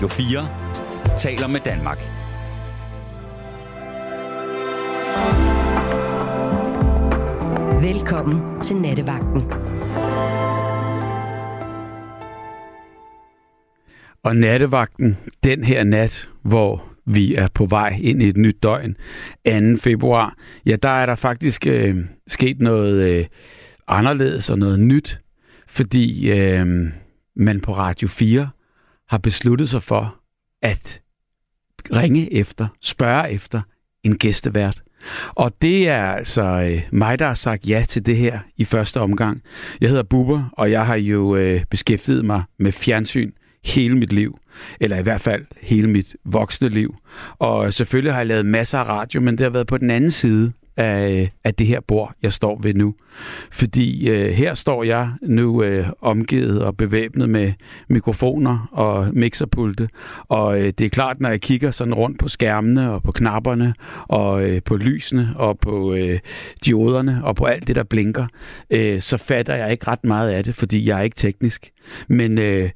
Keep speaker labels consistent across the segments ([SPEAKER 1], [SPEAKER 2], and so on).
[SPEAKER 1] Radio 4 taler med Danmark.
[SPEAKER 2] Velkommen til Nattevagten.
[SPEAKER 3] Og nattevagten, den her nat, hvor vi er på vej ind i et nyt døgn, 2. februar, ja, der er der faktisk sket noget anderledes og noget nyt, fordi man på Radio 4 har besluttet sig for at spørge efter en gæstevært. Og det er altså mig, der har sagt ja til det her i første omgang. Jeg hedder Bubber, og jeg har jo beskæftiget mig med fjernsyn hele mit liv. Eller i hvert fald hele mit voksne liv. Og selvfølgelig har jeg lavet masser af radio, men det har været på den anden side af det her bord, jeg står ved nu. Fordi her står jeg nu omgivet og bevæbnet med mikrofoner og mixerpulte. Og det er klart, når jeg kigger sådan rundt på skærmene og på knapperne og på lysene og på dioderne og på alt det, der blinker, så fatter jeg ikke ret meget af det, fordi jeg er ikke teknisk. Men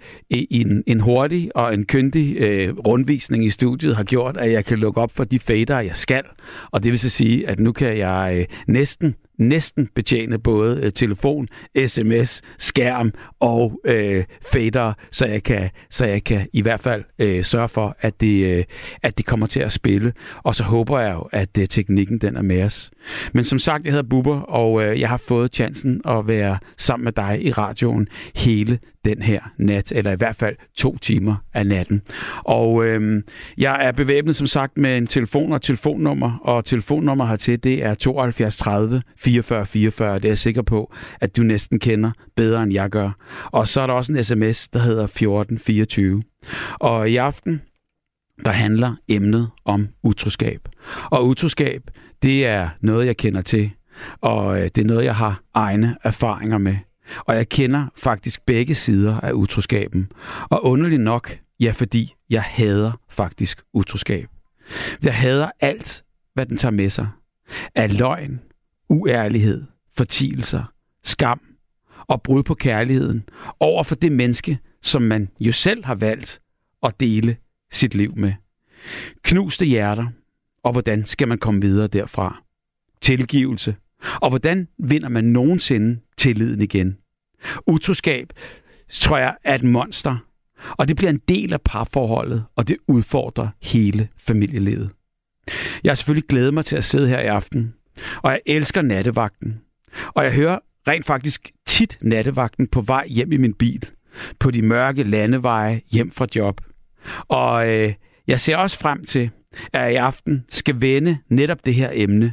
[SPEAKER 3] en hurtig og en kyndig rundvisning i studiet har gjort, at jeg kan lukke op for de fader, jeg skal. Og det vil så sige, at nu kan jeg næsten betjene både telefon, sms, skærm og fader, så jeg kan i hvert fald sørge for, at det kommer til at spille. Og så håber jeg jo, at teknikken den er med os. Men som sagt, jeg hedder Bubber, og jeg har fået chancen at være sammen med dig i radioen hele den her nat, eller i hvert fald 2 timer af natten. Og jeg er bevæbnet, som sagt, med en telefon og telefonnummer, og telefonnummer hertil, det er 72 30 44 44. Det er jeg sikker på, at du næsten kender bedre, end jeg gør. Og så er der også en sms, der hedder 1424. Og i aften, der handler emnet om utroskab. Og utroskab, det er noget, jeg kender til, og det er noget, jeg har egne erfaringer med. Og jeg kender faktisk begge sider af utroskaben. Og underligt nok, ja, fordi jeg hader faktisk utroskab. Jeg hader alt, hvad den tager med sig. Af løgn, uærlighed, fortielser, skam og brud på kærligheden over for det menneske, som man jo selv har valgt at dele sit liv med. Knuste hjerter, og hvordan skal man komme videre derfra? Tilgivelse, og hvordan vinder man nogensinde tilliden igen? Utroskab, tror jeg, er et monster, og det bliver en del af parforholdet, og det udfordrer hele familielivet. Jeg har selvfølgelig glædet mig til at sidde her i aften, og jeg elsker nattevagten. Og jeg hører rent faktisk tit nattevagten på vej hjem i min bil, på de mørke landeveje hjem fra job. Og jeg ser også frem til, at jeg i aften skal vende netop det her emne,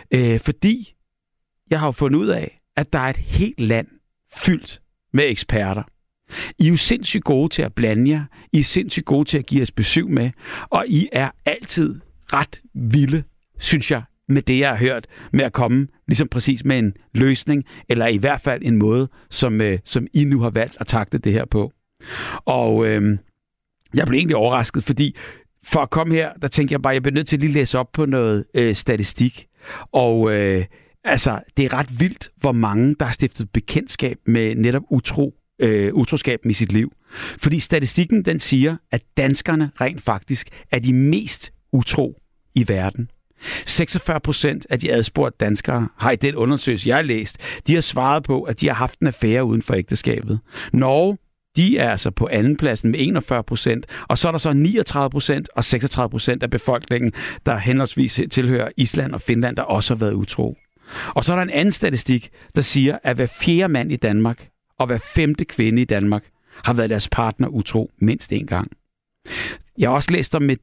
[SPEAKER 3] fordi jeg har jo fundet ud af, at der er et helt land fyldt med eksperter. I er jo sindssygt gode til at blande jer, I er sindssygt gode til at give os besøg med, og I er altid ret vilde, synes jeg, med det, jeg har hørt, med at komme ligesom præcis med en løsning, eller i hvert fald en måde, som I nu har valgt at takle det her på. Og jeg blev egentlig overrasket, fordi for at komme her, der tænkte jeg bare, jeg bliver nødt til at lige læse op på noget statistik. Og det er ret vildt, hvor mange, der har stiftet bekendtskab med netop utroskaben i sit liv. Fordi statistikken, den siger, at danskerne rent faktisk er de mest utro i verden. 46% af de adspurgte danskere har i den undersøgelse, jeg har læst, de har svaret på, at de har haft en affære uden for ægteskabet. Norge, de er altså på andenpladsen med 41%, og så er der så 39% og 36% af befolkningen, der henholdsvis tilhører Island og Finland, der også har været utro. Og så er der en anden statistik, der siger, at hver 4. mand i Danmark og hver 5. kvinde i Danmark har været deres partner utro mindst en gang. Jeg har også læst om et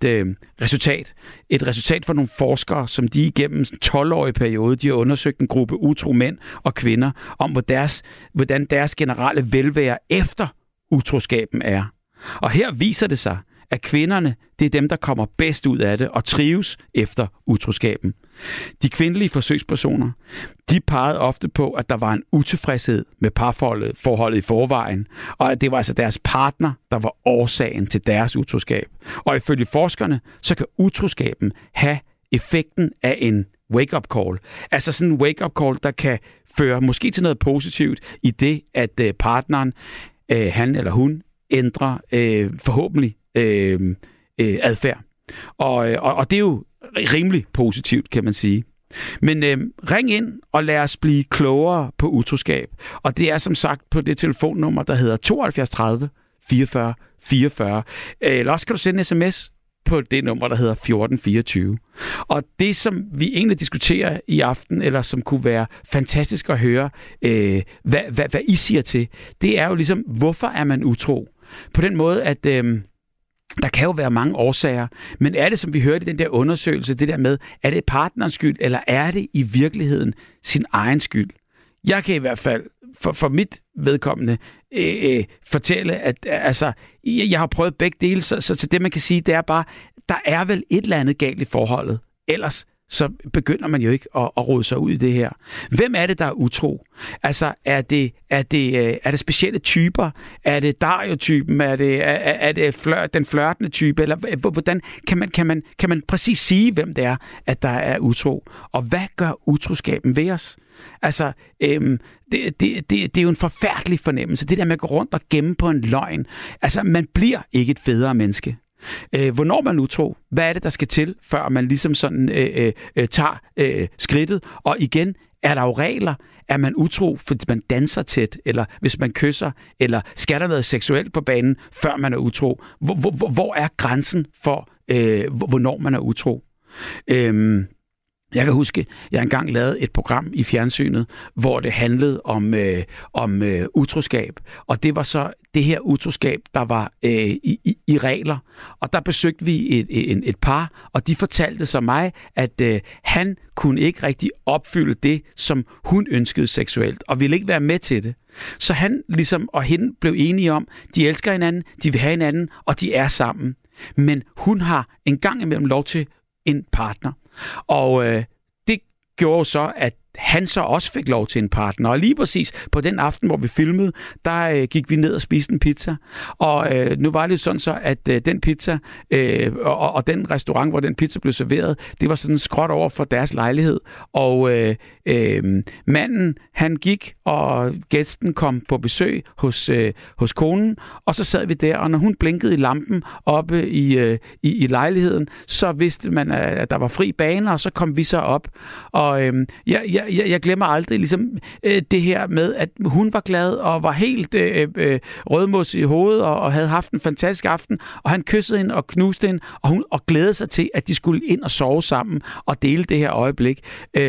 [SPEAKER 3] resultat fra nogle forskere, som de igennem en 12-årig periode, de har undersøgt en gruppe utro mænd og kvinder, om hvordan deres generelle velvære efter utroskaben er. Og her viser det sig, at kvinderne, det er dem, der kommer bedst ud af det og trives efter utroskaben. De kvindelige forsøgspersoner, de pegede ofte på, at der var en utilfredshed med parforholdet i forvejen, og at det var altså deres partner, der var årsagen til deres utroskab. Og ifølge forskerne, så kan utroskaben have effekten af en wake-up call. Altså sådan en wake-up call, der kan føre måske til noget positivt i det, at partneren, han eller hun, ændrer forhåbentlig adfærd. Og det er jo rimelig positivt, kan man sige. Men ring ind og lad os blive klogere på utroskab. Og det er som sagt på det telefonnummer, der hedder 72 30 44 44. Eller også kan du sende en sms på det nummer, der hedder 1424. Og det, som vi egentlig diskuterer i aften, eller som kunne være fantastisk at høre, hvad I siger til, det er jo ligesom, hvorfor er man utro? På den måde, at der kan jo være mange årsager, men er det, som vi hørte i den der undersøgelse, det der med, er det partnerens skyld, eller er det i virkeligheden sin egen skyld? Jeg kan i hvert fald for mit vedkommende fortælle, at altså, jeg har prøvet begge dele, så det man kan sige, det er bare, der er vel et eller andet galt i forholdet. Ellers så begynder man jo ikke at rode sig ud i det her. Hvem er det, der er utro? Altså, er det specielle typer? Er det Dario-typen? Er det den flirtende type? Eller hvordan kan man præcis sige, hvem det er, at der er utro? Og hvad gør utroskaben ved os? Altså, det er jo en forfærdelig fornemmelse. Det der med at gå rundt og gemme på en løgn. Altså, man bliver ikke et federe menneske. Hvornår man utro? Hvad er det, der skal til, før man ligesom sådan tager skridtet? Og igen, er der jo regler? Er man utro, fordi man danser tæt, eller hvis man kysser, eller skal der noget seksuelt på banen, før man er utro? Hvor er grænsen for, hvornår man er utro? Jeg kan huske, jeg engang lavede et program i fjernsynet, hvor det handlede om utroskab. Og det var så det her utroskab, der var i regler. Og der besøgte vi et par, og de fortalte så mig, at han kunne ikke rigtig opfylde det, som hun ønskede seksuelt, og ville ikke være med til det. Så han ligesom og hende blev enige om, de elsker hinanden, de vil have hinanden, og de er sammen. Men hun har en gang imellem lov til en partner. Og det gjorde så, at han så også fik lov til en partner. Og lige præcis på den aften, hvor vi filmede, der gik vi ned og spiste en pizza. Og nu var det jo sådan så, at den pizza og den restaurant, hvor den pizza blev serveret, det var sådan skråt over for deres lejlighed. Og manden, han gik, og gæsten kom på besøg hos konen, og så sad vi der, og når hun blinkede i lampen oppe i lejligheden, så vidste man, at der var fri baner, og så kom vi så op. Og jeg glemmer aldrig ligesom det her med, at hun var glad og var helt rødmos i hovedet og havde haft en fantastisk aften, og han kyssede hende og knuste hende, og glædede sig til, at de skulle ind og sove sammen og dele det her øjeblik,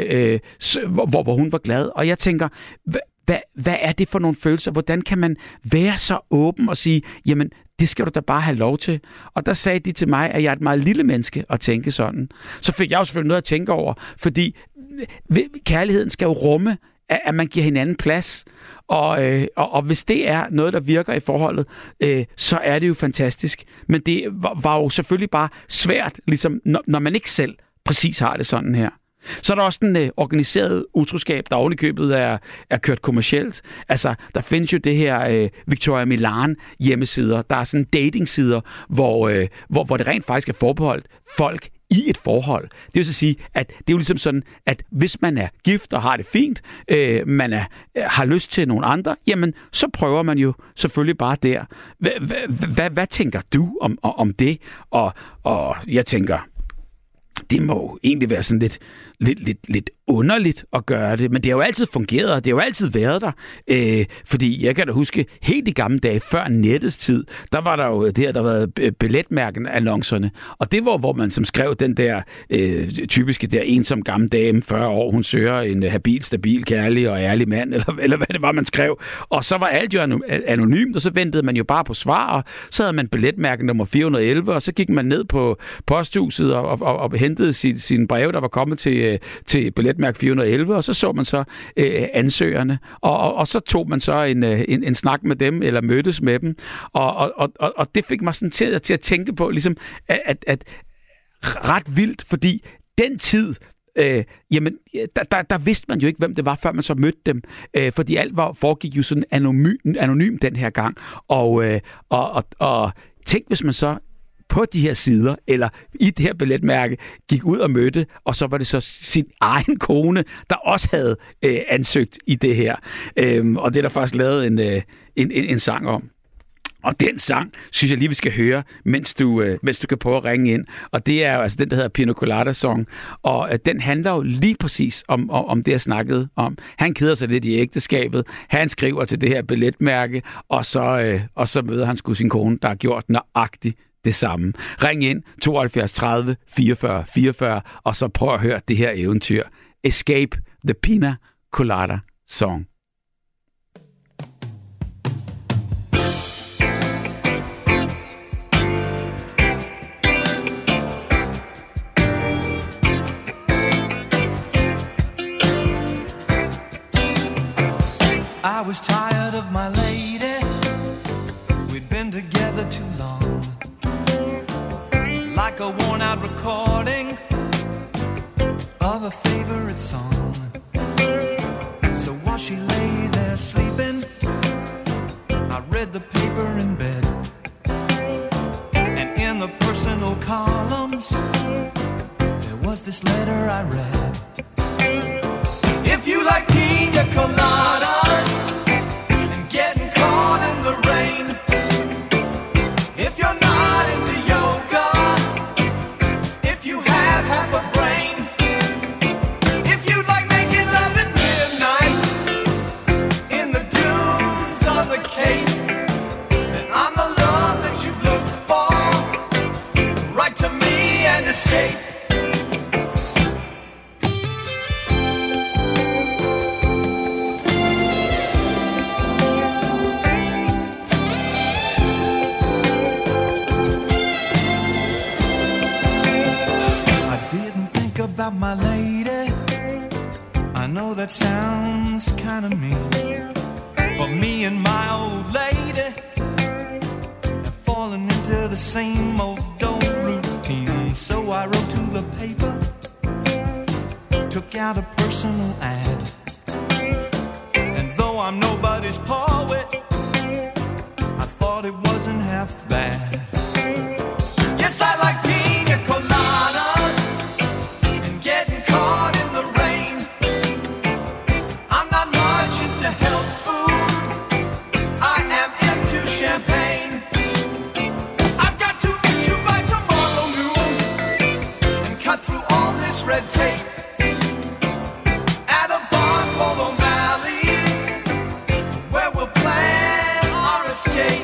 [SPEAKER 3] hvor hun var glad. Og jeg tænker, hvad er det for nogle følelser? Hvordan kan man være så åben og sige, jamen, det skal du da bare have lov til. Og der sagde de til mig, at jeg er et meget lille menneske at tænke sådan. Så fik jeg jo selvfølgelig noget at tænke over, fordi kærligheden skal jo rumme, at man giver hinanden plads. Og hvis det er noget, der virker i forholdet, så er det jo fantastisk. Men det var jo selvfølgelig bare svært, ligesom, når man ikke selv præcis har det sådan her. Så er der også den organiserede utroskab, der ovenikøbet er kørt kommercielt. Altså, der findes jo det her Victoria Milan hjemmesider. Der er sådan datingsider, hvor det rent faktisk er forbeholdt folk i et forhold. Det vil så sige, at det er jo ligesom sådan, at hvis man er gift og har det fint, man har lyst til nogle andre, jamen, så prøver man jo selvfølgelig bare der. Hvad tænker du om det? Og jeg tænker, det må egentlig være sådan lidt underligt at gøre det, men det har jo altid fungeret, og det har jo altid været der. Fordi jeg kan da huske, helt i gamle dage, før nettets tid, der var der jo det her, der var billetmærken-annoncerne, og det var, hvor man som skrev den der typiske der ensom gammel dame, 40 år, hun søger en habil, stabil, kærlig og ærlig mand, eller hvad det var, man skrev. Og så var alt jo anonymt, og så ventede man jo bare på svar, og så havde man billetmærken nummer 411, og så gik man ned på posthuset og hentede sine breve, der var kommet til billetmærke 411, og så man så ansøgerne, og så tog man så en snak med dem, eller mødtes med dem, og det fik mig sådan til at tænke på, ligesom, at ret vildt, fordi den tid, jamen, der vidste man jo ikke, hvem det var, før man så mødte dem, fordi alt foregik jo sådan anonym den her gang, og tænk, hvis man så på de her sider, eller i det her billetmærke, gik ud og mødte, og så var det så sin egen kone, der også havde ansøgt i det her. Og det er der faktisk lavet en sang om. Og den sang, synes jeg lige, vi skal høre, mens du kan prøve at ringe ind. Og det er jo altså den, der hedder Pina Colada Song. Og den handler jo lige præcis om det, jeg snakkede om. Han keder sig lidt i ægteskabet. Han skriver til det her billetmærke, og så møder han sgu sin kone, der har gjort nøjagtigt det samme. Ring ind 72 30 44 44, og så prøv at høre det her eventyr. Escape the Pina Colada Song.
[SPEAKER 4] I was tired of my lady. We'd been together too long, like a worn-out recording of a favorite song. So while she lay there sleeping, I read the paper in bed, and in the personal columns there was this letter I read. If you like pina coladas and getting caught in the rain, if you're not into yoga, if you have half a brain, if you like making love at midnight in the dunes on the Cape, then I'm the love that you've looked for. Write to me and escape. About my lady, I know that sounds kind of mean, but me and my old lady have fallen into the same old routine. So I wrote to the paper, took out a personal ad, and though I'm nobody's poet, I thought it wasn't half bad. Yes, I like pina coladas, getting caught in the rain. I'm not much into health food, I am into champagne. I've got to meet you by tomorrow noon and cut through all this red tape at a bar for O'Malley's, where we'll plan our escape.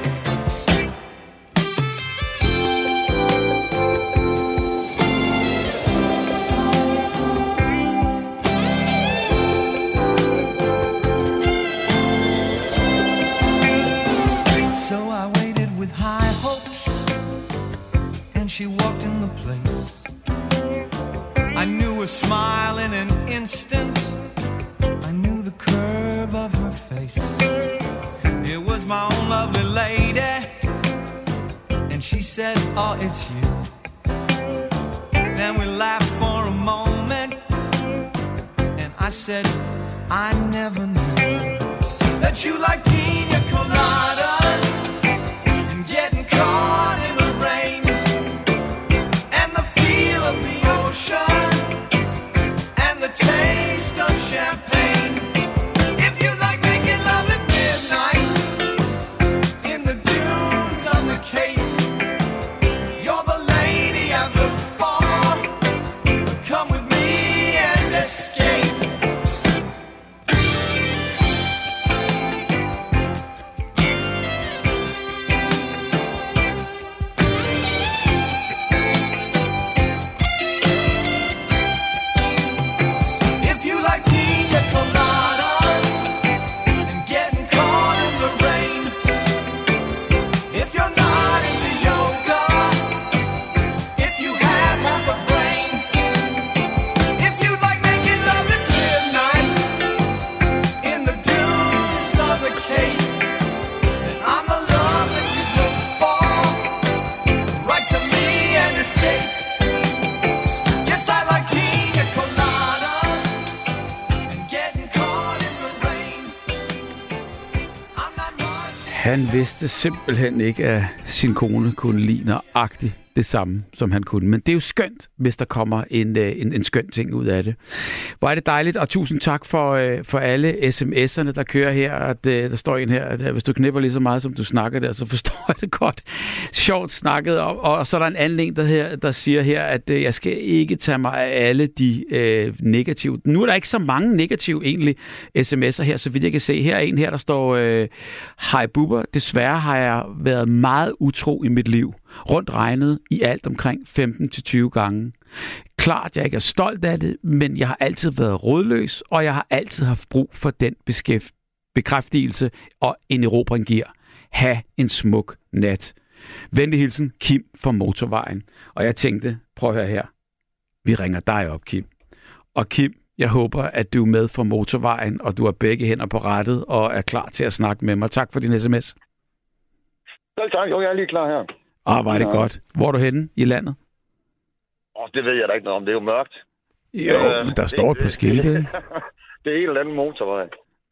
[SPEAKER 4] She walked in the place. I knew her smile in an instant. I knew the curve of her face. It was my own lovely lady, and she said, "Oh, it's you." Then we laughed for a moment, and I said, "I never knew that you like pina coladas and getting caught in the rain, of the ocean and the taste of champagne. If you like making love at midnight in the dunes on the Cape, you're the lady I've looked for. Come with me and escape.
[SPEAKER 3] Han vidste simpelthen ikke, at sin kone kunne lide nøjagtigt det samme, som han kunne. Men det er jo skønt, hvis der kommer en skøn ting ud af det. Hvor er det dejligt, og tusind tak for alle sms'erne, der kører her. At, der står en her, at hvis du knipper lige så meget, som du snakker der, så forstår jeg det godt. Sjovt snakket. Og så er der en anden en, der siger her, at jeg skal ikke tage mig af alle de negative. Nu er der ikke så mange negative egentlig sms'er her, så vidt jeg kan se. Her er en her, der står, hej Bubber, desværre har jeg været meget utro i mit liv. Rundt regnet i alt omkring 15-20 gange. Klart, jeg ikke er stolt af det, men jeg har altid været rådløs, og jeg har altid haft brug for den bekræftelse, og en erobring giver. Ha' en smuk nat. Venlig hilsen, Kim fra Motorvejen. Og jeg tænkte, prøv at høre her. Vi ringer dig op, Kim. Og Kim, jeg håber, at du er med fra Motorvejen, og du har begge hænder på rattet, og er klar til at snakke med mig. Tak for din sms.
[SPEAKER 5] Selv tak, jo, jeg er lige klar her.
[SPEAKER 3] Hvor er det godt. Hvor er du henne i landet?
[SPEAKER 5] Det ved jeg da ikke noget om. Det er jo mørkt.
[SPEAKER 3] Jo, der står et par skilte.
[SPEAKER 5] Det er en eller anden motorvej.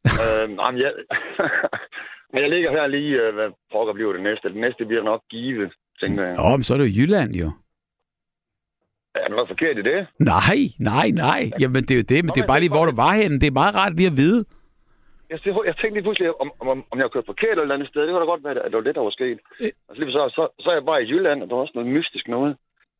[SPEAKER 5] Men jeg ligger her lige, hvad pokker bliver det næste? Det næste bliver nok Give, tænker jeg.
[SPEAKER 3] Men så er det jo Jylland, jo.
[SPEAKER 5] Er der noget forkert i det?
[SPEAKER 3] Nej. Jamen, det er jo det, men det er bare lige, hvor du var henne. Det er meget rart lige at vide. Jeg
[SPEAKER 5] tænkte lige pludselig, om jeg kørte forkert eller et andet sted. Det var da godt være, at det var det, der var sket. Altså, så er jeg bare i Jylland, og der er også noget mystisk noget.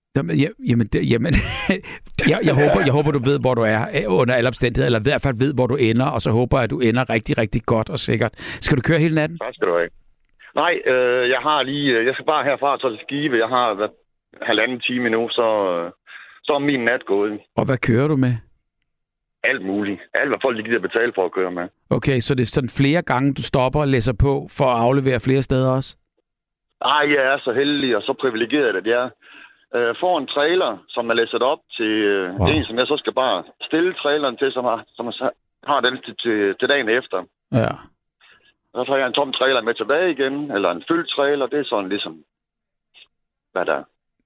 [SPEAKER 3] Jeg håber, du ved, hvor du er under alle omstændigheder, eller i hvert fald ved, hvor du ender, og så håber jeg, at du ender rigtig, rigtig godt og sikkert. Skal du køre hele natten?
[SPEAKER 5] Tak skal du have. Nej, jeg skal bare herfra til Skive. Jeg har 1,5 time nu, så er min nat gået. Og
[SPEAKER 3] hvad kører du med?
[SPEAKER 5] Alt muligt. Alt, hvad folk gider betale for at køre med.
[SPEAKER 3] Okay, så det er sådan flere gange, du stopper og læser på for at aflevere flere steder også?
[SPEAKER 5] Nej, jeg er så heldig og så privilegeret, at jeg får en trailer, som er læsset op til en, som jeg så skal bare stille traileren til, som har den til dagen efter.
[SPEAKER 3] Ja.
[SPEAKER 5] Så tager jeg en tom trailer med tilbage igen, eller en fyldt trailer. Det er sådan ligesom, hvad der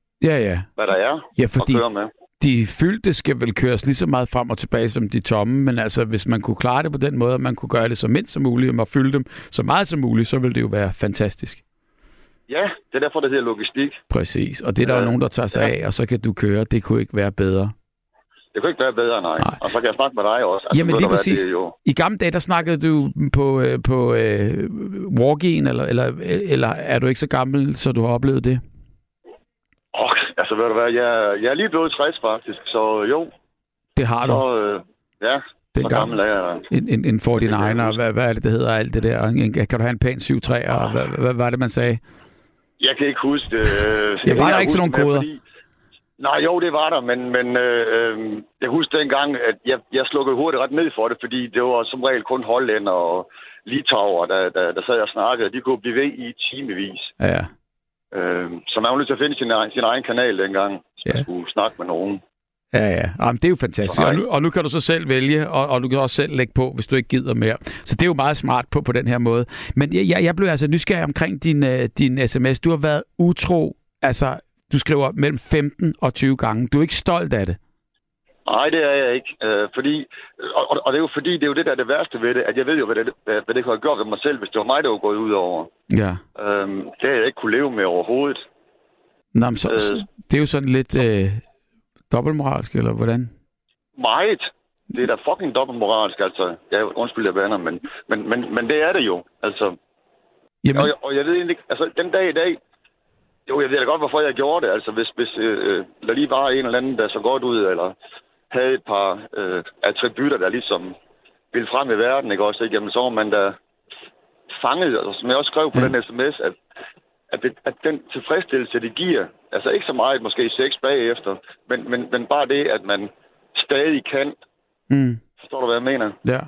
[SPEAKER 5] er
[SPEAKER 3] fordi
[SPEAKER 5] at køre med.
[SPEAKER 3] De fyldte skal vel køres lige så meget frem og tilbage som de tomme, men altså, hvis man kunne klare det på den måde, at man kunne gøre det så mindst som muligt, og fylde dem så meget som muligt, så ville det jo være fantastisk.
[SPEAKER 5] Ja, det er derfor, det hedder logistik.
[SPEAKER 3] Præcis, og det er der jo nogen, der tager sig af, og så kan du køre. Det kunne ikke være bedre.
[SPEAKER 5] Det kunne ikke være bedre, nej. Og så kan jeg snakke med dig også. Altså,
[SPEAKER 3] jamen lige præcis. I gamle dage, der snakkede du på walk-in, eller er du ikke så gammel, så du har oplevet det?
[SPEAKER 5] Altså, ved du hvad, jeg er lige blevet 60 faktisk, så jo.
[SPEAKER 3] Det har du?
[SPEAKER 5] Så gammel er jeg.
[SPEAKER 3] En 49'er, hvad er det hedder, alt det der? Kan du have en pæn 7-3'er, og hvad var det, man sagde?
[SPEAKER 5] Jeg kan ikke huske det.
[SPEAKER 3] Var der ikke sådan nogle koder?
[SPEAKER 5] Nej, jo, det var der, men jeg husker dengang, at jeg slukkede hurtigt ret ned for det, fordi det var som regel kun hollænder og litauer, der sad og snakkede. De kunne blive ved i timevis.
[SPEAKER 3] Ja.
[SPEAKER 5] Så man var nødt til at finde sin egen kanal dengang, hvis man skulle snakke med nogen.
[SPEAKER 3] Ja. Jamen, det er jo fantastisk. Og nu kan du så selv vælge, og du kan også selv lægge på, hvis du ikke gider mere. Så det er jo meget smart på den her måde. Men jeg blev altså nysgerrig omkring din sms. Du har været utro, altså du skriver mellem 15 og 20 gange. Du er ikke stolt af det?
[SPEAKER 5] Nej, det er jeg ikke. Fordi, og det er jo fordi, det er jo det, der er det værste ved det, at jeg ved jo, hvad det kunne have gjort ved mig selv, hvis det var mig, der var gået ud over.
[SPEAKER 3] Ja.
[SPEAKER 5] Det har jeg ikke kunne leve med overhovedet.
[SPEAKER 3] Nå, men det er jo sådan lidt dobbeltmoralsk, eller hvordan?
[SPEAKER 5] Meget. Det er da fucking dobbeltmoralsk, altså. Undskyld, jeg bander, men det er det jo, altså. Jamen. Og jeg ved egentlig ikke, altså, den dag i dag, jo, jeg ved da godt, hvorfor jeg gjorde det. Altså, hvis der lige var en eller anden, der så godt ud, eller havde et par attributter, der ligesom ville frem i verden, ikke også? Jamen, så var man da fanget, og som jeg også skrev på den sms, at den tilfredsstillelse, det giver, altså ikke så meget, måske 6 bagefter, men bare det, at man stadig kan. Forstår du, hvad jeg mener?
[SPEAKER 3] Ja.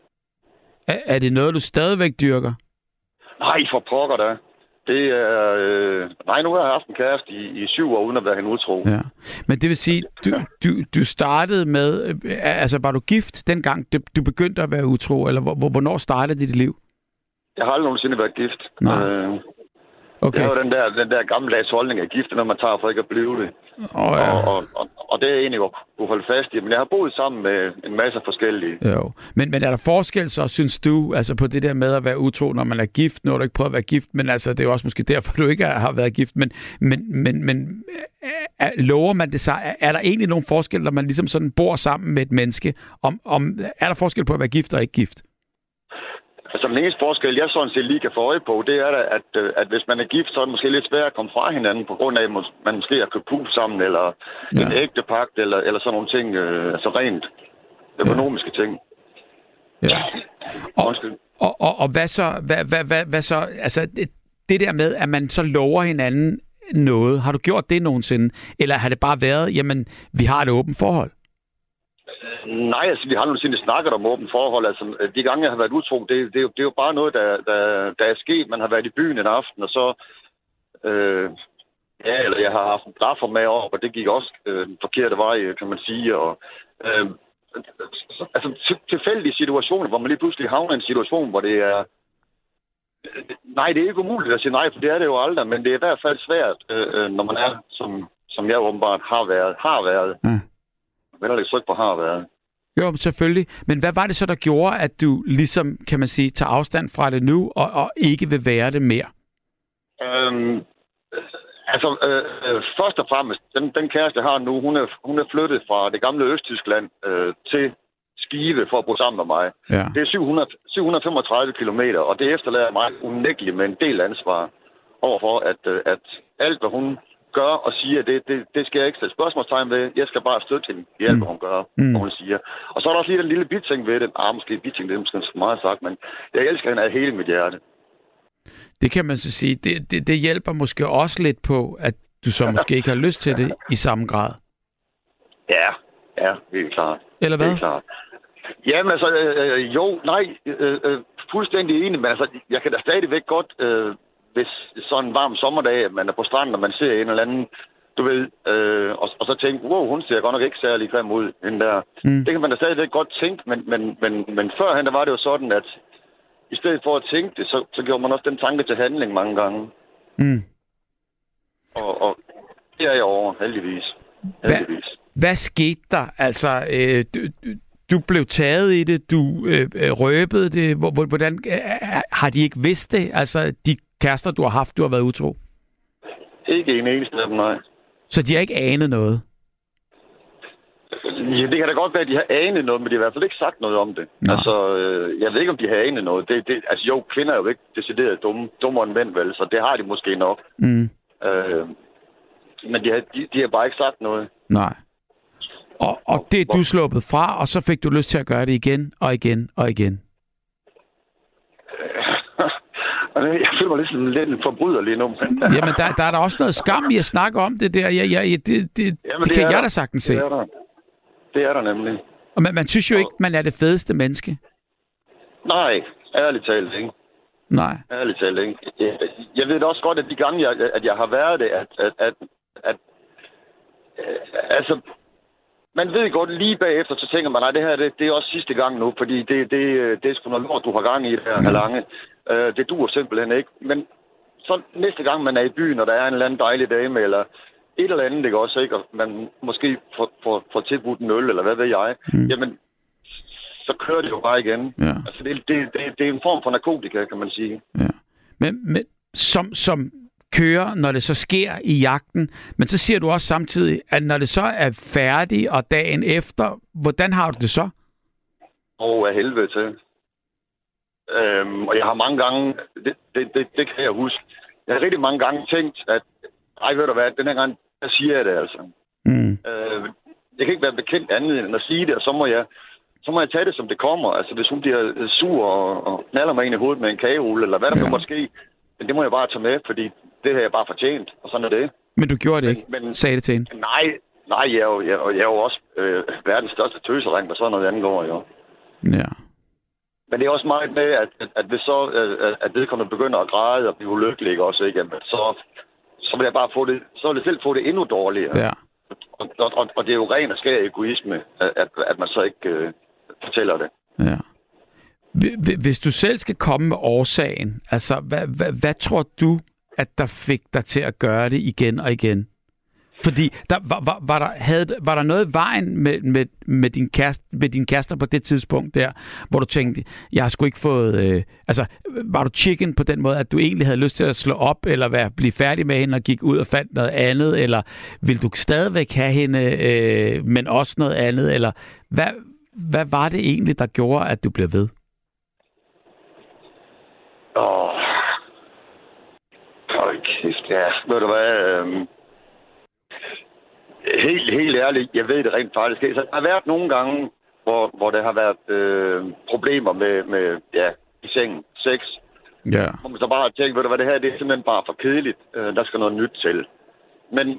[SPEAKER 3] Er det noget, du stadigvæk dyrker?
[SPEAKER 5] Nej, for pokker da. Det er... nej, nu har jeg haft en kæreste i 7 år, uden at være hende utro.
[SPEAKER 3] Ja. Men det vil sige, du startede med... Altså, var du gift dengang, du begyndte at være utro? Eller hvornår startede dit liv?
[SPEAKER 5] Jeg har aldrig nogensinde været gift.
[SPEAKER 3] Okay.
[SPEAKER 5] Det er jo den der gammeldags holdning af gift, når man tager for ikke at blive det. Og det er jeg egentlig godt kunne holde fast i. Men jeg har boet sammen med en masse forskellige.
[SPEAKER 3] Jo. Men er der forskel så, synes du, altså på det der med at være utro, når man er gift? Nu har du ikke prøvet at være gift, men altså, det er jo også måske derfor, du ikke har været gift. Men lover man det sig? Er der egentlig nogen forskel, når man ligesom sådan bor sammen med et menneske? Er der forskel på at være gift og ikke gift?
[SPEAKER 5] Altså den eneste forskel, jeg sådan set lige kan få øje på, det er da, at hvis man er gift, så er det måske lidt svært at komme fra hinanden, på grund af, at man måske har købt hus sammen, eller en ægtepagt, eller sådan nogle ting, altså rent økonomiske ting.
[SPEAKER 3] Ja. Og hvad så, altså det der med, at man så lover hinanden noget, har du gjort det nogensinde? Eller har det bare været, jamen, vi har et åbent forhold?
[SPEAKER 5] Nej, altså vi har nogensinde snakket om åbent forhold. Altså de gange, jeg har været utro, det er jo bare noget, der er sket. Man har været i byen en aften, og så... eller jeg har haft en blaffer med op, og det gik også den forkerte vej, kan man sige. Og, altså tilfældige situationer, hvor man lige pludselig havner i en situation, hvor det er... Nej, det er ikke umuligt at sige nej, for det er det jo aldrig, men det er i hvert fald svært, når man er, som jeg åbenbart har været. Men er det tryk på har været.
[SPEAKER 3] Jo, selvfølgelig. Men hvad var det så, der gjorde, at du ligesom, kan man sige, tager afstand fra det nu, og ikke vil være det mere?
[SPEAKER 5] Først og fremmest, den kæreste, jeg har nu, hun er flyttet fra det gamle Østtyskland til Skive for at bo sammen med mig. Ja. Det er 735 kilometer, og det efterlader mig unægteligt med en del ansvar overfor, at alt, hvad hun gør og siger, det skal jeg ikke stille spørgsmålstegn ved. Jeg skal bare støtte hende i alt, hvad hun gør, hvad hun siger. Og så er der også lige den lille biting ved det. Måske biting, det er måske meget sagt, men jeg elsker hende af hele mit hjerte.
[SPEAKER 3] Det kan man så sige. Det hjælper måske også lidt på, at du så måske ikke har lyst til det i samme grad. Ja, helt klart. Eller hvad?
[SPEAKER 5] Helt klart. Jamen altså, fuldstændig enig, men altså, jeg kan da stadigvæk godt... hvis sådan en varm sommerdag, at man er på stranden, og man ser en eller anden, du ved, og så tænker, wow, hun ser godt nok ikke særlig grim ud, den der. Det kan man da stadigvæk godt tænke, men førhen, der var det jo sådan, at i stedet for at tænke det, så gjorde man også den tanke til handling mange gange. Og det er jeg over, heldigvis.
[SPEAKER 3] Hvad skete der? Altså, du blev taget i det, du røbede det. Hvordan har de ikke vidst det? Altså, de kærester, du har været utro?
[SPEAKER 5] Ikke en eneste af dem, nej.
[SPEAKER 3] Så de har ikke anet noget?
[SPEAKER 5] Ja, det kan da godt være, at de har anet noget, men de har i hvert fald ikke sagt noget om det. Nå. Altså, jeg ved ikke, om de har anet noget. Altså jo, kvinder er jo ikke decideret dummere end mænd, vel, så det har de måske nok. Men de har bare ikke sagt noget. Nej.
[SPEAKER 3] Og det er du sluppet fra, og så fik du lyst til at gøre det igen og igen og igen?
[SPEAKER 5] Jeg føler mig lidt en forbryder lige nu.
[SPEAKER 3] Jamen, der er der også noget skam i at snakke om det der. Det kan jeg da sagtens se.
[SPEAKER 5] Det er der nemlig.
[SPEAKER 3] Og man synes jo ikke, man er det fedeste menneske.
[SPEAKER 5] Nej, ærligt talt ikke.
[SPEAKER 3] Nej.
[SPEAKER 5] Ærligt talt ikke. Jeg ved også godt, at de gange, at jeg har været det, at altså... Man ved godt lige bagefter, så tænker man, nej, det her det er også sidste gang nu, fordi det er sgu noget lort, du har gang i det her lange. Det duer simpelthen ikke. Men så næste gang, man er i byen, og der er en eller anden dejlig dame, eller et eller andet, ikke også, ikke? Og man måske får tilbudt en øl, eller hvad ved jeg, jamen, så kører det jo bare igen. Ja. Altså, det er en form for narkotika, kan man sige.
[SPEAKER 3] Ja. Men som kører, når det så sker i jagten, men så siger du også samtidig, at når det så er færdigt, og dagen efter, hvordan har du det så?
[SPEAKER 5] Af helvede til. Og jeg har mange gange, det kan jeg huske, jeg har rigtig mange gange tænkt, at ved du hvad, den her gang, der siger jeg det altså. Jeg kan ikke være bekendt andet end at sige det, og så må jeg tage det, som det kommer. Altså, hvis hun bliver sur og knaller mig ind i hovedet med en kagerulle, eller hvad der måtte ske, men det må jeg bare tage med, fordi det har jeg bare fortjent, og sådan er det.
[SPEAKER 3] Men du gjorde det ikke? Sagde det til hende?
[SPEAKER 5] Nej, jeg er jo også verdens største tøsering, hvad sådan noget angår, jo. Ja. Men det er også meget med, at hvis så, at vedkommende begynder at græde og blive ulykkelig, også, ikke? Så vil jeg bare få det, så vil jeg selv få det endnu dårligere. Ja. Og det er jo ren og skær egoisme, at man så ikke fortæller det.
[SPEAKER 3] Ja. Hvis du selv skal komme med årsagen, altså hvad tror du at der fik dig til at gøre det igen og igen? Fordi var der noget i vejen med din kæreste på det tidspunkt der, hvor du tænkte, jeg har sgu ikke fået... var du chicken på den måde, at du egentlig havde lyst til at slå op, eller blive færdig med hende og gik ud og fandt noget andet, eller vil du stadigvæk have hende, men også noget andet, eller hvad var det egentlig, der gjorde, at du blev ved?
[SPEAKER 5] Kæft, ja. Ved du hvad... Helt ærligt, jeg ved det rent faktisk. Så der har været nogle gange, hvor der har været problemer med i sengen, sex.
[SPEAKER 3] Ja.
[SPEAKER 5] Hvor man så bare har tænkt, ved du hvad, det her det er simpelthen bare for kedeligt. Der skal noget nyt til. Men,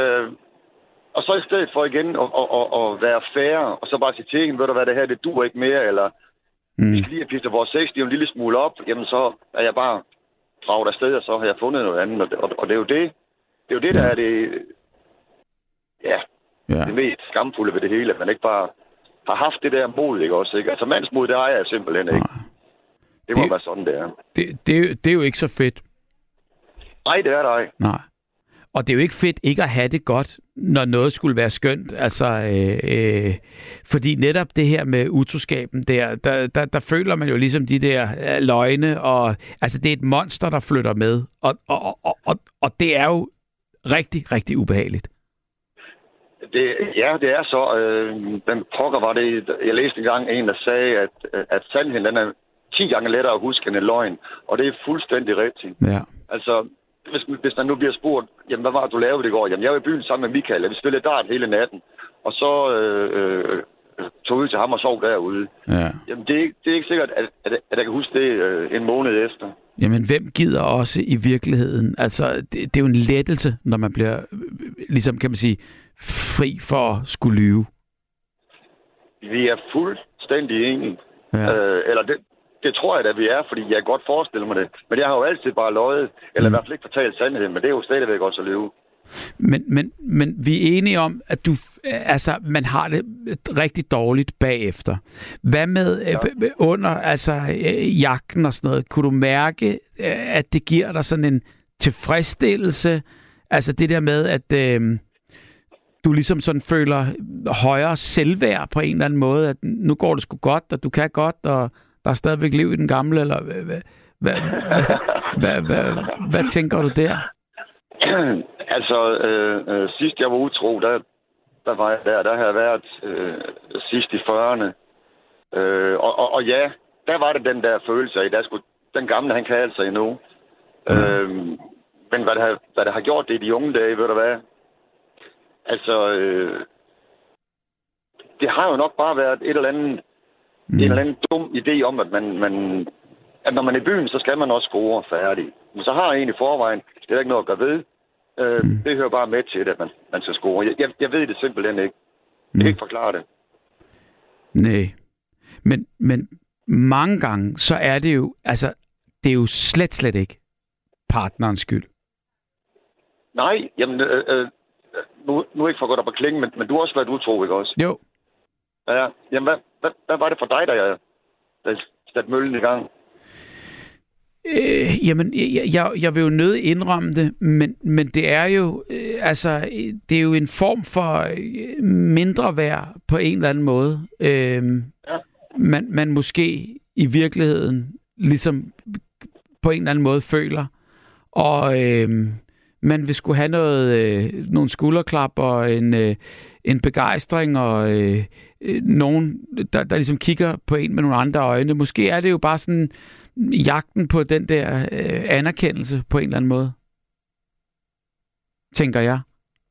[SPEAKER 5] og så i stedet for igen at være fair, og så bare sige til hende, ved du hvad, det her det duer ikke mere, eller vi skal lige have pistet vores sex, det er en lille smule op, jamen så er jeg bare draget afsted, og så har jeg fundet noget andet. Og det er jo det. Det er jo det, der er det... Ja, det mest skamfulde ved det hele, at man ikke bare har haft det der mod, ikke også? Ikke? Altså mandsmod, det ejer jeg simpelthen ikke. Det må være sådan, det er.
[SPEAKER 3] Det er jo ikke så fedt.
[SPEAKER 5] Nej, det er der ikke. Nej.
[SPEAKER 3] Og det er jo ikke fedt ikke at have det godt, når noget skulle være skønt. Altså, fordi netop det her med utroskaben, der føler man jo ligesom de der løgne, og altså det er et monster, der flytter med. Og det er jo rigtig, rigtig ubehageligt.
[SPEAKER 5] Det er så. Den pokker var det. Jeg læste engang en, der sagde, at sandheden den er 10 gange lettere at huske end en løgn. Og det er fuldstændig rigtigt. Ja. Altså, hvis man nu bliver spurgt, jamen hvad var det, du lavede det i går? Jamen, jeg var i byen sammen med Michael, og vi spillede dart hele natten. Og så tog ud til ham og sov derude. Ja. Jamen, det er ikke sikkert, at jeg kan huske det en måned efter.
[SPEAKER 3] Jamen, hvem gider også i virkeligheden? Altså, det er jo en lettelse, når man bliver, ligesom kan man sige, fri for at skulle lyve.
[SPEAKER 5] Vi er fuldstændig enige. Ja. Eller det tror jeg da, vi er, fordi jeg kan godt forestille mig det. Men jeg har jo altid bare løjet, eller i hvert fald ikke fortalt sandheden, men det er jo stadigvæk også at lyve.
[SPEAKER 3] Men vi er enige om, at man har det rigtig dårligt bagefter. Hvad med under jagten og sådan noget? Kunne du mærke, at det giver dig sådan en tilfredsstillelse? Altså det der med, at du ligesom sådan føler højere selvværd på en eller anden måde, at nu går det sgu godt, og du kan godt, og der er stadigvæk liv i den gamle, eller hvad tænker du der?
[SPEAKER 5] Altså, sidst jeg var utro, der var jeg der har jeg været sidst i 40'erne. Og ja, der var det den der følelse af, den gamle, han kan altså endnu. Men hvad det har gjort det i de unge dage, ved du hvad? Altså, det har jo nok bare været en eller anden dum idé om, at at når man er i byen, så skal man også score færdig. Men så har jeg en i forvejen, det er ikke noget at gøre ved. Det hører bare med til, at man skal score. Jeg ved det simpelthen ikke. Jeg kan ikke forklare det.
[SPEAKER 3] Nej. Men mange gange, så er det jo, altså, det er jo slet ikke partnerens skyld.
[SPEAKER 5] Nej, jamen, nu ikke for godt op at klinge, men du har også været utro, ikke også?
[SPEAKER 3] Jo.
[SPEAKER 5] Ja, jamen, hvad var det for dig, der satte møllen i gang?
[SPEAKER 3] Jamen, jeg vil jo nødig indrømme det, men det er jo, det er jo en form for mindre værd på en eller anden måde. Man måske i virkeligheden ligesom på en eller anden måde føler, og man vil skulle have nogle skulderklap og en begejstring og nogen, der ligesom kigger på en med nogle andre øjne. Måske er det jo bare sådan jagten på den der anerkendelse på en eller anden måde. Tænker jeg.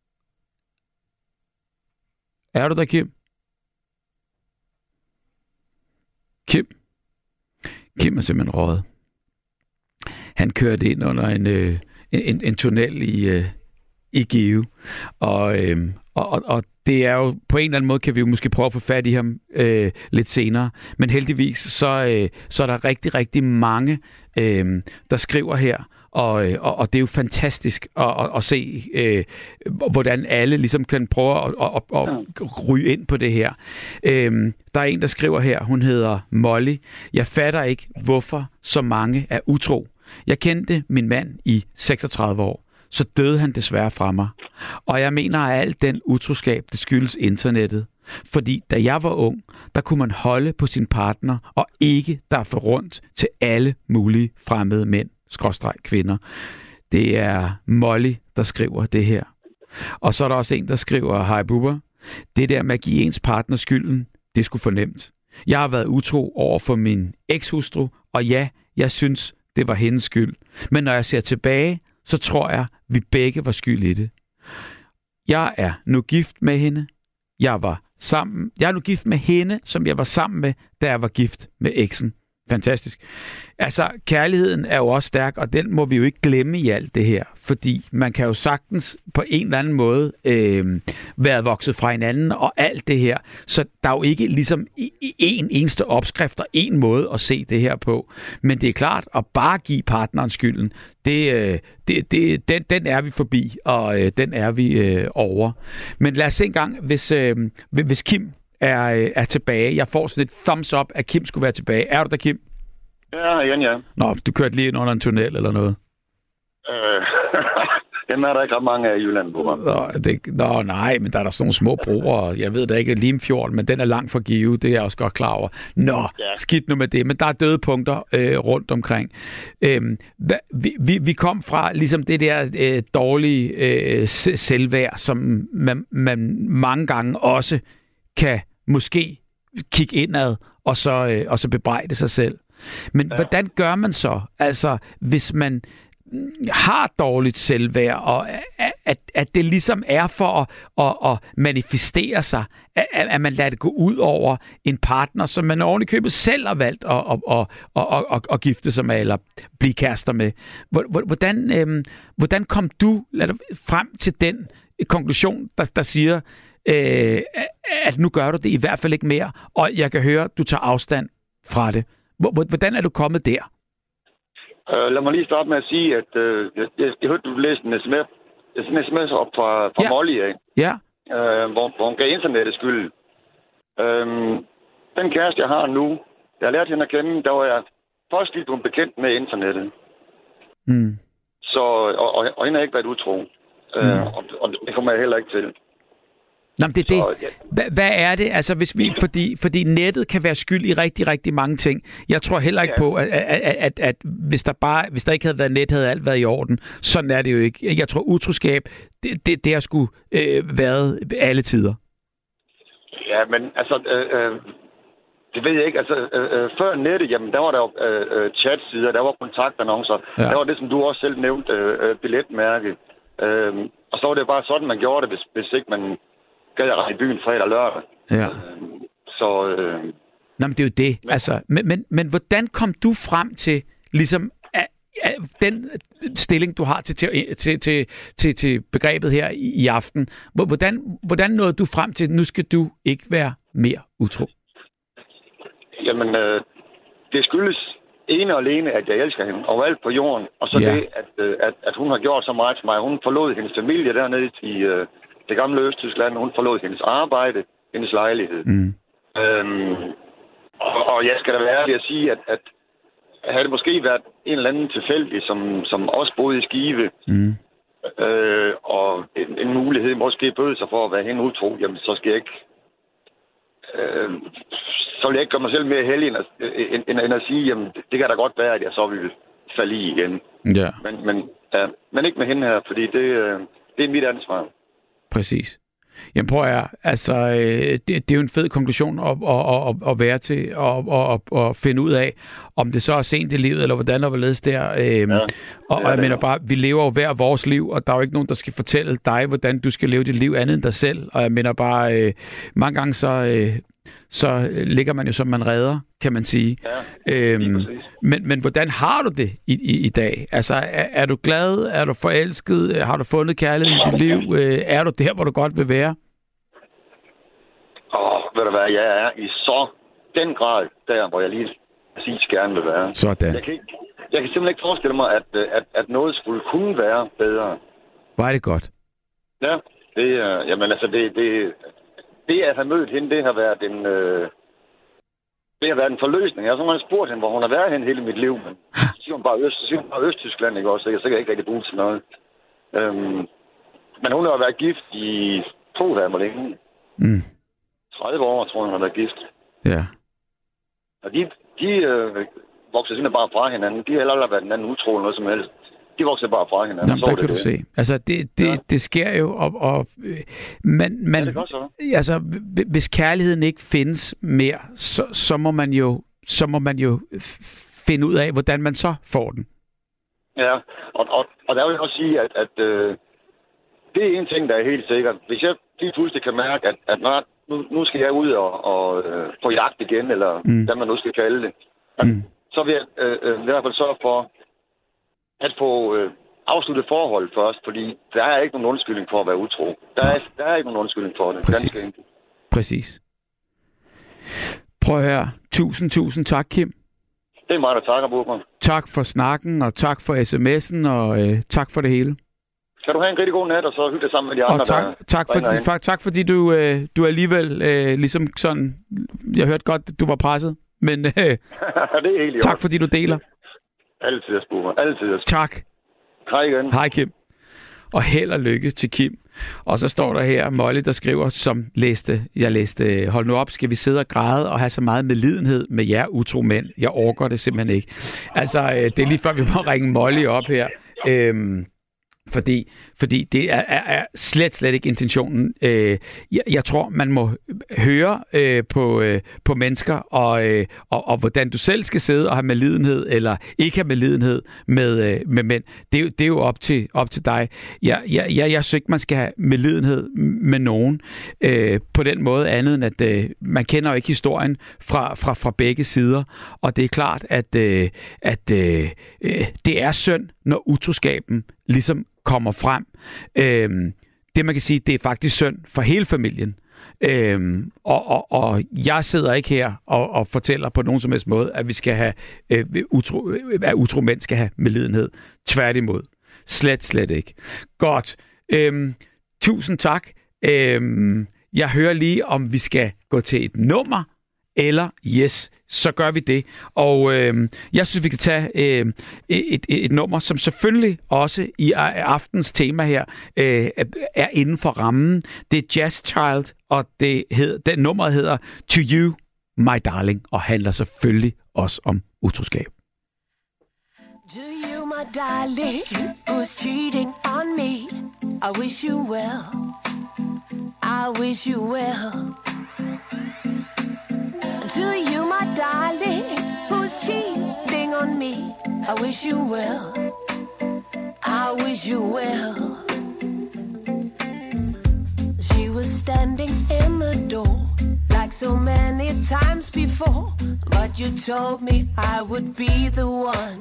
[SPEAKER 3] Er du der, Kim? Kim er simpelthen røget. Han kørte ind under en tunnel i Give. Og det er jo, på en eller anden måde kan vi jo måske prøve at få fat i ham lidt senere. Men heldigvis, så er der rigtig, rigtig mange, der skriver her. Og det er jo fantastisk at se, hvordan alle ligesom kan prøve at ryge ind på det her. Der er en, der skriver her, hun hedder Molly. Jeg fatter ikke, hvorfor så mange er utro. Jeg kendte min mand i 36 år. Så døde han desværre fra mig. Og jeg mener, at al den utroskab, det skyldes internettet. Fordi da jeg var ung, der kunne man holde på sin partner, og ikke derfor rundt til alle mulige fremmede mænd, /kvinder. Det er Molly, der skriver det her. Og så er der også en, der skriver, hej Bubber, det der med at give ens partner skylden, det er sgu for nemt. Jeg har været utro over for min ekshustru, og ja, jeg synes, det var hendes skyld. Men når jeg ser tilbage, så tror jeg, vi begge var skyld i det. Jeg er nu gift med hende. Jeg er nu gift med hende, som jeg var sammen med, da jeg var gift med eksen. Fantastisk. Altså, kærligheden er jo også stærk, og den må vi jo ikke glemme i alt det her, fordi man kan jo sagtens på en eller anden måde være vokset fra hinanden og alt det her. Så der er jo ikke ligesom en eneste opskrift og en måde at se det her på. Men det er klart, at bare give partneren skylden, den er vi forbi, og den er vi over. Men lad os se engang, hvis Kim er tilbage. Jeg får sådan et thumbs up, at Kim skulle være tilbage. Er du der, Kim?
[SPEAKER 5] Ja, igen, ja.
[SPEAKER 3] Nå, du kørte lige ind under en tunnel eller noget.
[SPEAKER 5] Dem er der ikke ret mange af i Jylland på.
[SPEAKER 3] Nej, men der er der sådan nogle små broer. Jeg ved da ikke, Limfjorden, men den er langt fra Give. Det er jeg også godt klar over. Skidt nu med det. Men der er døde punkter rundt omkring. Vi kom fra ligesom det der dårlige selvværd, som man mange gange også kan måske kigge indad og så bebrejde sig selv. Men hvordan gør man så? Altså, hvis man har dårligt selvværd, og at det ligesom er for at manifestere sig, at man lader det gå ud over en partner, som man ovenikøbet selv har valgt at gifte sig med, eller blive kærester med. Hvordan kom du frem til den konklusion, der siger, at nu gør du det i hvert fald ikke mere, og jeg kan høre, at du tager afstand fra det. Hvordan er du kommet der?
[SPEAKER 5] Lad mig lige starte med at sige, at jeg hørte, du læste en sms op fra Molly af, hvor hun gav internettet skyld. Den kæreste, jeg har nu, jeg har lært hende at kende, der var jeg først lige blevet bekendt med internettet.
[SPEAKER 3] Mm.
[SPEAKER 5] Så, og hende har ikke været utro. Og det kommer jeg heller ikke til.
[SPEAKER 3] Nå, men det er det. Hvad er det? Altså, fordi nettet kan være skyld i rigtig, rigtig mange ting. Jeg tror heller ikke på, at hvis der ikke havde været net, havde alt været i orden. Sådan er det jo ikke. Jeg tror, utroskab, det har sgu været alle tider. Ja,
[SPEAKER 5] men altså, det ved jeg ikke. Altså, før nettet, jamen, der var der jo chatsider, der var kontaktannoncer. Ja. Der var det, som du også selv nævnte, billetmærke. Og så var det bare sådan, man gjorde det, hvis ikke man gad at rejse i byen fredag og lørdag.
[SPEAKER 3] Ja. Nå, men det er jo det. Ja. Altså, men hvordan kom du frem til ligesom den stilling, du har til begrebet her i aften? Hvordan nåede du frem til, at nu skal du ikke være mere utro?
[SPEAKER 5] Jamen, det skyldes ene og alene, at jeg elsker hende overalt på jorden. Og så det, at hun har gjort så meget for mig. Hun forlod hendes familie dernede i det gamle Østtyskland. Hun forlod hendes arbejde, hendes lejlighed. Mm. Og jeg skal da være ærlig at sige, at havde det måske været en eller anden tilfældig, som også boede i Skive, og en mulighed måske bød sig for at være hende utro, jamen så skal jeg ikke... så vil jeg ikke gøre mig selv mere heldig, end at sige, jamen det kan da godt være, at jeg så vil falde i igen.
[SPEAKER 3] Ja.
[SPEAKER 5] Men ikke med hende her, fordi det er mit ansvar.
[SPEAKER 3] Præcis. Jamen prøv at altså, det er jo en fed konklusion at være til og finde ud af, om det så er sent i livet, eller hvordan der var ledes der. Og jeg mener bare, vi lever jo hver vores liv, og der er jo ikke nogen, der skal fortælle dig, hvordan du skal leve dit liv andet end dig selv. Og jeg mener bare, mange gange så ligger man jo som man redder, kan man sige. Ja, men hvordan har du det i dag? Altså, er du glad? Er du forelsket? Har du fundet kærlighed i dit liv? Er du der, hvor du godt vil være?
[SPEAKER 5] Ved du hvad, jeg er i så den grad der, hvor jeg lige præcis gerne vil være.
[SPEAKER 3] Sådan.
[SPEAKER 5] Jeg kan simpelthen ikke forestille mig, at noget skulle kunne være bedre.
[SPEAKER 3] Hvor er det godt?
[SPEAKER 5] Ja, jamen altså, det at have mødt hende, det har været en forløsning. Jeg har sådan spurgt hende, hvor hun har været henne hele mit liv, men siger hun bare Østtyskland, ikke også? Så kan jeg ikke rigtig bruge til noget. Men hun har været gift i 2 dage, hvor længe. 30 år, tror jeg, hun har været gift.
[SPEAKER 3] Ja.
[SPEAKER 5] Og de vokser simpelthen bare fra hinanden. De har aldrig været den anden utro eller noget som helst. De vokser bare fra hinanden.
[SPEAKER 3] Jamen, der kan du se. Altså, det sker jo, men
[SPEAKER 5] ja, det gør så.
[SPEAKER 3] Altså, hvis kærligheden ikke findes mere, så må man jo finde ud af, hvordan man så får den.
[SPEAKER 5] Ja, og der vil jeg også sige, at det er en ting, der er helt sikkert. Hvis jeg lige pludselig kan mærke, at nu skal jeg ud og på jagt igen, eller hvad man nu skal kalde det, så vil jeg i hvert fald sørge for at få afsluttet forhold først, fordi der er ikke nogen undskyldning for at være utro. Der er ikke nogen undskyldning for det.
[SPEAKER 3] Præcis. Prøv at høre. Tusind tak, Kim.
[SPEAKER 5] Det er mig, der takker, Burger.
[SPEAKER 3] Tak for snakken, og tak for sms'en, og tak for det hele.
[SPEAKER 5] Kan du have en rigtig god nat, og så hygge dig sammen med de andre,
[SPEAKER 3] og tak fordi du alligevel ligesom sådan... Jeg hørte godt, du var presset, men
[SPEAKER 5] det er helt
[SPEAKER 3] tak fordi du deler.
[SPEAKER 5] Altid, Burger. Altid.
[SPEAKER 3] Tak.
[SPEAKER 5] Hej igen.
[SPEAKER 3] Hej, Kim. Og held og lykke til Kim. Og så står der her Molly, der skriver, jeg læste, hold nu op, skal vi sidde og græde og have så meget medlidenhed med jer utro mænd? Jeg orker det simpelthen ikke. Altså, det er lige før, vi må ringe Molly op her. Fordi det er slet ikke intentionen. Jeg tror, man må høre på mennesker, og hvordan du selv skal sidde og have medlidenhed, eller ikke have medlidenhed med mænd. Det er jo op til dig. Jeg synes ikke, man skal have medlidenhed med nogen på den måde, andet end at man kender jo ikke historien fra begge sider. Og det er klart, at det er synd, når utroskaben ligesom kommer frem. Det man kan sige, det er faktisk synd for hele familien. Og jeg sidder ikke her og fortæller på nogen som helst måde, at vi skal have at utro mænd skal have medlidenhed. Tværtimod. Slet ikke. Godt. Tusind tak. Jeg hører lige, om vi skal gå til et nummer, eller yes, så gør vi det. Og jeg synes, vi kan tage et nummer, som selvfølgelig også i aftens tema her er inden for rammen. Det er Jazz Child, og den nummeret hedder To You, My Darling, og handler selvfølgelig også om utroskab.
[SPEAKER 6] To you, my darling, who's cheating on me, I wish you well, I wish you well. To you, my darling, who's cheating on me, I wish you well, I wish you well. She was standing in the door like so many times before, but you told me I would be the one.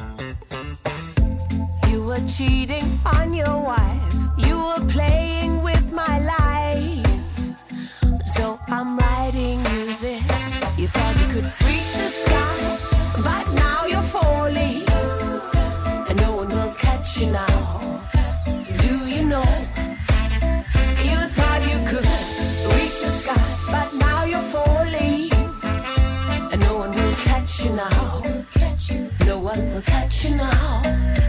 [SPEAKER 6] You were cheating on your wife, you were playing with my life. So I'm writing you this. You thought you could reach the sky, but now you're falling, and no one will catch you now. Do you know? You thought you could reach the sky, but now you're falling, and no one will catch you now. No one will catch you now.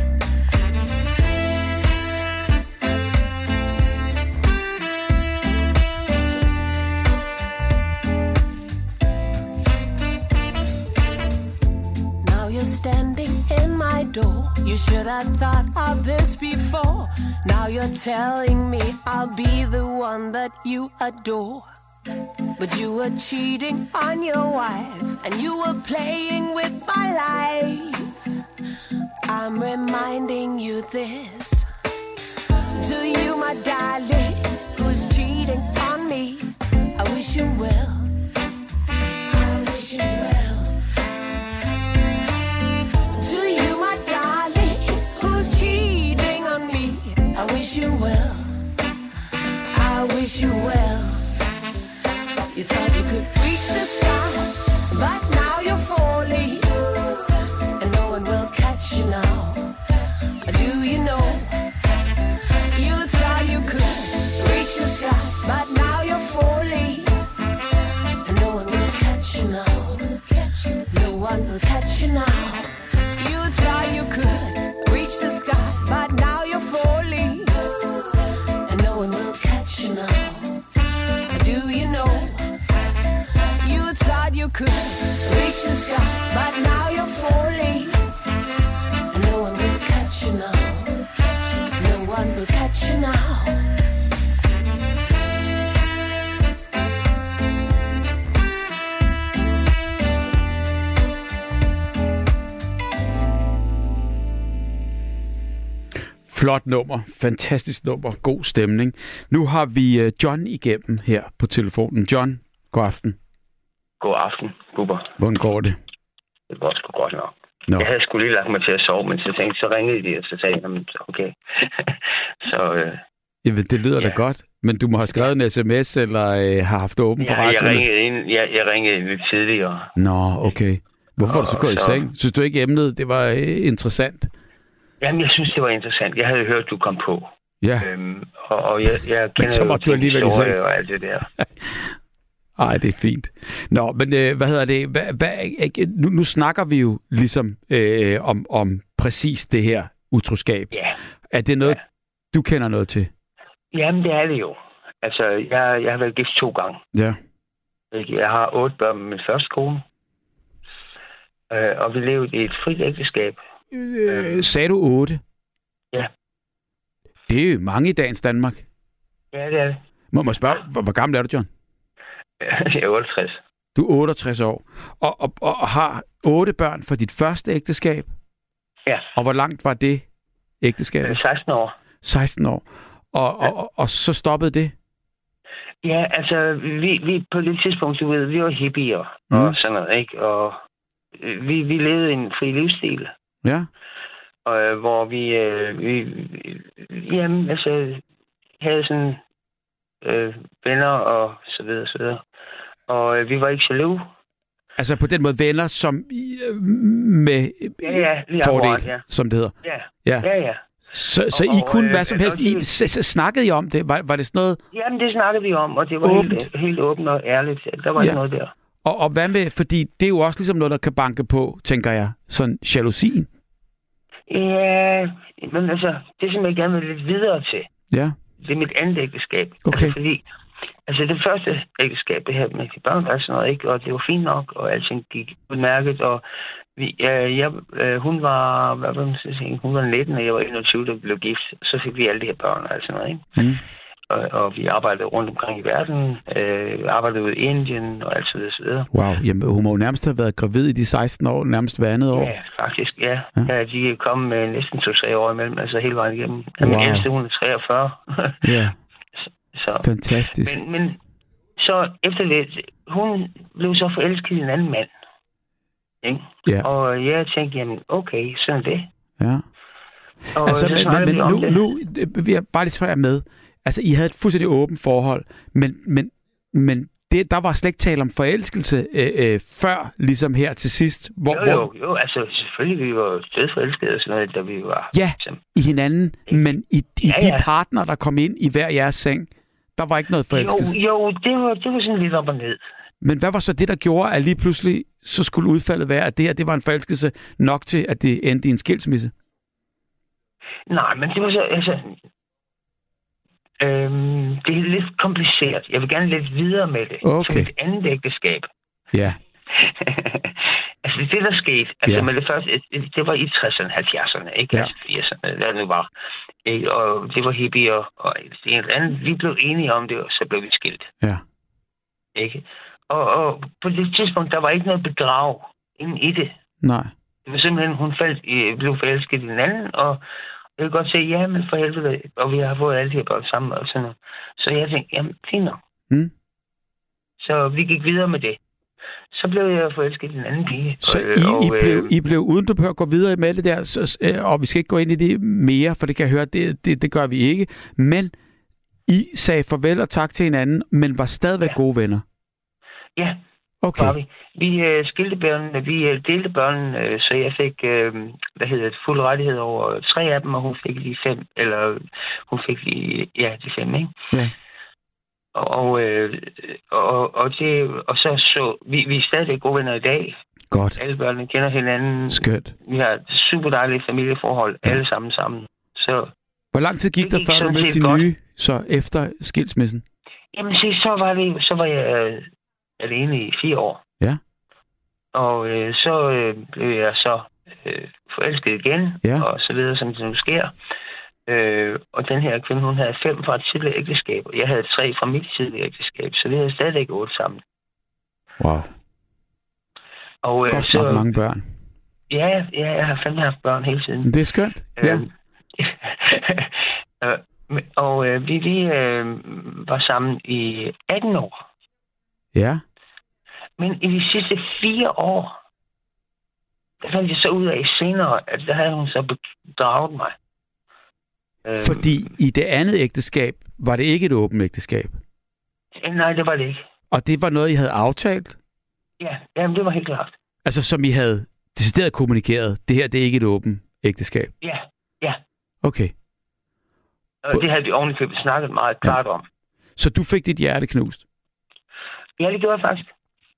[SPEAKER 6] Standing in my door, you should have thought of this before. Now you're telling me I'll be the one that you adore. But you were cheating on your wife, and you were playing with my life. I'm reminding you this. To you, my darling, who's cheating on me, I wish you well, I wish you well. I wish you well, I wish you well. You thought you could reach the sky, but now you're falling, and no one will catch you now. Do you know? You thought you could reach the sky, but now you're falling, and no one will catch you now. No one will catch you now. You will catch you now.
[SPEAKER 3] Flot nummer, fantastisk nummer, god stemning. Nu har vi John igennem her på telefonen. John, god aften.
[SPEAKER 7] God aften, Bubber.
[SPEAKER 3] Hvordan går det?
[SPEAKER 7] Det går sgu godt nok.
[SPEAKER 3] No.
[SPEAKER 7] Jeg havde sgu lige lagt mig til at sove, men så ringede de, og så sagde jeg, okay.
[SPEAKER 3] Jamen, det lyder da godt, men du må have skrevet en sms, eller har haft det åben for radioen?
[SPEAKER 7] Jeg ringede lidt tidligere.
[SPEAKER 3] Nå, okay. Hvorfor har du så gået i seng? Synes du ikke emnet, det var interessant?
[SPEAKER 7] Jamen, jeg synes, det var interessant. Jeg havde hørt, du kom på.
[SPEAKER 3] Ja.
[SPEAKER 7] Og jeg kender
[SPEAKER 3] men så måtte du alligevel i seng.
[SPEAKER 7] Og alt det der.
[SPEAKER 3] Ej, det er fint. Nå, men hvad hedder det? Nu snakker vi jo ligesom om præcis det her utroskab.
[SPEAKER 7] Ja.
[SPEAKER 3] Er det noget, du kender noget til?
[SPEAKER 7] Jamen, det er det jo. Altså, jeg har været gift 2 gange.
[SPEAKER 3] Ja.
[SPEAKER 7] Jeg har 8 børn med min første kone. Og vi levede i et frit ægteskab.
[SPEAKER 3] Sagde du 8?
[SPEAKER 7] Ja.
[SPEAKER 3] Det er jo mange i dagens Danmark.
[SPEAKER 7] Ja, det er det.
[SPEAKER 3] Må man spørge, hvor gammel er du, John?
[SPEAKER 7] Jeg er 68.
[SPEAKER 3] Du er 68 år. Og har 8 børn for dit første ægteskab?
[SPEAKER 7] Ja.
[SPEAKER 3] Og hvor langt var det ægteskab?
[SPEAKER 7] 16 år.
[SPEAKER 3] 16 år. Og så stoppede det?
[SPEAKER 7] Ja, altså, vi på det tidspunkt, du ved, vi var hippier og sådan noget, ikke? Og vi levede en fri livsstil.
[SPEAKER 3] Ja.
[SPEAKER 7] Hvor vi jamen, altså, havde sådan venner og så videre, så videre. Og vi var ikke jaloux.
[SPEAKER 3] Altså på den måde venner, som med fordel, som det hedder?
[SPEAKER 7] Ja.
[SPEAKER 3] Så I kunne hvad som helst? Snakkede I om det? Var det sådan noget?
[SPEAKER 7] Jamen, det snakkede vi om, og det var helt åbent og ærligt. Der var ikke noget der.
[SPEAKER 3] Og hvad med, fordi det er jo også ligesom noget, der kan banke på, tænker jeg, sådan jalousien.
[SPEAKER 7] Ja, men altså, det som jeg gerne vil lidt videre til, det er mit andet ægteskab.
[SPEAKER 3] Okay.
[SPEAKER 7] Altså, fordi, det første ægteskab, det her med de børn og sådan noget, ikke? Og det var fint nok, og alting gik udmærket, og hun var, hvad vil man sige, hun var 19, og jeg var 21, da vi blev gift. Så fik vi alle de her børn og sådan noget, ikke? Mm. Og vi arbejdede rundt omkring i verden, arbejdede ude i Indien og alt så videre.
[SPEAKER 3] Wow, jamen hun må jo nærmest have været gravid i de 16 år, nærmest hver andet år.
[SPEAKER 7] Ja, faktisk, ja. De kom med næsten 2-3 år imellem, altså hele vejen igennem. Wow. Min ældste, hun er 43.
[SPEAKER 3] Ja,
[SPEAKER 7] så.
[SPEAKER 3] Fantastisk.
[SPEAKER 7] Men så efter det, hun blev så forelsket i en anden mand. Ikke? Ja. Og jeg tænkte, jamen okay, sådan det.
[SPEAKER 3] Ja. Og altså, men nu vil jeg bare lige svare med. Altså, I havde et fuldstændig åbent forhold, men der var slet ikke tale om forelskelse før, ligesom her til sidst.
[SPEAKER 7] Jo, altså selvfølgelig, vi var stedforelskede og sådan noget, da vi var...
[SPEAKER 3] Ja, i hinanden, men i de partner, der kom ind i hver jeres seng, der var ikke noget forelskelse.
[SPEAKER 7] Jo, det var sådan lidt op og ned.
[SPEAKER 3] Men hvad var så det, der gjorde, at lige pludselig så skulle udfaldet være, at det her, det var en forelskelse nok til, at det endte i en skilsmisse?
[SPEAKER 7] Nej, men det var så... Altså, det er lidt kompliceret. Jeg vil gerne lidt videre med det.
[SPEAKER 3] Okay.
[SPEAKER 7] Som et andet ægteskab.
[SPEAKER 3] Ja.
[SPEAKER 7] Altså det der skete, altså med det første, det var i 60'erne, 70'erne, ikke?
[SPEAKER 3] Ja.
[SPEAKER 7] Altså 80'erne, hvad det nu var. Og det var hippier, og det ene andet. Vi blev enige om det, og så blev vi skilt.
[SPEAKER 3] Ja.
[SPEAKER 7] Ikke? Og på det tidspunkt, der var ikke noget bedrag inde i det.
[SPEAKER 3] Nej.
[SPEAKER 7] Det var simpelthen, hun blev forelsket i den anden, og jeg kan godt se, ja, men for helvede, og vi har fået alle de her børn sammen og sådan noget. Så jeg tænkte, jamen, fint nok. Mm. Så vi gik videre med det. Så blev jeg forelsket i den anden pige.
[SPEAKER 3] Så I blev, uden du behøver at gå videre med det der, og vi skal ikke gå ind i det mere, for det kan jeg høre, det gør vi ikke. Men I sagde farvel og tak til hinanden, men var stadigvæk gode venner?
[SPEAKER 7] Ja,
[SPEAKER 3] okay.
[SPEAKER 7] Var vi. Vi skilte børnene, vi delte børnene, så jeg fik, fuld rettighed over 3 af dem, og hun fik de 5, eller hun fik de 5, ikke? Ja. Og så vi er stadig gode venner i dag.
[SPEAKER 3] Godt.
[SPEAKER 7] Alle børnene kender hinanden.
[SPEAKER 3] Skønt.
[SPEAKER 7] Vi har super dejlige familieforhold, alle sammen. Så
[SPEAKER 3] hvor lang tid gik der, før du mødte de nye, så efter skilsmissen?
[SPEAKER 7] Jamen så var jeg alene i 4 år.
[SPEAKER 3] Ja.
[SPEAKER 7] Og så blev jeg så forelsket igen, og så videre, som det nu sker. Og den her kvinde, hun havde 5 fra et tidligere ægteskab, og jeg havde 3 fra mit tidligere ægteskab, så vi havde stadigvæk 8 sammen.
[SPEAKER 3] Wow.
[SPEAKER 7] Og,
[SPEAKER 3] godt
[SPEAKER 7] så,
[SPEAKER 3] nok mange børn.
[SPEAKER 7] Ja, jeg har fandme haft børn hele tiden.
[SPEAKER 3] Det er skønt, ja.
[SPEAKER 7] Og vi var sammen i 18 år.
[SPEAKER 3] Ja.
[SPEAKER 7] Men i de sidste 4 år, der fandt jeg så ud af senere, at der havde hun så bedraget mig.
[SPEAKER 3] Fordi i det andet ægteskab, var det ikke et åbent ægteskab?
[SPEAKER 7] Nej, det var det ikke.
[SPEAKER 3] Og det var noget, I havde aftalt?
[SPEAKER 7] Ja, jamen, det var helt klart.
[SPEAKER 3] Altså, som I havde decideret kommunikeret, det her, det er ikke et åbent ægteskab?
[SPEAKER 7] Ja.
[SPEAKER 3] Okay.
[SPEAKER 7] Og det havde vi ovenikøbet snakket meget klart om.
[SPEAKER 3] Så du fik dit hjerte knust? Ja,
[SPEAKER 7] det gjorde jeg faktisk.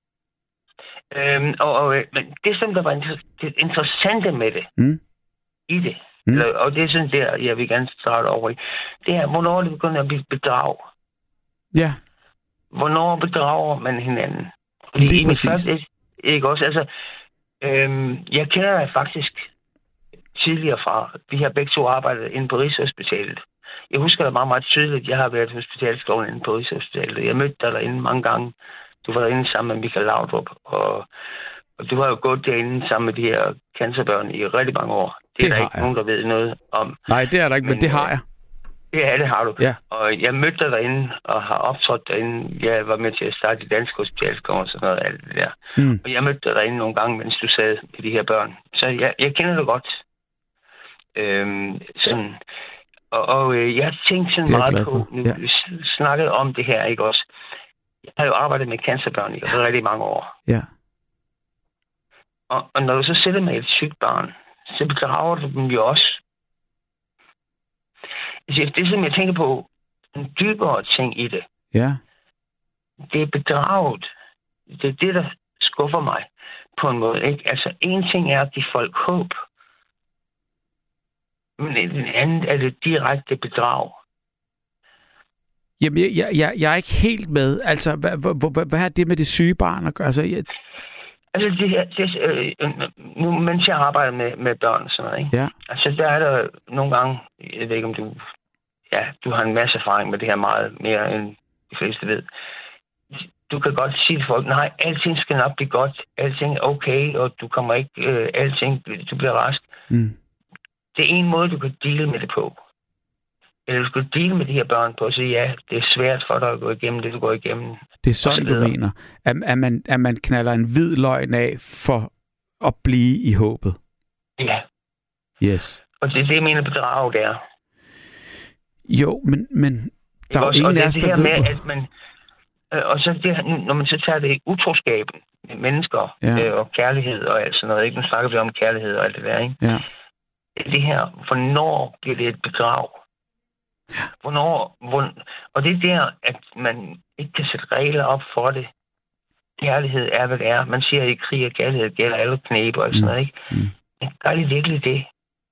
[SPEAKER 7] Men det, som der var det interessante med det, i det, og det er sådan der, jeg vil gerne starte over i, det er, hvornår det begynder at blive bedrag.
[SPEAKER 3] Ja.
[SPEAKER 7] Hvornår bedrager man hinanden?
[SPEAKER 3] Lige præcis.
[SPEAKER 7] Ikke også? Altså, jeg kender dig faktisk tidligere fra, vi har begge to arbejdet inde på Rigshospitalet. Jeg husker det meget, meget tydeligt, jeg har været hospitalsskolen inde på Rigshospitalet. Jeg mødte dig derinde mange gange. Du var derinde sammen med Michael Laudrup, og du har jo gået derinde sammen med de her cancerbørn i rigtig mange år. Det er der ikke nogen, der ved noget om.
[SPEAKER 3] Nej, det er der ikke, men det har jeg.
[SPEAKER 7] Ja, det har du.
[SPEAKER 3] Ja.
[SPEAKER 7] Og jeg mødte dig derinde og har optrådt derinde. Jeg var med til at starte de danske hospitalsskoler og sådan noget af det der. Og jeg mødte dig derinde nogle gange, mens du sad med de her børn. Så jeg kender dig godt. Sådan. Og jeg tænkte sådan meget på, nu vi snakkede om det her, ikke også? Jeg har jo arbejdet med cancerbørn i rigtig mange år.
[SPEAKER 3] Ja.
[SPEAKER 7] Og når du så sætter med et sygt barn, så bedrager du dem jo også. Det som jeg tænker på, en dybere ting i det.
[SPEAKER 3] Ja. Det
[SPEAKER 7] er bedraget. Det er det, der skuffer mig på en måde. Ikke? Altså, en ting er at give folk håb. Men den anden er det direkte bedrag.
[SPEAKER 3] Jamen, jeg er ikke helt med. Altså, hvad er det med det syge barn at gøre? Altså,
[SPEAKER 7] nu, mens jeg arbejder med børn og sådan noget, ikke?
[SPEAKER 3] Ja.
[SPEAKER 7] Altså, der er der nogle gange, jeg ved ikke, om du har en masse erfaring med det her meget mere, end de fleste ved. Du kan godt sige til folk, nej, alting skal nok blive godt, alting er okay, og du kommer ikke, alting, du bliver rask. Det er en måde, du kan deale med det på. Eller du skal deale med de her børn på og sige, ja, det er svært for dig at gå igennem det, du går igennem.
[SPEAKER 3] Det er sådan, du mener. At man knalder en hvid løgn af for at blive i håbet.
[SPEAKER 7] Ja.
[SPEAKER 3] Yes.
[SPEAKER 7] Og det er det, jeg mener bedrag, det er.
[SPEAKER 3] Jo, men der er jo ingen af os, der ved med,
[SPEAKER 7] at man, og så det, når man så tager det utroskaben med mennesker og kærlighed og alt sådan noget, ikke? Nu snakker vi om kærlighed og alt det der, ikke?
[SPEAKER 3] Ja.
[SPEAKER 7] Det her, hvornår bliver det et bedrag? Og det er der, at man ikke kan sætte regler op for det. Kærlighed er, hvad det er. Man siger, at i krig og kærlighed gælder alle knæb og sådan noget, ikke? Men gør det virkelig det?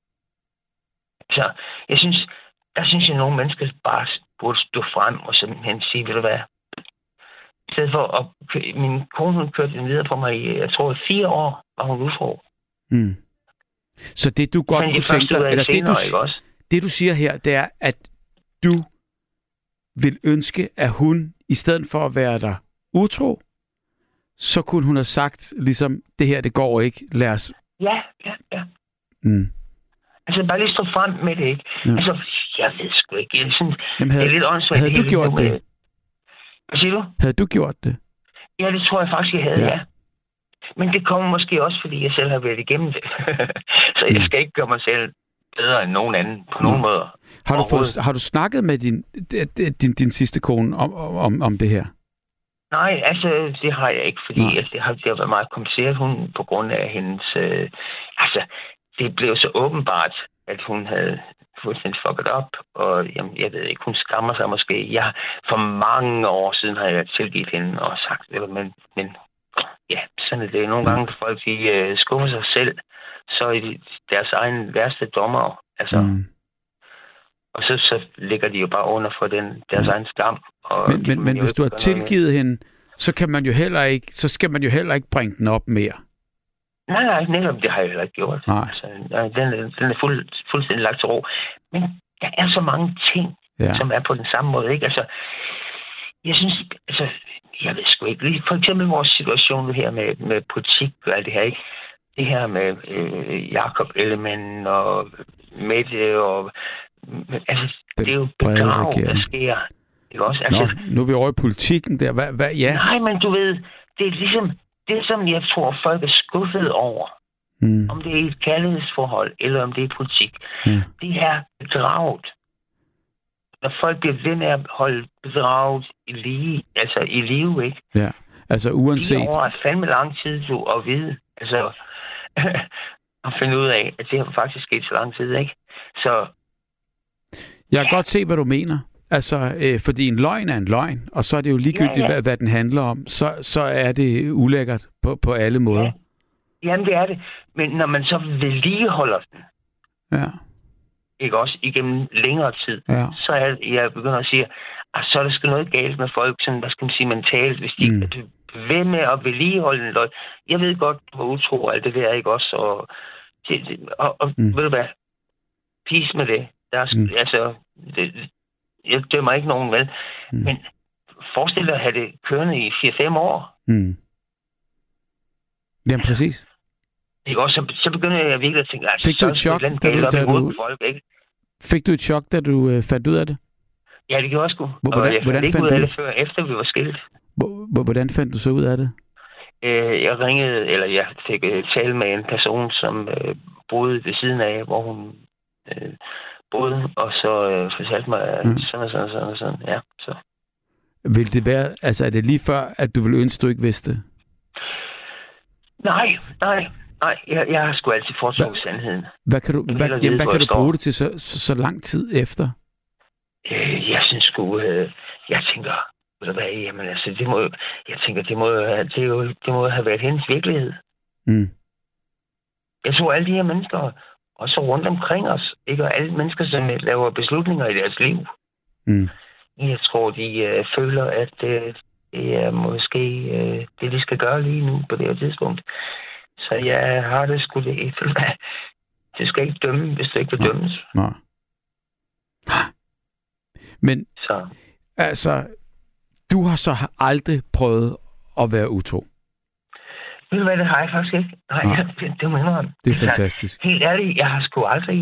[SPEAKER 7] Så jeg synes, at nogle mennesker bare burde stå frem og simpelthen sige, ved du hvad? I stedet for at min kone, hun kørte den videre på mig i, jeg tror, 4 år, var hun utro.
[SPEAKER 3] Så det du godt kunne tænke dig, eller det du siger her, det er, at du vil ønske, at hun, i stedet for at være der utro, så kunne hun have sagt, ligesom, det her, det går ikke, lad os...
[SPEAKER 7] Ja. Altså, bare lige stå frem med det, ikke? Ja. Altså, jeg ved sgu ikke,
[SPEAKER 3] Jamen, havde,
[SPEAKER 7] det er lidt åndssvagt.
[SPEAKER 3] Havde du gjort det?
[SPEAKER 7] Hvad siger du?
[SPEAKER 3] Havde du gjort det?
[SPEAKER 7] Ja, det tror jeg faktisk, jeg havde, ja. Men det kommer måske også, fordi jeg selv har været igennem det. Så jeg skal ikke gøre mig selv bedre end nogen anden på nogen måder.
[SPEAKER 3] Har du snakket med din sidste kone om det her?
[SPEAKER 7] Nej, altså det har jeg ikke, fordi det har været meget kompliceret. Hun på grund af hendes... det blev så åbenbart, at hun havde fuldstændig fucket op, og jamen, jeg ved ikke, hun skammer sig måske. For mange år siden har jeg tilgivet hende og sagt, men ja, sådan er det. Nogle gange folk, de skuffer sig selv, så er de deres egen værste dommer. Altså, og så ligger de jo bare under for deres egen skam. Og
[SPEAKER 3] men hvis du har tilgivet hende, så kan man jo skal man jo heller ikke bringe den op mere. Nej,
[SPEAKER 7] netop det har jeg heller ikke gjort. Altså, den er fuldstændig lagt til ro. Men der er så mange ting, som er på den samme måde, ikke? Altså, jeg synes, altså, jeg ved sgu ikke. For eksempel vores situation nu her med politik og alt det her, ikke? Det her med Jakob Ellemann og Mette og... Altså, det er jo bedrag, der sker. Ikke også? Altså,
[SPEAKER 3] nu er vi over i politikken der. Hvad? Ja.
[SPEAKER 7] Nej, men du ved, det er ligesom... Det, som jeg tror, folk er skuffet over, om det er et kærlighedsforhold, eller om det er politik, det er bedraget. Når folk bliver ved med at holde bedraget i live, ikke?
[SPEAKER 3] Ja, altså uanset...
[SPEAKER 7] 4 år er fandme lang tid at vide, altså at finde ud af, at det har faktisk sket så lang tid, ikke? Så...
[SPEAKER 3] Jeg kan godt se, hvad du mener. Altså, fordi en løgn er en løgn, og så er det jo ligegyldigt, hvad den handler om. Så er det ulækkert på alle måder.
[SPEAKER 7] Ja. Jamen, det er det. Men når man så vedligeholder den, ikke også igennem længere tid, så er jeg begynder at sige, at så er der sgu noget galt med folk, sådan, hvad skal man sige, mentalt, hvis de er ved med at vedligeholde en løgn. Jeg ved godt, du var utro og alt det der, ikke også? Og ved du hvad? Peace med det. Der er, altså... Jeg dømmer ikke nogen vel. Men forestil dig at have det kørende i 4-5 år.
[SPEAKER 3] Jamen, præcis.
[SPEAKER 7] Ikke også? Så begynder jeg virkelig at tænke,
[SPEAKER 3] fik du et chok, Fik du et chok, da du fandt ud af det?
[SPEAKER 7] Ja, det gjorde jeg sgu. Og jeg fandt ikke ud af det før, efter vi var skilt.
[SPEAKER 3] Hvordan fandt du så ud af det?
[SPEAKER 7] Jeg fik tale med en person, som boede ved siden af, hvor hun... boede, og så fortalte mig sådan. Ja, så.
[SPEAKER 3] Vil det være, altså er det lige før, at du ville ønske, du ikke vidste det?
[SPEAKER 7] Nej. Jeg har sgu altid foretrukket sandheden.
[SPEAKER 3] Hvad kan du bruge det til så lang tid efter?
[SPEAKER 7] Jeg synes sgu, jeg tænker, ved du hvad, jamen altså, det må have været hendes virkelighed. Jeg tror, alle de her mennesker, også rundt omkring os, ikke? Og alle mennesker, som laver beslutninger i deres liv. Jeg tror, de føler, at det er måske det, de skal gøre lige nu på det her tidspunkt. Så jeg har det sgu det. Du skal ikke dømme, hvis du ikke vil dømmes.
[SPEAKER 3] Nej. Men, altså, du har så aldrig prøvet at være utro?
[SPEAKER 7] Ved du hvad, det har jeg faktisk ikke. Nej, det må jeg indrømme.
[SPEAKER 3] Det er fantastisk.
[SPEAKER 7] Helt ærligt, jeg har sgu aldrig...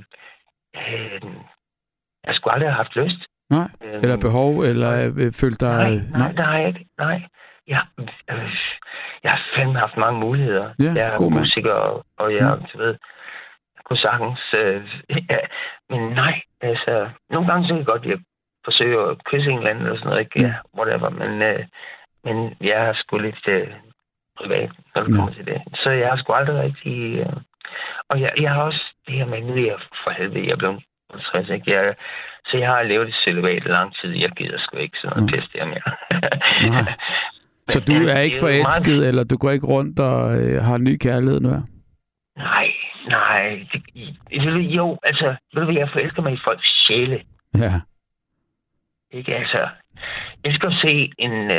[SPEAKER 7] jeg skulle aldrig have haft lyst.
[SPEAKER 3] Nej, eller behov, eller følt dig...
[SPEAKER 7] Nej, det har jeg ikke. Nej. Jeg har fandme haft mange muligheder.
[SPEAKER 3] Ja,
[SPEAKER 7] jeg er musiker, og jeg kunne sagtens... men nej, altså... Nogle gange så kan jeg godt at forsøge at kysse en eller anden, eller sådan noget, ikke? Ja, whatever. Men jeg har sgu lidt... privat, når det kommer til det. Så jeg har sgu aldrig rigtig... og jeg har også det her med, nu er jeg for helvede, jeg er blevet 60, ikke? Så jeg har levet i celibat i lang tid. Jeg gider sgu ikke sådan noget pisse der mere.
[SPEAKER 3] Så du er ikke forelsket, eller du går ikke rundt og har ny kærlighed nu?
[SPEAKER 7] Nej. Jo, altså, ved du hvad, jeg forelsker mig i folks sjæle.
[SPEAKER 3] Ja.
[SPEAKER 7] Ikke, altså... Jeg skal se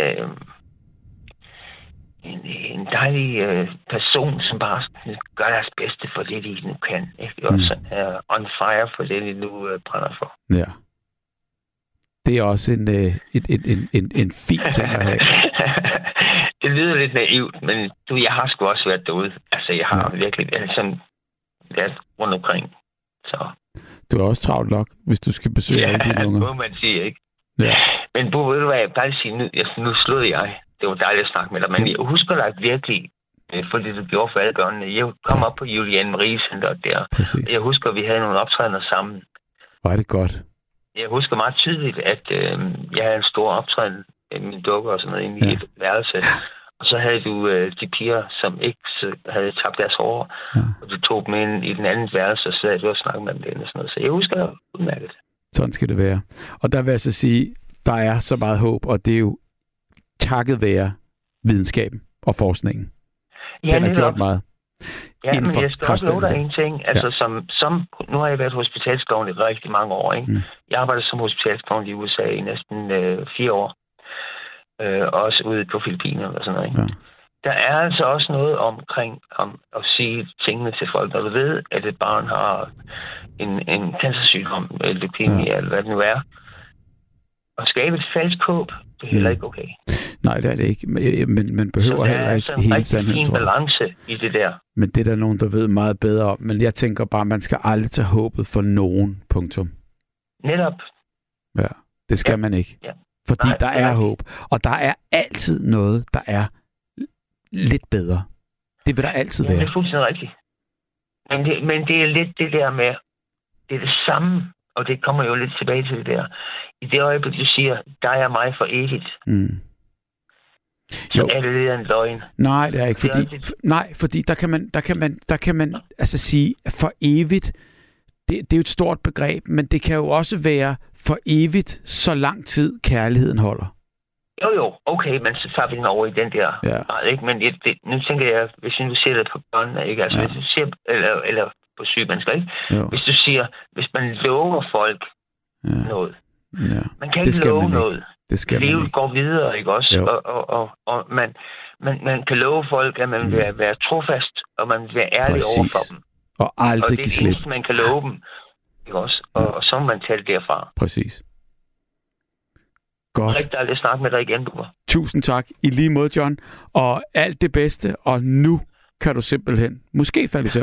[SPEAKER 7] en dejlig person, som bare gør deres bedste for det, de nu kan. Ikke? Også er on fire for det, de nu brænder for.
[SPEAKER 3] Ja. Det er også en fin ting at have.
[SPEAKER 7] Det lyder lidt naivt, men jeg har sgu også været derude. Altså, jeg har virkelig været rundt omkring. Så. Du
[SPEAKER 3] er også travlt nok, hvis du skal besøge alle dine unger.
[SPEAKER 7] Ja, det må man sige, ikke?
[SPEAKER 3] Ja.
[SPEAKER 7] Men Bo, ved du hvad, jeg bare sige, nu slåede jeg. Det var dejligt at snakke med dig, men jeg husker dig virkelig, for det du gjorde for alle børnene. Jeg kom op på Juliane Marie Center der.
[SPEAKER 3] Præcis.
[SPEAKER 7] Jeg husker, at vi havde nogle optrædener sammen.
[SPEAKER 3] Var det godt?
[SPEAKER 7] Jeg husker meget tydeligt, at jeg havde en stor optræden med mine dukker og sådan noget inde i et værelse. Og så havde du de piger, som ikke havde tabt deres hår, og du tog dem ind i den anden værelse, og så havde du og snakkede med dem derinde og sådan noget. Så jeg husker det udmærket.
[SPEAKER 3] Sådan skal det være. Og der vil jeg så sige, der er så meget håb, og det er jo takket være videnskaben og forskningen.
[SPEAKER 7] Ja, den har gjort meget. Ja, men jeg skal også love dig en ting. Altså, som nu har jeg været hospitalsklovn i rigtig mange år. Ikke? Jeg arbejdede som hospitalsklovn i USA i næsten 4 år. Også ude på Filippinerne og sådan noget. Ikke? der er altså også noget omkring om at sige tingene til folk, når du ved, at et barn har en cancersygdom, leukemia, eller hvad det nu er. At skabe et falsk håb, det er heller ikke okay.
[SPEAKER 3] Nej, det er det ikke. Men man behøver heller ikke hele sandheden, tror jeg. Der er en
[SPEAKER 7] fin balance i det der.
[SPEAKER 3] Men det er der nogen, der ved meget bedre om. Men jeg tænker bare, man skal aldrig tage håbet for nogen. Punktum.
[SPEAKER 7] Netop.
[SPEAKER 3] Ja, det skal man ikke. Ja. Fordi der er håb. Og der er altid noget, der er lidt bedre. Det vil der altid være.
[SPEAKER 7] Det er fuldstændig rigtigt. Men det er lidt det der med, det er det samme, og det kommer jo lidt tilbage til det der. I det øjeblik, du siger, der er mig for evigt, så er det lidt en løgn.
[SPEAKER 3] Nej, det er ikke. Fordi der kan man altså sige, for evigt, det er jo et stort begreb, men det kan jo også være for evigt, så lang tid kærligheden holder.
[SPEAKER 7] Jo, okay, men så tager vi den over i den der. Ikke? Men nu tænker jeg, hvis du ser det på børnene, ikke? Altså, hvis du ser, eller på syge mennesker, ikke? Jo. Hvis du siger, hvis man lover folk noget. Ja. Man kan ikke love noget.
[SPEAKER 3] Det skal
[SPEAKER 7] livet går videre, ikke også? Og man kan love folk, at man vil være trofast, og man vil være ærlig over for dem.
[SPEAKER 3] Og aldrig give slip.
[SPEAKER 7] Og det er det, man kan love dem, ikke også? Og så må man tage det derfra.
[SPEAKER 3] Præcis. Godt.
[SPEAKER 7] Rigtig dejligt at snakke med dig igen, Bubber.
[SPEAKER 3] Tusind tak. I lige måde, John. Og alt det bedste. Og nu kan du simpelthen måske falde i søvn.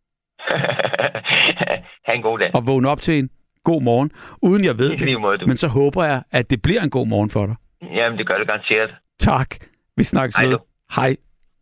[SPEAKER 7] Ha' en god dag.
[SPEAKER 3] Og vågne op til en god morgen, uden jeg ved det. Men så håber jeg, at det bliver en god morgen for dig.
[SPEAKER 7] Jamen, det gør det garanteret.
[SPEAKER 3] Tak. Vi snakkes ved. Hej.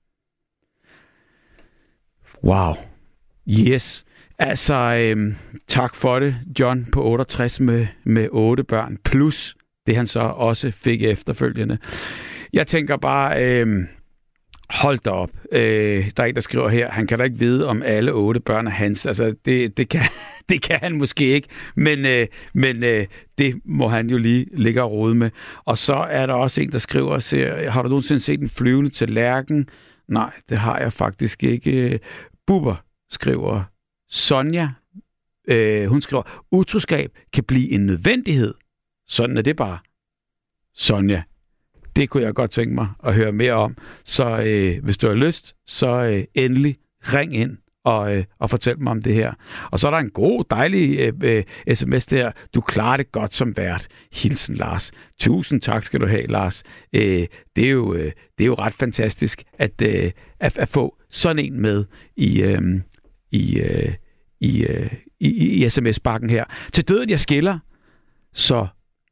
[SPEAKER 3] Wow. Yes. Altså, tak for det, John på 68 med 8 børn, plus det han så også fik efterfølgende. Jeg tænker bare, hold da op. Der er en, der skriver her, han kan da ikke vide, om alle 8 børn er hans. Altså, det kan han måske ikke, men det må han jo lige ligge og rode med. Og så er der også en, der skriver og siger, har du nogensinde set en flyvende tallerken? Nej, det har jeg faktisk ikke. Bubber skriver, Sonja, hun skriver, utroskab kan blive en nødvendighed. Sådan er det bare. Sonja, det kunne jeg godt tænke mig at høre mere om. Så hvis du har lyst, så endelig ring ind og fortæl mig om det her. Og så er der en god, dejlig sms der. Du klarer det godt som vært. Hilsen, Lars. Tusind tak skal du have, Lars. Det er jo ret fantastisk at få sådan en med i sms-bakken her. Til døden jeg skiller, så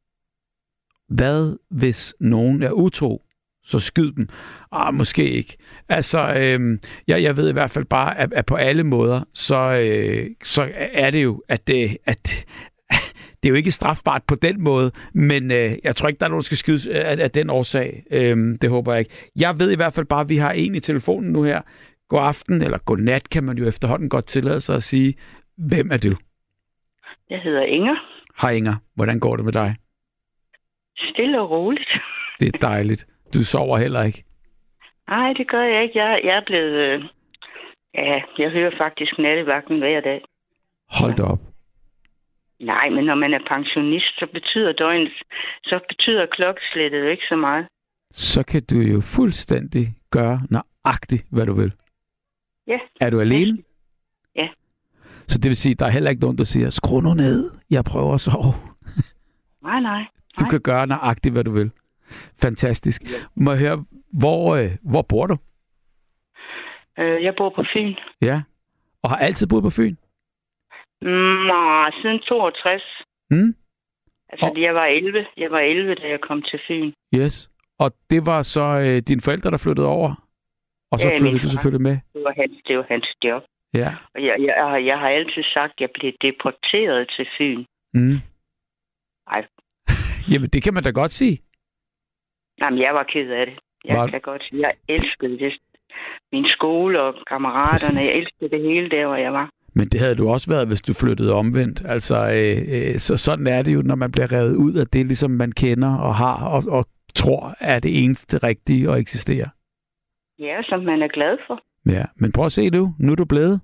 [SPEAKER 3] hvad hvis nogen er utro, så skyd dem. Måske ikke. Altså, jeg ved i hvert fald bare, at på alle måder, så er det jo, at det er jo ikke strafbart på den måde, men jeg tror ikke, der er nogen, der skal skydes af den årsag. Det håber jeg ikke. Jeg ved i hvert fald bare, at vi har en i telefonen nu her. God aften, eller god nat, kan man jo efterhånden godt tillade sig at sige. Hvem er du?
[SPEAKER 8] Jeg hedder Inger.
[SPEAKER 3] Hej Inger. Hvordan går det med dig?
[SPEAKER 8] Stille og roligt.
[SPEAKER 3] Det er dejligt. Du sover heller ikke?
[SPEAKER 8] Nej, det gør jeg ikke. Jeg er blevet... jeg hører faktisk nattevagten hver dag.
[SPEAKER 3] Hold da op.
[SPEAKER 8] Nej, men når man er pensionist, så betyder klokkeslættet jo ikke så meget.
[SPEAKER 3] Så kan du jo fuldstændig gøre nøjagtigt, hvad du vil.
[SPEAKER 8] Ja.
[SPEAKER 3] Er du alene?
[SPEAKER 8] Ja.
[SPEAKER 3] Så det vil sige, at der er heller ikke nogen, der siger, skru nu ned, jeg prøver at sove.
[SPEAKER 8] Nej.
[SPEAKER 3] Du kan gøre nøjagtigt, hvad du vil. Fantastisk. Ja. Må jeg høre, hvor bor du?
[SPEAKER 8] Jeg bor på Fyn.
[SPEAKER 3] Ja. Og har altid boet på Fyn?
[SPEAKER 8] Nej, siden 62. Altså, jeg var 11. Jeg var 11, da jeg kom til Fyn.
[SPEAKER 3] Yes. Og det var så dine forældre, der flyttede over? Og så flyttede du selvfølgelig med?
[SPEAKER 8] Det var hans job.
[SPEAKER 3] Ja.
[SPEAKER 8] Og jeg har altid sagt, at jeg blev deporteret til Fyn. Ej.
[SPEAKER 3] Jamen, det kan man da godt sige.
[SPEAKER 8] Jamen, jeg var ked af det. Jeg elskede det. Min skole og kammeraterne, jeg elskede det hele der, hvor jeg var.
[SPEAKER 3] Men det havde du også været, hvis du flyttede omvendt. Altså, så sådan er det jo, når man bliver revet ud af det, ligesom man kender og har og tror, er det eneste rigtige at eksistere.
[SPEAKER 8] Ja, som man er glad for.
[SPEAKER 3] Ja, men prøv at se nu. Nu er du blevet.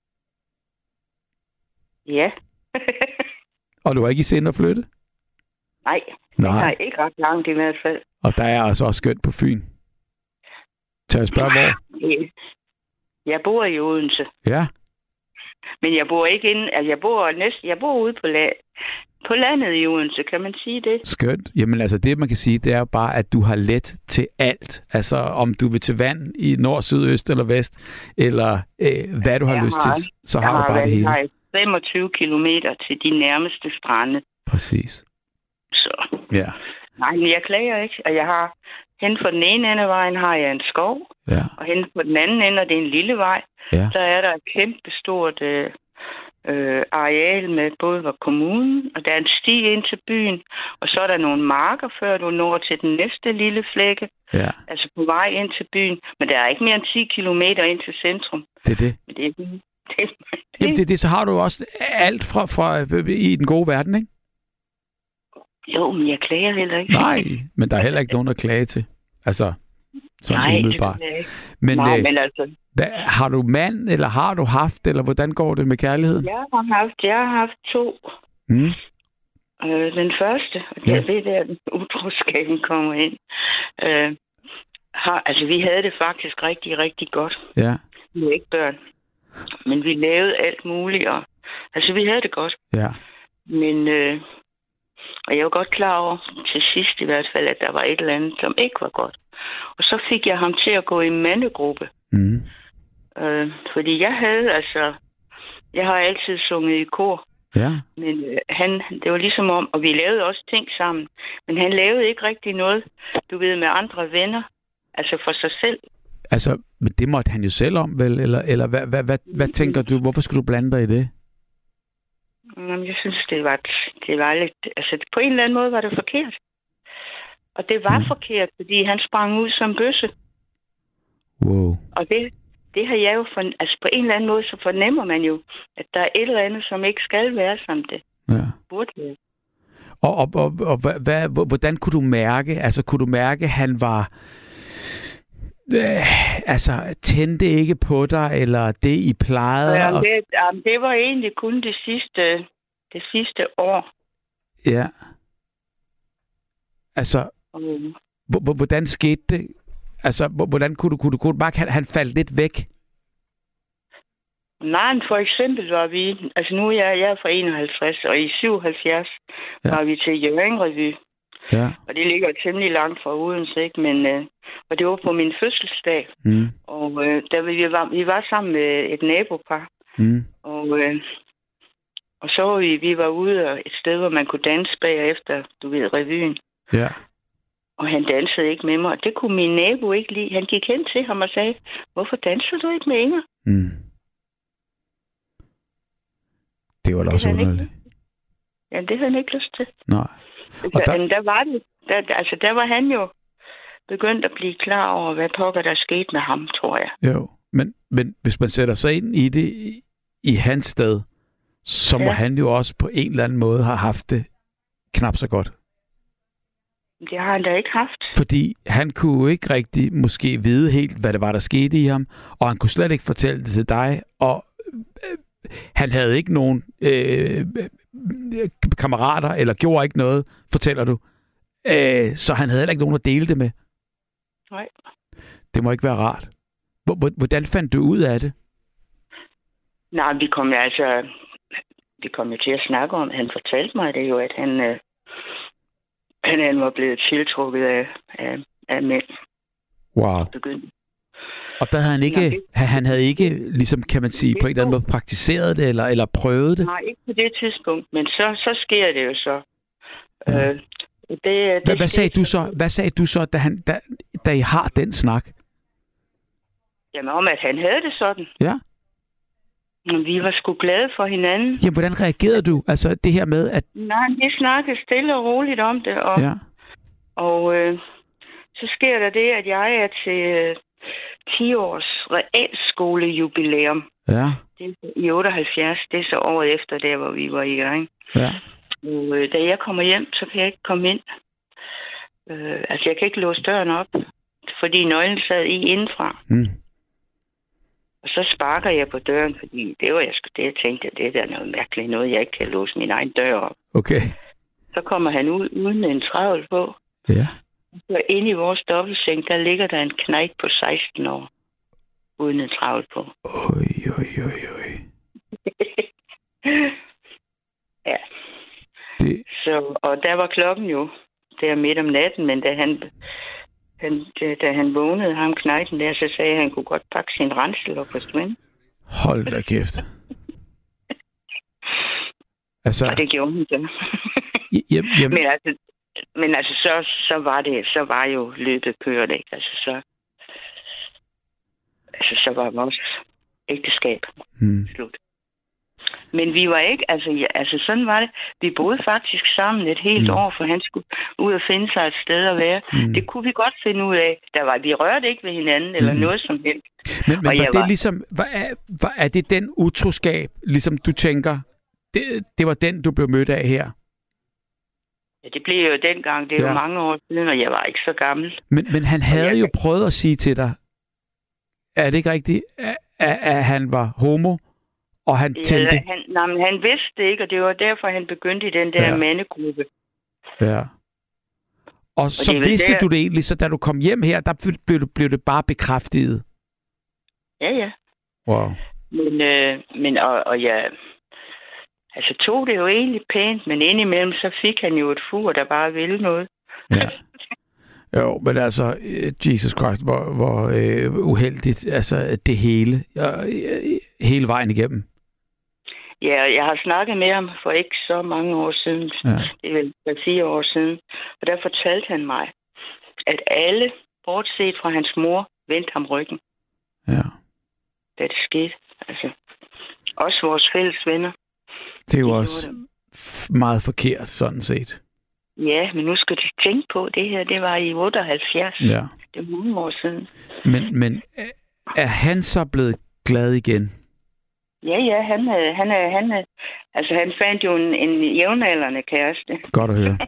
[SPEAKER 8] Ja.
[SPEAKER 3] Og du har ikke i sind at flytte?
[SPEAKER 8] Nej, det er ikke ret langt i hvert fald.
[SPEAKER 3] Og der er altså også skønt på Fyn. Tør jeg spørge, hvor?
[SPEAKER 8] Jeg bor i Odense.
[SPEAKER 3] Ja.
[SPEAKER 8] Men jeg bor ikke inde... Altså, jeg bor ude på landet i Odense, kan man sige det?
[SPEAKER 3] Skønt. Jamen altså, det man kan sige, det er bare, at du har let til alt. Altså, om du vil til vand i nord, syd, øst eller vest, eller hvad du har lyst til, så har du bare det hele.
[SPEAKER 8] Jeg har 25 kilometer til de nærmeste strande.
[SPEAKER 3] Præcis.
[SPEAKER 8] Så.
[SPEAKER 3] Ja. Nej,
[SPEAKER 8] men jeg klager ikke. Og jeg har... Hen for den ene ende af vejen har jeg en skov, og hen på den anden ende, og det er en lille vej, der er der et kæmpestort areal med både kommunen, og der er en sti ind til byen, og så er der nogle marker, før du når til den næste lille flække, altså på vej ind til byen. Men der er ikke mere end 10 kilometer ind til centrum.
[SPEAKER 3] Det er det.
[SPEAKER 8] Men
[SPEAKER 3] Jamen, det. Så har du også alt fra i den gode verden, ikke?
[SPEAKER 8] Jo, men jeg klager heller ikke.
[SPEAKER 3] Nej, men der er heller ikke nogen at klage til. Altså, sådan umiddelbart. Men,
[SPEAKER 8] men altså...
[SPEAKER 3] har du mand, eller har du haft, eller hvordan går det med kærligheden?
[SPEAKER 8] Jeg har haft 2. Den første, og det er det der, utroskaben kommer ind. Altså, vi havde det faktisk rigtig, rigtig godt. Ja. Vi havde ikke børn. Men vi lavede alt muligt, og altså, vi havde det godt. Ja. Men... Og jeg var godt klar over, til sidst i hvert fald, at der var et eller andet, som ikke var godt. Og så fik jeg ham til at gå i en mandegruppe. Fordi jeg har altid sunget i kor. Ja. Men det var ligesom om, og vi lavede også ting sammen. Men han lavede ikke rigtig noget, du ved, med andre venner. Altså for sig selv. Altså,
[SPEAKER 3] men det måtte han jo selv om, vel? Eller hvad tænker du? Hvorfor skulle du blande dig i det?
[SPEAKER 8] Jeg synes, det var lidt... Altså, på en eller anden måde var det forkert. Og det var forkert, fordi han sprang ud som bøsse.
[SPEAKER 3] Wow.
[SPEAKER 8] Og det har jeg jo... Altså, på en eller anden måde, så fornemmer man jo, at der er et eller andet, som ikke skal være som det burde være.
[SPEAKER 3] Og hvordan kunne du mærke... Altså, kunne du mærke, at han var... tændte ikke på dig, eller det I plejede?
[SPEAKER 8] Det var egentlig kun det sidste år.
[SPEAKER 3] Ja. Altså, hvordan skete det? Altså, hvordan kunne du mærke, at han faldt lidt væk?
[SPEAKER 8] Nej, for eksempel var vi... Altså, nu er jeg fra 51, og i 77 var vi til Hjørring Revy. Ja. Og det ligger temmelig langt fra Odense, ikke? Men, og det var på min fødselsdag. Og da vi var sammen med et nabopar. Og så var vi var ude et sted, hvor man kunne danse bagefter, du ved, revyen. Ja. Og han dansede ikke med mig, og det kunne min nabo ikke lide. Han gik hen til ham og sagde, hvorfor danser du ikke med Inger?
[SPEAKER 3] Det var da også underligt.
[SPEAKER 8] Ja, det havde han ikke lyst til.
[SPEAKER 3] Nej.
[SPEAKER 8] Der var han jo begyndt at blive klar over, hvad pokker der skete med ham, tror jeg.
[SPEAKER 3] Jo, men hvis man sætter sig ind i det i hans sted, så må han jo også på en eller anden måde have haft det knap så godt.
[SPEAKER 8] Det har han da ikke haft.
[SPEAKER 3] Fordi han kunne ikke rigtig måske vide helt, hvad det var, der skete i ham, og han kunne slet ikke fortælle det til dig, og han havde ikke nogen kammerater, eller gjorde ikke noget, fortæller du. Så han havde heller ikke nogen at dele det med.
[SPEAKER 8] Nej.
[SPEAKER 3] Det må ikke være rart. Hvordan fandt du ud af det?
[SPEAKER 8] Nej, vi kom jo til at snakke om, han fortalte mig det jo, at han var blevet tiltrukket af mænd.
[SPEAKER 3] Wow. Og der havde han havde ikke, ligesom kan man sige, på en eller anden måde praktiseret det, eller prøvet det?
[SPEAKER 8] Nej, ikke på det tidspunkt, men så sker det jo så.
[SPEAKER 3] Ja. Hvad sagde du så, da I har den snak?
[SPEAKER 8] Jamen om, at han havde det sådan.
[SPEAKER 3] Ja.
[SPEAKER 8] Vi var sgu glade for hinanden.
[SPEAKER 3] Jamen, hvordan reagerede du? Altså det her med, at... Nej,
[SPEAKER 8] vi snakkede stille og roligt om det, og så sker der det, at jeg er til 10 års realskolejubilæum. Ja. Det er i 78, det er så året efter der, hvor vi var i gang. Ja. Og da jeg kommer hjem, så kan jeg ikke komme ind. Jeg kan ikke låse døren op, fordi nøglen sad i indenfra. Og så sparker jeg på døren, fordi det var jeg tænkte, at det er noget mærkeligt noget, jeg ikke kan låse min egen dør op.
[SPEAKER 3] Okay.
[SPEAKER 8] Så kommer han ud uden en travl på.
[SPEAKER 3] Ja.
[SPEAKER 8] Så inde i vores dobbeltseng, der ligger der en knægt på 16 år. Uden en travlt på.
[SPEAKER 3] Oj.
[SPEAKER 8] Ja. Så, og der var klokken jo der midt om natten, men da han vågnede, ham knægten der, så sagde han kunne godt pakke sin ransel og forsvinde.
[SPEAKER 3] Hold da kæft. Altså... Og
[SPEAKER 8] det gjorde hun så. Men altså, så var jo løbet kørt, ikke? Altså, så var vores ægteskab slut. Men vi var ikke, altså sådan var det. Vi boede faktisk sammen et helt år, for han skulle ud og finde sig et sted at være. Det kunne vi godt finde ud af. Vi rørte ikke ved hinanden eller noget som helst.
[SPEAKER 3] Men var det ligesom, er det den utroskab, ligesom du tænker, det var den, du blev mødt af her?
[SPEAKER 8] Ja, det blev jo dengang. Det er jo mange år siden, og jeg var ikke så gammel.
[SPEAKER 3] Men han havde jo prøvet at sige til dig, er det ikke rigtigt, at han var homo, og han tændte?
[SPEAKER 8] Han vidste det ikke, og det var derfor, han begyndte i den der mandegruppe.
[SPEAKER 3] Ja. Og så vidste du det egentlig, så da du kom hjem her, der blev det bare bekræftet?
[SPEAKER 8] Ja.
[SPEAKER 3] Wow.
[SPEAKER 8] Men jeg altså tog det jo egentlig pænt, men indimellem så fik han jo et fur, der bare ville noget.
[SPEAKER 3] Ja. Jo, men altså, Jesus Christ, hvor uheldigt, altså det hele vejen igennem.
[SPEAKER 8] Ja, jeg har snakket med ham for ikke så mange år siden. Ja. Det er vel 4 år siden. Og der fortalte han mig, at alle, bortset fra hans mor, vendte ham ryggen.
[SPEAKER 3] Ja.
[SPEAKER 8] Da det skete. Altså, også vores fælles venner.
[SPEAKER 3] Det er jo også meget forkert, sådan set.
[SPEAKER 8] Ja, men nu skal du tænke på, det her, det var i 78.
[SPEAKER 3] Ja.
[SPEAKER 8] Det er mange år siden.
[SPEAKER 3] Men er han så blevet glad igen?
[SPEAKER 8] Ja, han fandt jo en jævnaldrende kæreste.
[SPEAKER 3] Godt at høre.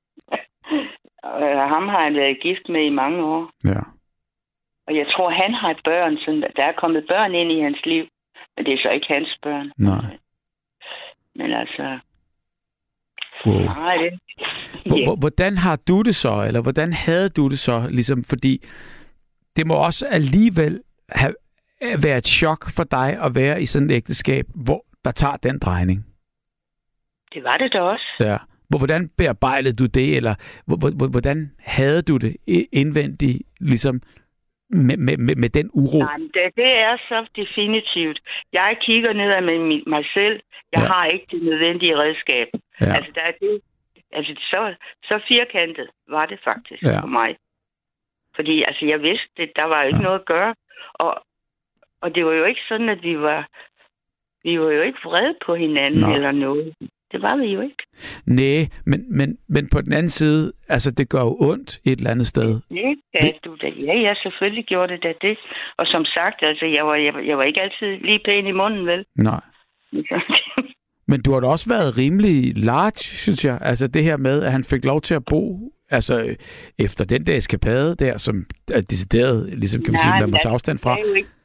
[SPEAKER 8] Og ham har han været gift med i mange år.
[SPEAKER 3] Ja. Og
[SPEAKER 8] jeg tror, han har børn, så der er kommet børn ind i hans liv, men det er så ikke hans børn.
[SPEAKER 3] Nej.
[SPEAKER 8] Men altså...
[SPEAKER 3] Wow. Nej, det... Hvordan har du det så, eller hvordan havde du det så, ligesom, fordi det må også alligevel være et chok for dig at være i sådan et ægteskab, hvor der tager den drejning?
[SPEAKER 8] Det var det da også.
[SPEAKER 3] Ja. Hvordan bearbejdede du det, eller hvordan havde du det indvendigt, ligesom med den uro?
[SPEAKER 8] Nej, det er så definitivt. Jeg kigger nedad med mig selv. Jeg har ikke det nødvendige redskab. Ja. Altså, der er det. Altså, så firkantet var det faktisk for mig. Fordi, altså, jeg vidste det. Der var ikke noget at gøre. Og det var jo ikke sådan, at vi var jo ikke vrede på hinanden eller noget. Det var vi jo ikke.
[SPEAKER 3] Nej, men på den anden side, altså det gør jo ondt et eller andet sted.
[SPEAKER 8] Ja, selvfølgelig gjorde det da det. Og som sagt, altså jeg var ikke altid lige pæn i munden, vel?
[SPEAKER 3] Nej. Men du har da også været rimelig large, synes jeg. Altså det her med, at han fik lov til at bo, altså efter den der eskapade der, som er decideret, ligesom kan man sige, man må tage afstand fra.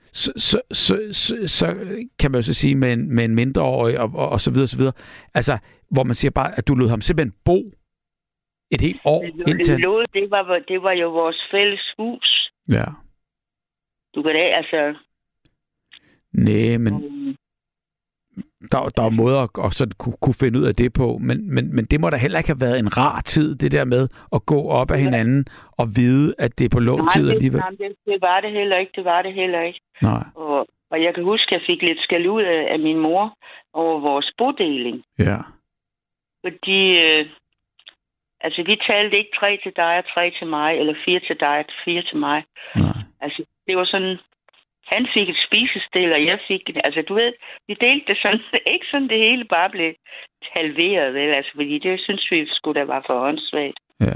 [SPEAKER 3] Så kan man jo så sige med en mindreårig og så videre, så videre. Altså, hvor man siger bare, at du lod ham simpelthen bo et helt år indtil...
[SPEAKER 8] Det var jo vores fælles hus.
[SPEAKER 3] Ja.
[SPEAKER 8] Du kan da, altså...
[SPEAKER 3] Nej, men... Der er måder at sådan kunne finde ud af det på, men det må da heller ikke have været en rar tid, det der med at gå op af hinanden og vide, at det er på låg tid alligevel.
[SPEAKER 8] Nej, det var det heller ikke.
[SPEAKER 3] Nej.
[SPEAKER 8] Og jeg kan huske, at jeg fik lidt skæld ud af min mor over vores bodeling.
[SPEAKER 3] Ja.
[SPEAKER 8] Fordi, altså vi talte ikke 3 til dig og 3 til mig, eller 4 til dig og 4 til mig.
[SPEAKER 3] Nej.
[SPEAKER 8] Altså, det var sådan... Han fik et spisestil, og jeg fik... Altså, du ved, vi delte det sådan... Ikke sådan, det hele bare blev halveret, vel? Altså, fordi det synes vi skulle da var for åndssvagt.
[SPEAKER 3] Ja.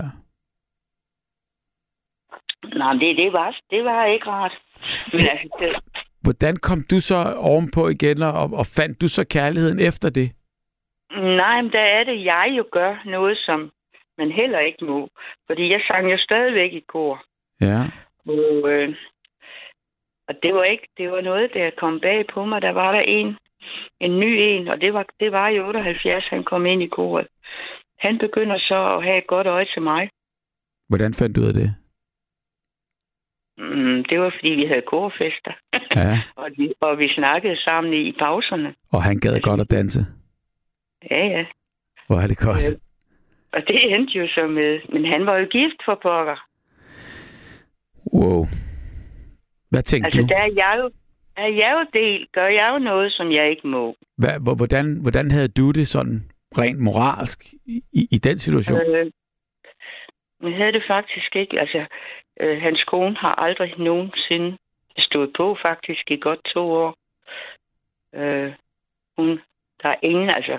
[SPEAKER 8] Nej, det var ikke rart. Men altså...
[SPEAKER 3] Hvordan kom du så ovenpå igen, og fandt du så kærligheden efter det?
[SPEAKER 8] Nej, men der er det, jeg jo gør noget, som man heller ikke må. Fordi jeg sang jo stadigvæk i kor.
[SPEAKER 3] Ja.
[SPEAKER 8] Og det var noget, der kom bag på mig. Der var der en ny en, og det var i 78, han kom ind i koret. Han begynder så at have et godt øje til mig.
[SPEAKER 3] Hvordan fandt du ud af det?
[SPEAKER 8] Det var, fordi vi havde korfester.
[SPEAKER 3] Ja.
[SPEAKER 8] og vi snakkede sammen i pauserne.
[SPEAKER 3] Og han gad godt at danse?
[SPEAKER 8] Ja.
[SPEAKER 3] Hvor er det godt.
[SPEAKER 8] Og det endte jo så med... Men han var jo gift for pokker.
[SPEAKER 3] Wow. Hvad tænkte du?
[SPEAKER 8] Der er jeg jo gør jeg jo noget, som jeg ikke må.
[SPEAKER 3] Hvordan havde du det sådan rent moralsk i den situation?
[SPEAKER 8] Jeg havde det faktisk ikke. Altså, hans kone har aldrig nogensinde stået på faktisk i godt 2 år. Der er ingen, altså...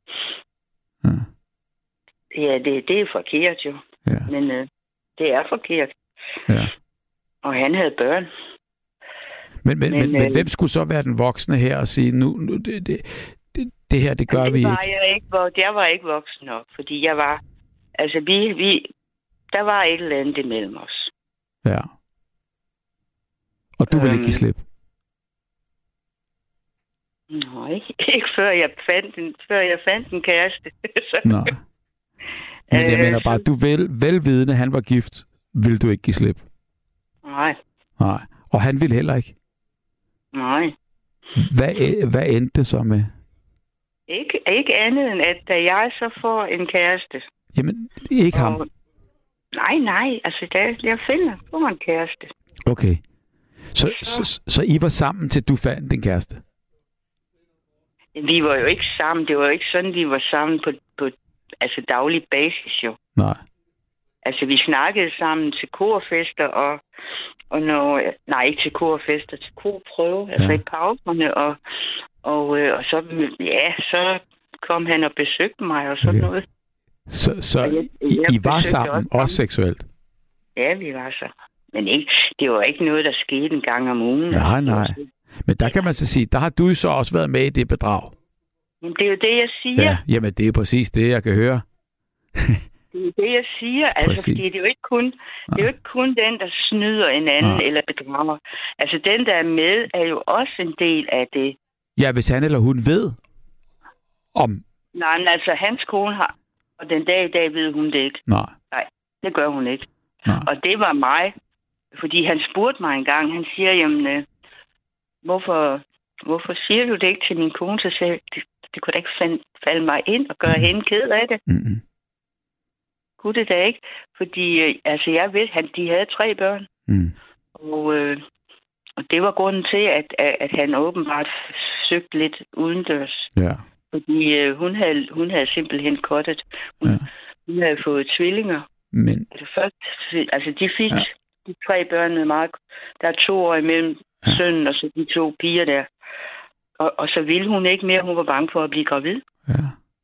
[SPEAKER 8] Ja, det er forkert jo. Ja. Men det er forkert.
[SPEAKER 3] Ja.
[SPEAKER 8] Og han havde børn.
[SPEAKER 3] Men hvem skulle så være den voksne her og sige, nu det her, det gør vi ikke?
[SPEAKER 8] Jeg var ikke voksen nok, fordi jeg var... Altså, der var et eller andet imellem os.
[SPEAKER 3] Ja. Og du ville ikke give slip?
[SPEAKER 8] Nej, ikke før jeg fandt en kæreste.
[SPEAKER 3] Nej. Men jeg mener bare, du velvidende, han var gift, ville du ikke give slip?
[SPEAKER 8] Nej.
[SPEAKER 3] Og han ville heller ikke?
[SPEAKER 8] Nej.
[SPEAKER 3] Hvad endte det så med?
[SPEAKER 8] Ikke andet end, at da jeg så får en kæreste...
[SPEAKER 3] Jamen, ikke ham?
[SPEAKER 8] Nej. Altså, jeg får en kæreste.
[SPEAKER 3] Okay. Så I var sammen, til du fandt en kæreste?
[SPEAKER 8] Vi var jo ikke sammen. Det var jo ikke sådan, vi var sammen på daglig basis, jo.
[SPEAKER 3] Nej.
[SPEAKER 8] Altså, vi snakkede sammen til korfester og når... Nej, ikke til korfester, til korprøve. Altså i pauserne, og så kom han og besøgte mig og sådan noget.
[SPEAKER 3] Så I var sammen, også seksuelt?
[SPEAKER 8] Ja, vi var så. Men det var ikke noget, der skete en gang om ugen.
[SPEAKER 3] Nej. Men der kan man så sige, der har du så også været med i det bedrag.
[SPEAKER 8] Men det er jo det, jeg siger.
[SPEAKER 3] Ja, jamen det er præcis det, jeg kan høre.
[SPEAKER 8] Det er det, jeg siger. Altså, fordi det er jo ikke kun den, der snyder en anden eller bedrager. Altså, den, der er med, er jo også en del af det.
[SPEAKER 3] Ja, hvis han eller hun ved om...
[SPEAKER 8] Nej, men altså, hans kone har... Og den dag i dag ved hun det ikke.
[SPEAKER 3] Nej,
[SPEAKER 8] det gør hun ikke.
[SPEAKER 3] Nej.
[SPEAKER 8] Og det var mig. Fordi han spurgte mig en gang. Han siger, jamen... Hvorfor siger du det ikke til min kone? Så sagde det kunne da ikke falde mig ind og gøre hende ked af det.
[SPEAKER 3] Mm-hmm.
[SPEAKER 8] Kunne det da ikke? Fordi, jeg ved, de havde 3 børn.
[SPEAKER 3] Mm.
[SPEAKER 8] Og det var grunden til, at han åbenbart søgte lidt udendørs.
[SPEAKER 3] Ja.
[SPEAKER 8] Fordi hun havde simpelthen kottet. Hun havde fået tvillinger.
[SPEAKER 3] Men...
[SPEAKER 8] de fik de 3 børn med mig. Der er 2 år imellem sønnen og så de 2 piger der. Og så ville hun ikke mere. Hun var bange for at blive gravid.
[SPEAKER 3] Ja.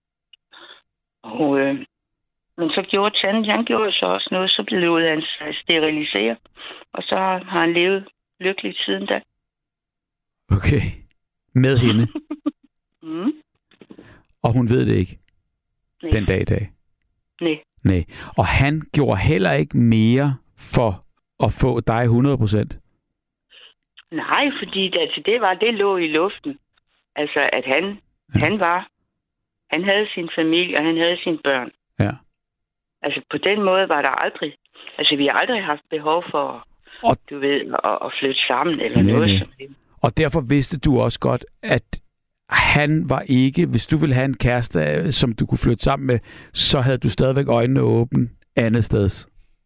[SPEAKER 8] Men så gjorde han gjorde så også noget. Så blev han steriliseret. Og så har han levet lykkeligt siden da.
[SPEAKER 3] Okay. Med hende?
[SPEAKER 8] Mm.
[SPEAKER 3] Og hun ved det ikke?
[SPEAKER 8] Nej.
[SPEAKER 3] Den dag i dag?
[SPEAKER 8] Nej.
[SPEAKER 3] Og han gjorde heller ikke mere for at få dig 100%?
[SPEAKER 8] Nej, fordi det lå i luften. Altså, at han havde sin familie, og han havde sine børn.
[SPEAKER 3] Ja.
[SPEAKER 8] Altså, på den måde var der aldrig... Altså, vi har aldrig haft behov for, at flytte sammen eller noget som det.
[SPEAKER 3] Og derfor vidste du også godt, at han var ikke... Hvis du ville have en kæreste, som du kunne flytte sammen med, så havde du stadigvæk øjnene åbne andet sted.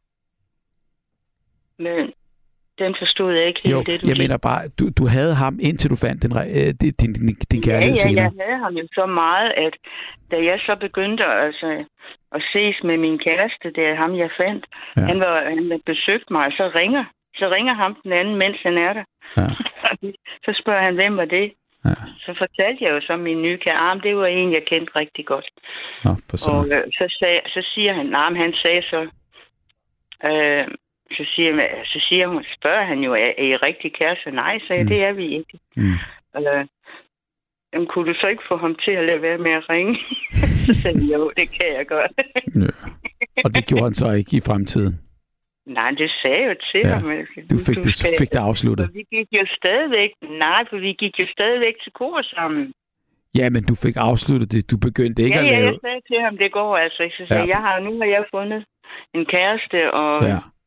[SPEAKER 8] Men... Den forstod jeg ikke helt.
[SPEAKER 3] Jeg mener bare, du havde ham, indtil du fandt din kærlighed senere.
[SPEAKER 8] Ja, jeg havde ham jo så meget, at da jeg så begyndte at ses med min kæreste, det er ham, jeg fandt. Ja. Han besøgte mig, og så ringer ham den anden, mens han er der.
[SPEAKER 3] Ja.
[SPEAKER 8] Så spørger han, hvem var det?
[SPEAKER 3] Ja.
[SPEAKER 8] Så fortalte jeg jo så min nye kæreste, det var en, jeg kendte rigtig godt.
[SPEAKER 3] Nå,
[SPEAKER 8] og så siger han, han sagde så... spørger han jo, er I rigtig kæreste? Nej, sagde jeg, det er vi ikke. Kunne du så ikke få ham til at lade være med at ringe? Så sagde jeg, jo, det kan jeg godt.
[SPEAKER 3] Ja. Og det gjorde han så ikke i fremtiden?
[SPEAKER 8] Nej, det sagde jeg jo til ham.
[SPEAKER 3] Du fik det afsluttet?
[SPEAKER 8] For vi gik jo stadigvæk til kor sammen.
[SPEAKER 3] Ja, men du fik afsluttet det. Du begyndte ikke at lave...
[SPEAKER 8] Ja, jeg sagde til ham, det går altså ikke. Så sagde jeg, nu har jeg fundet en kæreste, og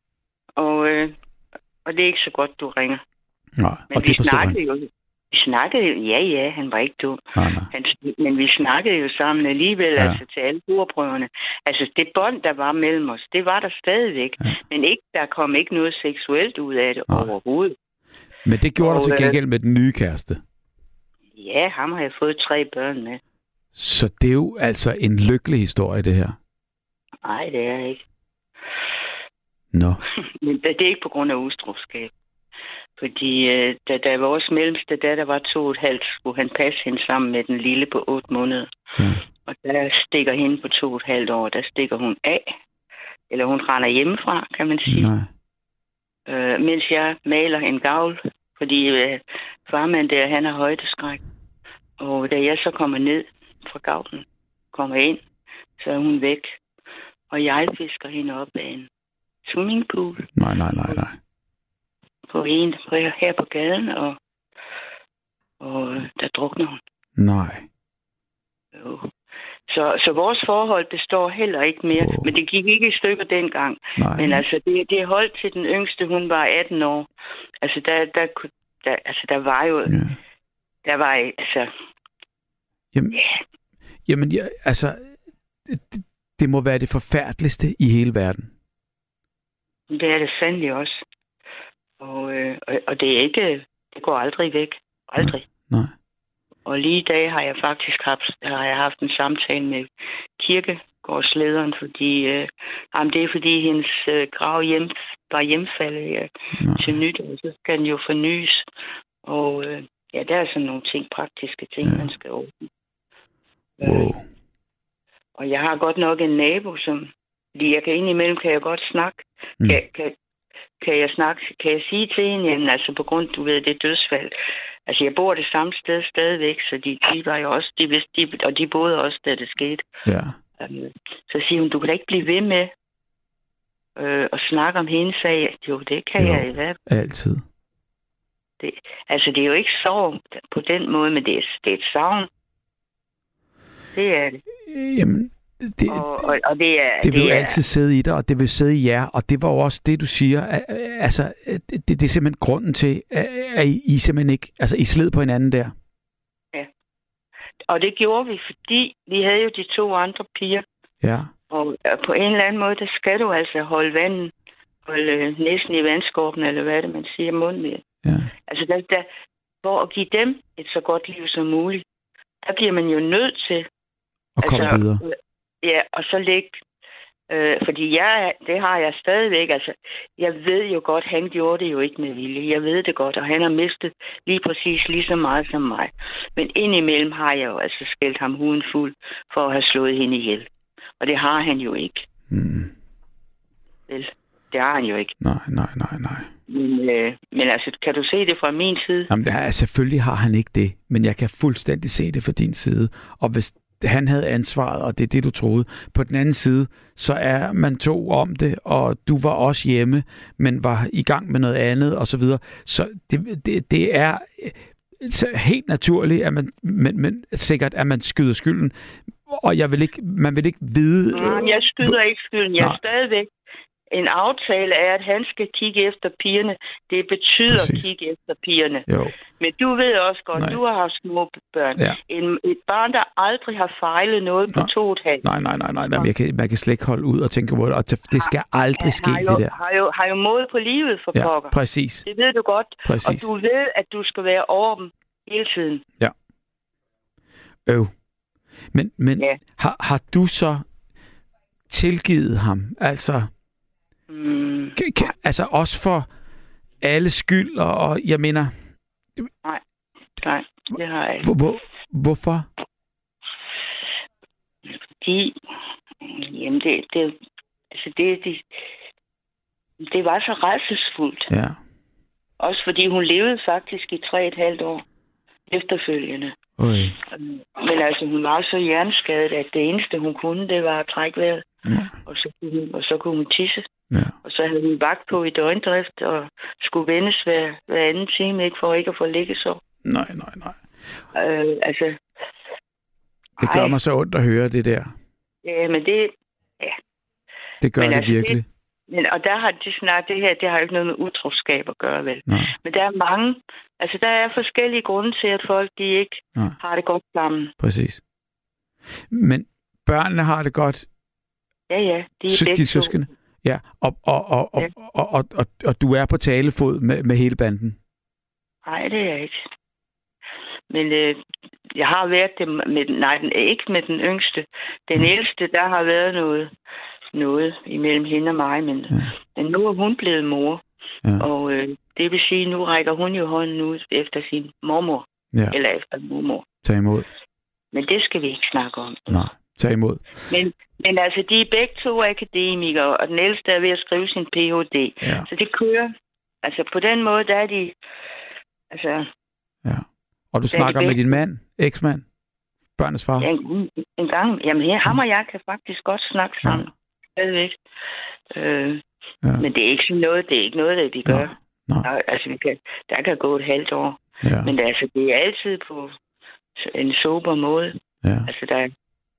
[SPEAKER 8] det er ikke så godt, du ringer.
[SPEAKER 3] Nej,
[SPEAKER 8] men
[SPEAKER 3] og det forstår han.
[SPEAKER 8] Vi snakkede jo, ja, han var ikke dum.
[SPEAKER 3] Nej.
[SPEAKER 8] Men vi snakkede jo sammen alligevel, altså til alle ordprøverne. Altså det bånd, der var mellem os, det var der stadigvæk. Ja. Men der kom ikke noget seksuelt ud af det overhovedet.
[SPEAKER 3] Men det gjorde der til gengæld med den nye kæreste?
[SPEAKER 8] Ja, ham har jeg fået 3 børn med.
[SPEAKER 3] Så det er jo altså en lykkelig historie, det her? Nej,
[SPEAKER 8] det er ikke.
[SPEAKER 3] Nå.
[SPEAKER 8] Men det er ikke på grund af utroskab. Fordi da vores mellemste datter var 2,5, skulle han passe hende sammen med den lille på 8 måneder. Ja. Og der stikker hende på 2,5 år, der stikker hun af. Eller hun render hjemmefra, kan man sige. Nej. Mens jeg maler en gavl. Fordi farmand der, han har højdeskræk. Og da jeg så kommer ned fra gavlen, kommer ind, så er hun væk. Og jeg fisker hende op af en swimmingpool.
[SPEAKER 3] Nej.
[SPEAKER 8] Her på gaden, og der drukner hun.
[SPEAKER 3] Nej.
[SPEAKER 8] Jo. Så vores forhold består heller ikke mere. Men det gik ikke i stykker dengang. Nej. Men altså, det holdt til den yngste, hun var 18 år. Altså, der var jo... Ja. Der var, altså...
[SPEAKER 3] Jamen, altså... Det må være det forfærdeligste i hele verden.
[SPEAKER 8] Det er det sandelig også. Og det er ikke... Det går aldrig væk. Aldrig.
[SPEAKER 3] Nej.
[SPEAKER 8] Og lige i dag har jeg faktisk haft en samtale med kirkegårdslederen, fordi det er fordi hendes grav var hjemfaldet til nytår, så skal den jo fornyes. Og der er sådan nogle praktiske ting, man skal ordne.
[SPEAKER 3] Wow.
[SPEAKER 8] Og jeg har godt nok en nabo, som indimellem kan jeg godt snakke. Kan jeg sige til hende, jamen, altså på grund, du ved, det dødsfald. Altså, jeg bor det samme sted stadigvæk, så de var jo også, og de boede også, da det skete. Ja. Så siger hun, du kan da ikke blive ved med at snakke om hendes sag. Jo, det kan jeg i hvert fald.
[SPEAKER 3] Altid.
[SPEAKER 8] Det er jo ikke sorg på den måde, men det er et savn. Det er det.
[SPEAKER 3] Jamen, det vil jo altid sidde i dig, og det vil sidde i jer, og det var jo også det, du siger. Altså, det er simpelthen grunden til, at I simpelthen ikke... Altså, I sled på hinanden der.
[SPEAKER 8] Ja. Og det gjorde vi, fordi vi havde jo de 2 andre piger. Ja. Og på en eller anden måde, der skal du altså holde næsen i vandskorpen, eller hvad det, man siger, munden. Ja. Altså, for at give dem et så godt liv som muligt, der bliver man jo nødt til...
[SPEAKER 3] Og komme videre.
[SPEAKER 8] Ja, og så lægge... fordi det har jeg stadigvæk. Altså, jeg ved jo godt, han gjorde det jo ikke med vilje. Jeg ved det godt, og han har mistet lige præcis lige så meget som mig. Men indimellem har jeg jo altså skældt ham huden fuld for at have slået hende ihjel. Og det har han jo ikke. Vel, det har han jo ikke.
[SPEAKER 3] Nej.
[SPEAKER 8] Men altså, kan du se det fra min side?
[SPEAKER 3] Jamen, selvfølgelig har han ikke det, men jeg kan fuldstændig se det fra din side. Og hvis han havde ansvaret, og det er det, du troede. På den anden side, så er man 2 om det, og du var også hjemme, men var i gang med noget andet, og så videre. Så det er helt naturligt, at men sikkert, at man skyder skylden. Og man vil ikke vide...
[SPEAKER 8] Jeg skyder ikke skylden. Jeg er stadigvæk... En aftale er, at han skal kigge efter pigerne. Det betyder at kigge efter pigerne. Jo. Men du ved også godt, du har haft små børn. Ja. Et barn, der aldrig har fejlet noget på 2,5.
[SPEAKER 3] Nej. Man kan slet ikke holde ud og tænke på det. Og det skal aldrig ske, det der.
[SPEAKER 8] Har jo mod på livet for pokker.
[SPEAKER 3] Præcis.
[SPEAKER 8] Det ved du godt. Præcis. Og du ved, at du skal være over dem hele tiden. Ja.
[SPEAKER 3] Men har du så tilgivet ham? Altså... Altså også for alle skyld, og jeg mener...
[SPEAKER 8] Nej, det har jeg ikke.
[SPEAKER 3] Hvorfor?
[SPEAKER 8] Fordi... Jamen, det var så rædselsfuldt. Ja. Også fordi hun levede faktisk i 3,5 år efterfølgende. Men altså, hun var så hjerneskadet, at det eneste, hun kunne, det var at trække vejret. Ja. Og så kunne hun tisse. Ja. Og så havde hun vagt på i døgndrift og skulle vendes hver anden time, ikke for ikke at få liggesår.
[SPEAKER 3] Nej.
[SPEAKER 8] Altså...
[SPEAKER 3] Det gør mig så ondt at høre det der.
[SPEAKER 8] Ja, men det... Ja.
[SPEAKER 3] Det gør det virkelig.
[SPEAKER 8] Og der har det her, det har jo ikke noget med utroskab at gøre, vel?
[SPEAKER 3] Nej.
[SPEAKER 8] Men der er mange, altså der er forskellige grunde til, at folk, de ikke har det godt sammen.
[SPEAKER 3] Præcis. Men børnene har det godt.
[SPEAKER 8] Ja, de er begge
[SPEAKER 3] søskende. Ja, og du er på talefod med hele banden?
[SPEAKER 8] Nej, det er jeg ikke. Men jeg har været det ikke med den yngste. Den ældste, der har været noget imellem hende og mig, men nu er hun blevet mor. Ja. Og det vil sige, nu rækker hun jo hånden ud efter sin mormor. Ja. Eller efter mormor.
[SPEAKER 3] Tag imod.
[SPEAKER 8] Men det skal vi ikke snakke om.
[SPEAKER 3] Nej, tag imod.
[SPEAKER 8] Men altså, de er begge to akademikere, og den ældste er ved at skrive sin Ph.D. Ja. Så det kører. Altså, på den måde, der er de... Altså... Ja.
[SPEAKER 3] Og du snakker med din mand, eksmand, børnenes far?
[SPEAKER 8] Ja, en gang. Jamen, ham og jeg kan faktisk godt snakke sammen. Stadigvæk. Men det er ikke sådan noget, det vi gør. Nej. Altså, der kan gå et halvt år. Ja. Men altså, det er altid på en sober måde. Ja. Altså,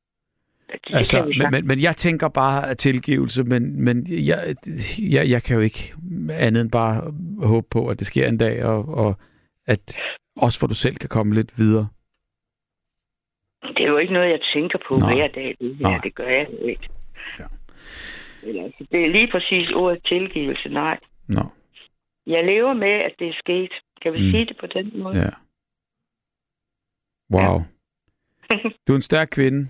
[SPEAKER 3] men jeg tænker bare af tilgivelse, men jeg kan jo ikke andet end bare håbe på, at det sker en dag, og at også for du selv kan komme lidt videre.
[SPEAKER 8] Det er jo ikke noget, jeg tænker på hver dag. Det gør jeg jo ikke. Ja. Altså, det er lige præcis ordet tilgivelse, nej.
[SPEAKER 3] No.
[SPEAKER 8] Jeg lever med, at det er sket. Kan vi sige det på den måde?
[SPEAKER 3] Ja. Wow. Ja. Du er en stærk kvinde.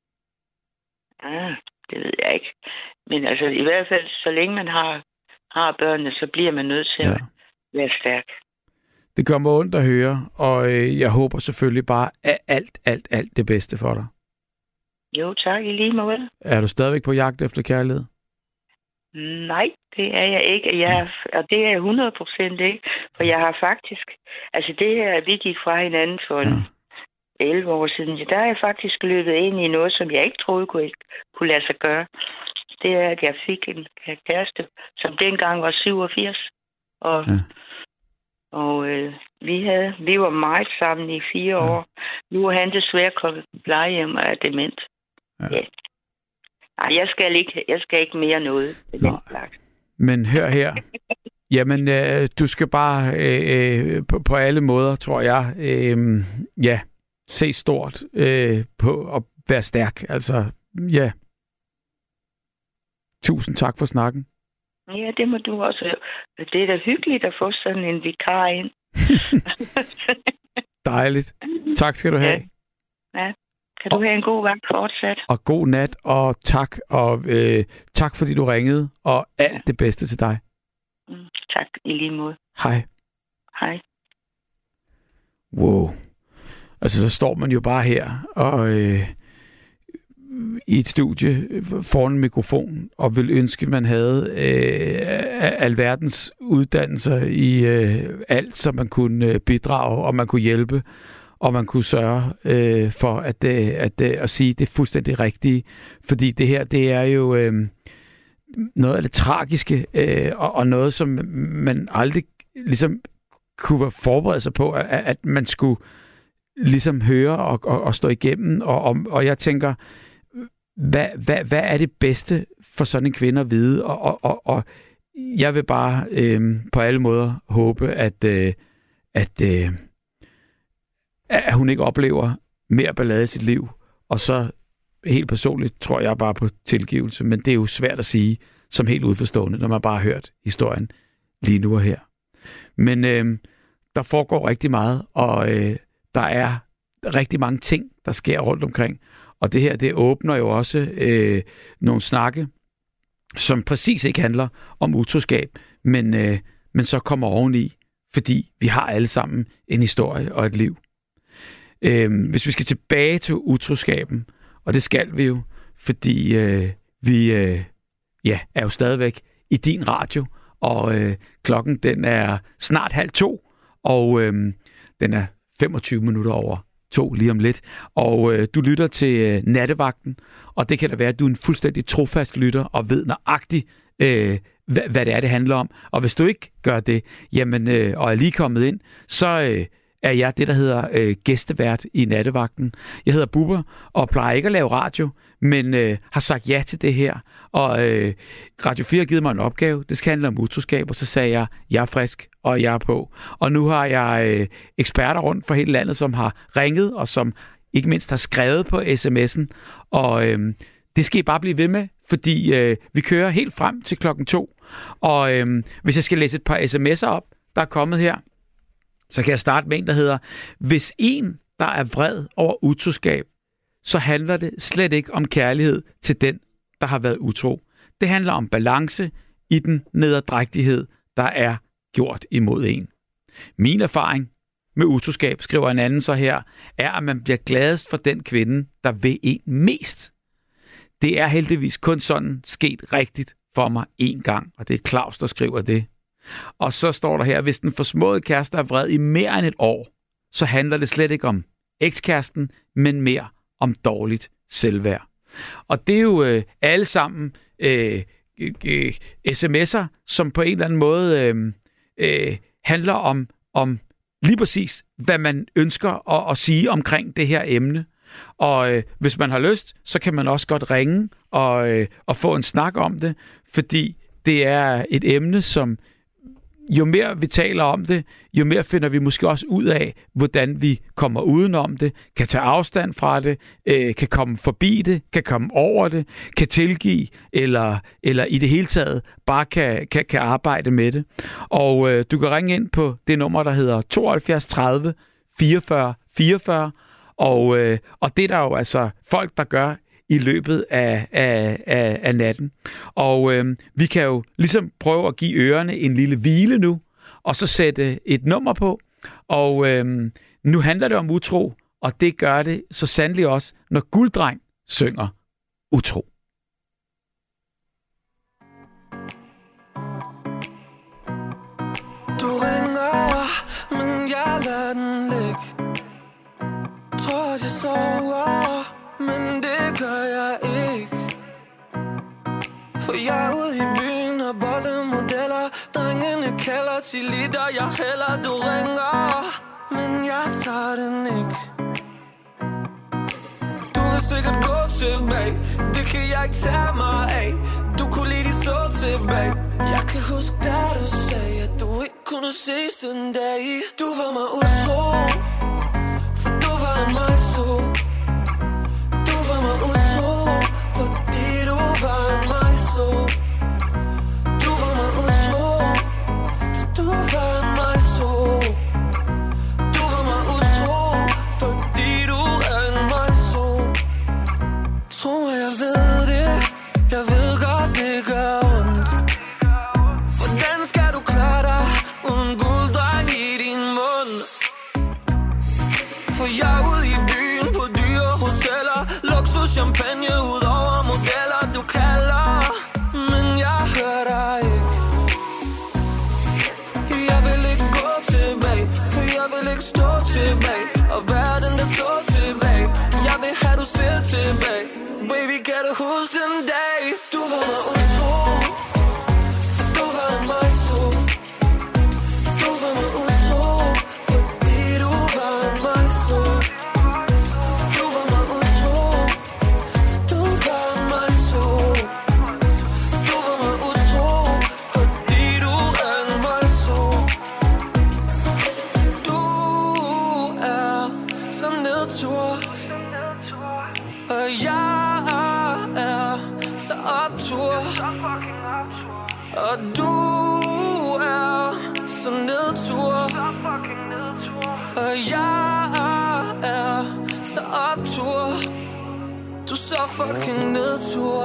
[SPEAKER 8] Det ved jeg ikke. Men altså, i hvert fald, så længe man har børnene, så bliver man nødt til at være stærk.
[SPEAKER 3] Det gør mig ondt at høre, og jeg håber selvfølgelig bare alt det bedste for dig.
[SPEAKER 8] Jo, tak i lige måde.
[SPEAKER 3] Er du stadigvæk på jagt efter kærlighed?
[SPEAKER 8] Nej, det er jeg ikke. Og det er jeg 100% ikke. For jeg har faktisk... Altså det her, vi gik fra hinanden for 11 år siden. Der er jeg faktisk løbet ind i noget, som jeg ikke troede kunne lade sig gøre. Det er, at jeg fik en kæreste, som dengang var 87. Og vi var meget sammen i 4 år. Nu er han desværre kommet på plejehjem og er dement. Ja. Nej, jeg skal ikke mere noget.
[SPEAKER 3] Men hør her. Jamen, du skal bare på alle måder, tror jeg, se stort på at være stærk. Altså, ja. Tusind tak for snakken.
[SPEAKER 8] Ja, det må du også. Det er da hyggeligt at få sådan en vikar ind.
[SPEAKER 3] Dejligt. Tak skal du have.
[SPEAKER 8] Ja. Kan du have en god vagt fortsat.
[SPEAKER 3] Og god nat, og tak. Og tak, fordi du ringede, og alt det bedste til dig.
[SPEAKER 8] Tak, i lige måde.
[SPEAKER 3] Hej.
[SPEAKER 8] Hej.
[SPEAKER 3] Wow. Altså, så står man jo bare her, og i et studie foran en mikrofon, og vil ønske, man havde alverdens uddannelser i alt, så man kunne bidrage, og man kunne hjælpe, og man kunne sørge for at sige det fuldstændig rigtige. Fordi det her, det er jo noget af det tragiske, og noget, som man aldrig ligesom kunne være forberedt sig på, at man skulle ligesom høre og stå igennem. Og jeg tænker, hvad er det bedste for sådan en kvinde at vide? Og jeg vil bare på alle måder håbe, at hun ikke oplever mere ballade i sit liv. Og så helt personligt tror jeg bare på tilgivelse, men det er jo svært at sige som helt udforstående, når man bare har hørt historien lige nu og her. Men der foregår rigtig meget, og der er rigtig mange ting, der sker rundt omkring. Og det her, det åbner jo også nogle snakke, som præcis ikke handler om utroskab, men så kommer oveni, fordi vi har alle sammen en historie og et liv. Hvis vi skal tilbage til utroskaben, og det skal vi jo, fordi vi er jo stadigvæk i din radio, og klokken den er snart 1:30, og den er 25 minutter over 2 lige om lidt. Og du lytter til Nattevagten, og det kan da være, at du er en fuldstændig trofast lytter, og ved nøjagtigt, hvad det er, det handler om. Og hvis du ikke gør det, jamen, og er lige kommet ind, så er jeg det, der hedder gæstevært i Nattevagten. Jeg hedder Bubber og plejer ikke at lave radio, men har sagt ja til det her. Og Radio 4 har givet mig en opgave. Det skal handle om utroskab, og så sagde jeg er frisk, og jeg er på. Og nu har jeg eksperter rundt for hele landet, som har ringet, og som ikke mindst har skrevet på sms'en. Og det skal I bare blive ved med, fordi vi kører helt frem til 2:00. Og hvis jeg skal læse et par sms'er op, der er kommet her, så kan jeg starte med en, der hedder: hvis en, der er vred over utroskab, så handler det slet ikke om kærlighed til den, der har været utro. Det handler om balance i den nederdrægtighed, der er gjort imod en. Min erfaring med utroskab, skriver en anden så her, er, at man bliver gladest for den kvinde, der vil en mest. Det er heldigvis kun sådan sket rigtigt for mig én gang, og det er Claus, der skriver det. Og så står der her: hvis den forsmåede kæreste er vred i mere end et år, så handler det slet ikke om ekskæresten, men mere om dårligt selvværd. Og det er jo alle sammen sms'er, som på en eller anden måde handler om lige præcis, hvad man ønsker at sige omkring det her emne. Og hvis man har lyst, så kan man også godt ringe og få en snak om det, fordi det er et emne, som jo mere vi taler om det, jo mere finder vi måske også ud af, hvordan vi kommer udenom det, kan tage afstand fra det, kan komme forbi det, kan komme over det, kan tilgive, eller i det hele taget bare kan arbejde med det. Og du kan ringe ind på det nummer, der hedder 72 30 44 44, og det er der jo altså folk, der gør i løbet af natten. Og vi kan jo ligesom prøve at give ørerne en lille hvile nu, og så sætte et nummer på. Og nu handler det om utro, og det gør det så sandelig også, når Gulddreng synger utro.
[SPEAKER 9] Du ringer, men jeg lader den ligge. Tror, jeg sover, men det gør jeg ikke. For jeg er ude i byen og bollemodeller. Drengene kalder til liter, jeg hælder. Du ringer, men jeg tager den ikke. Du kan sikkert gå tilbage, det kan jeg ikke tage mig af. Du kunne lide de så tilbage. Jeg kan huske, da du sagde, at du ikke kunne ses den dag. Du var mig utro, for du var en mig så. Du var mig utro, fordi du var en mig så. Du var mig utro, for du var en mig så. Du var mig utro, fordi du er en mig så. Tro mig, jeg ved det, jeg ved godt, det gør ondt. Hvordan skal du klare dig uden gulddreng i din mund? For jeg er ude i byen på dyre hoteller, luksus champagne ud over modeller. Du kalder, men jeg hører dig ikke. Jeg vil ikke gå tilbage, for jeg vil ikke stå tilbage og være den, der står tilbage. Jeg vil have, du ser tilbage. Baby, kan du huske den dag? Du var mig utro, for du var en mig så. Du var mig utro, fordi du var en mig så. Du var mig utro, for du var en mig så. Du var mig utro, fordi du er en mig så. Du er så nedtur, og jeg er så optur. Og du er så nedtur, og jeg er så optur. Du er så fucking nedtur.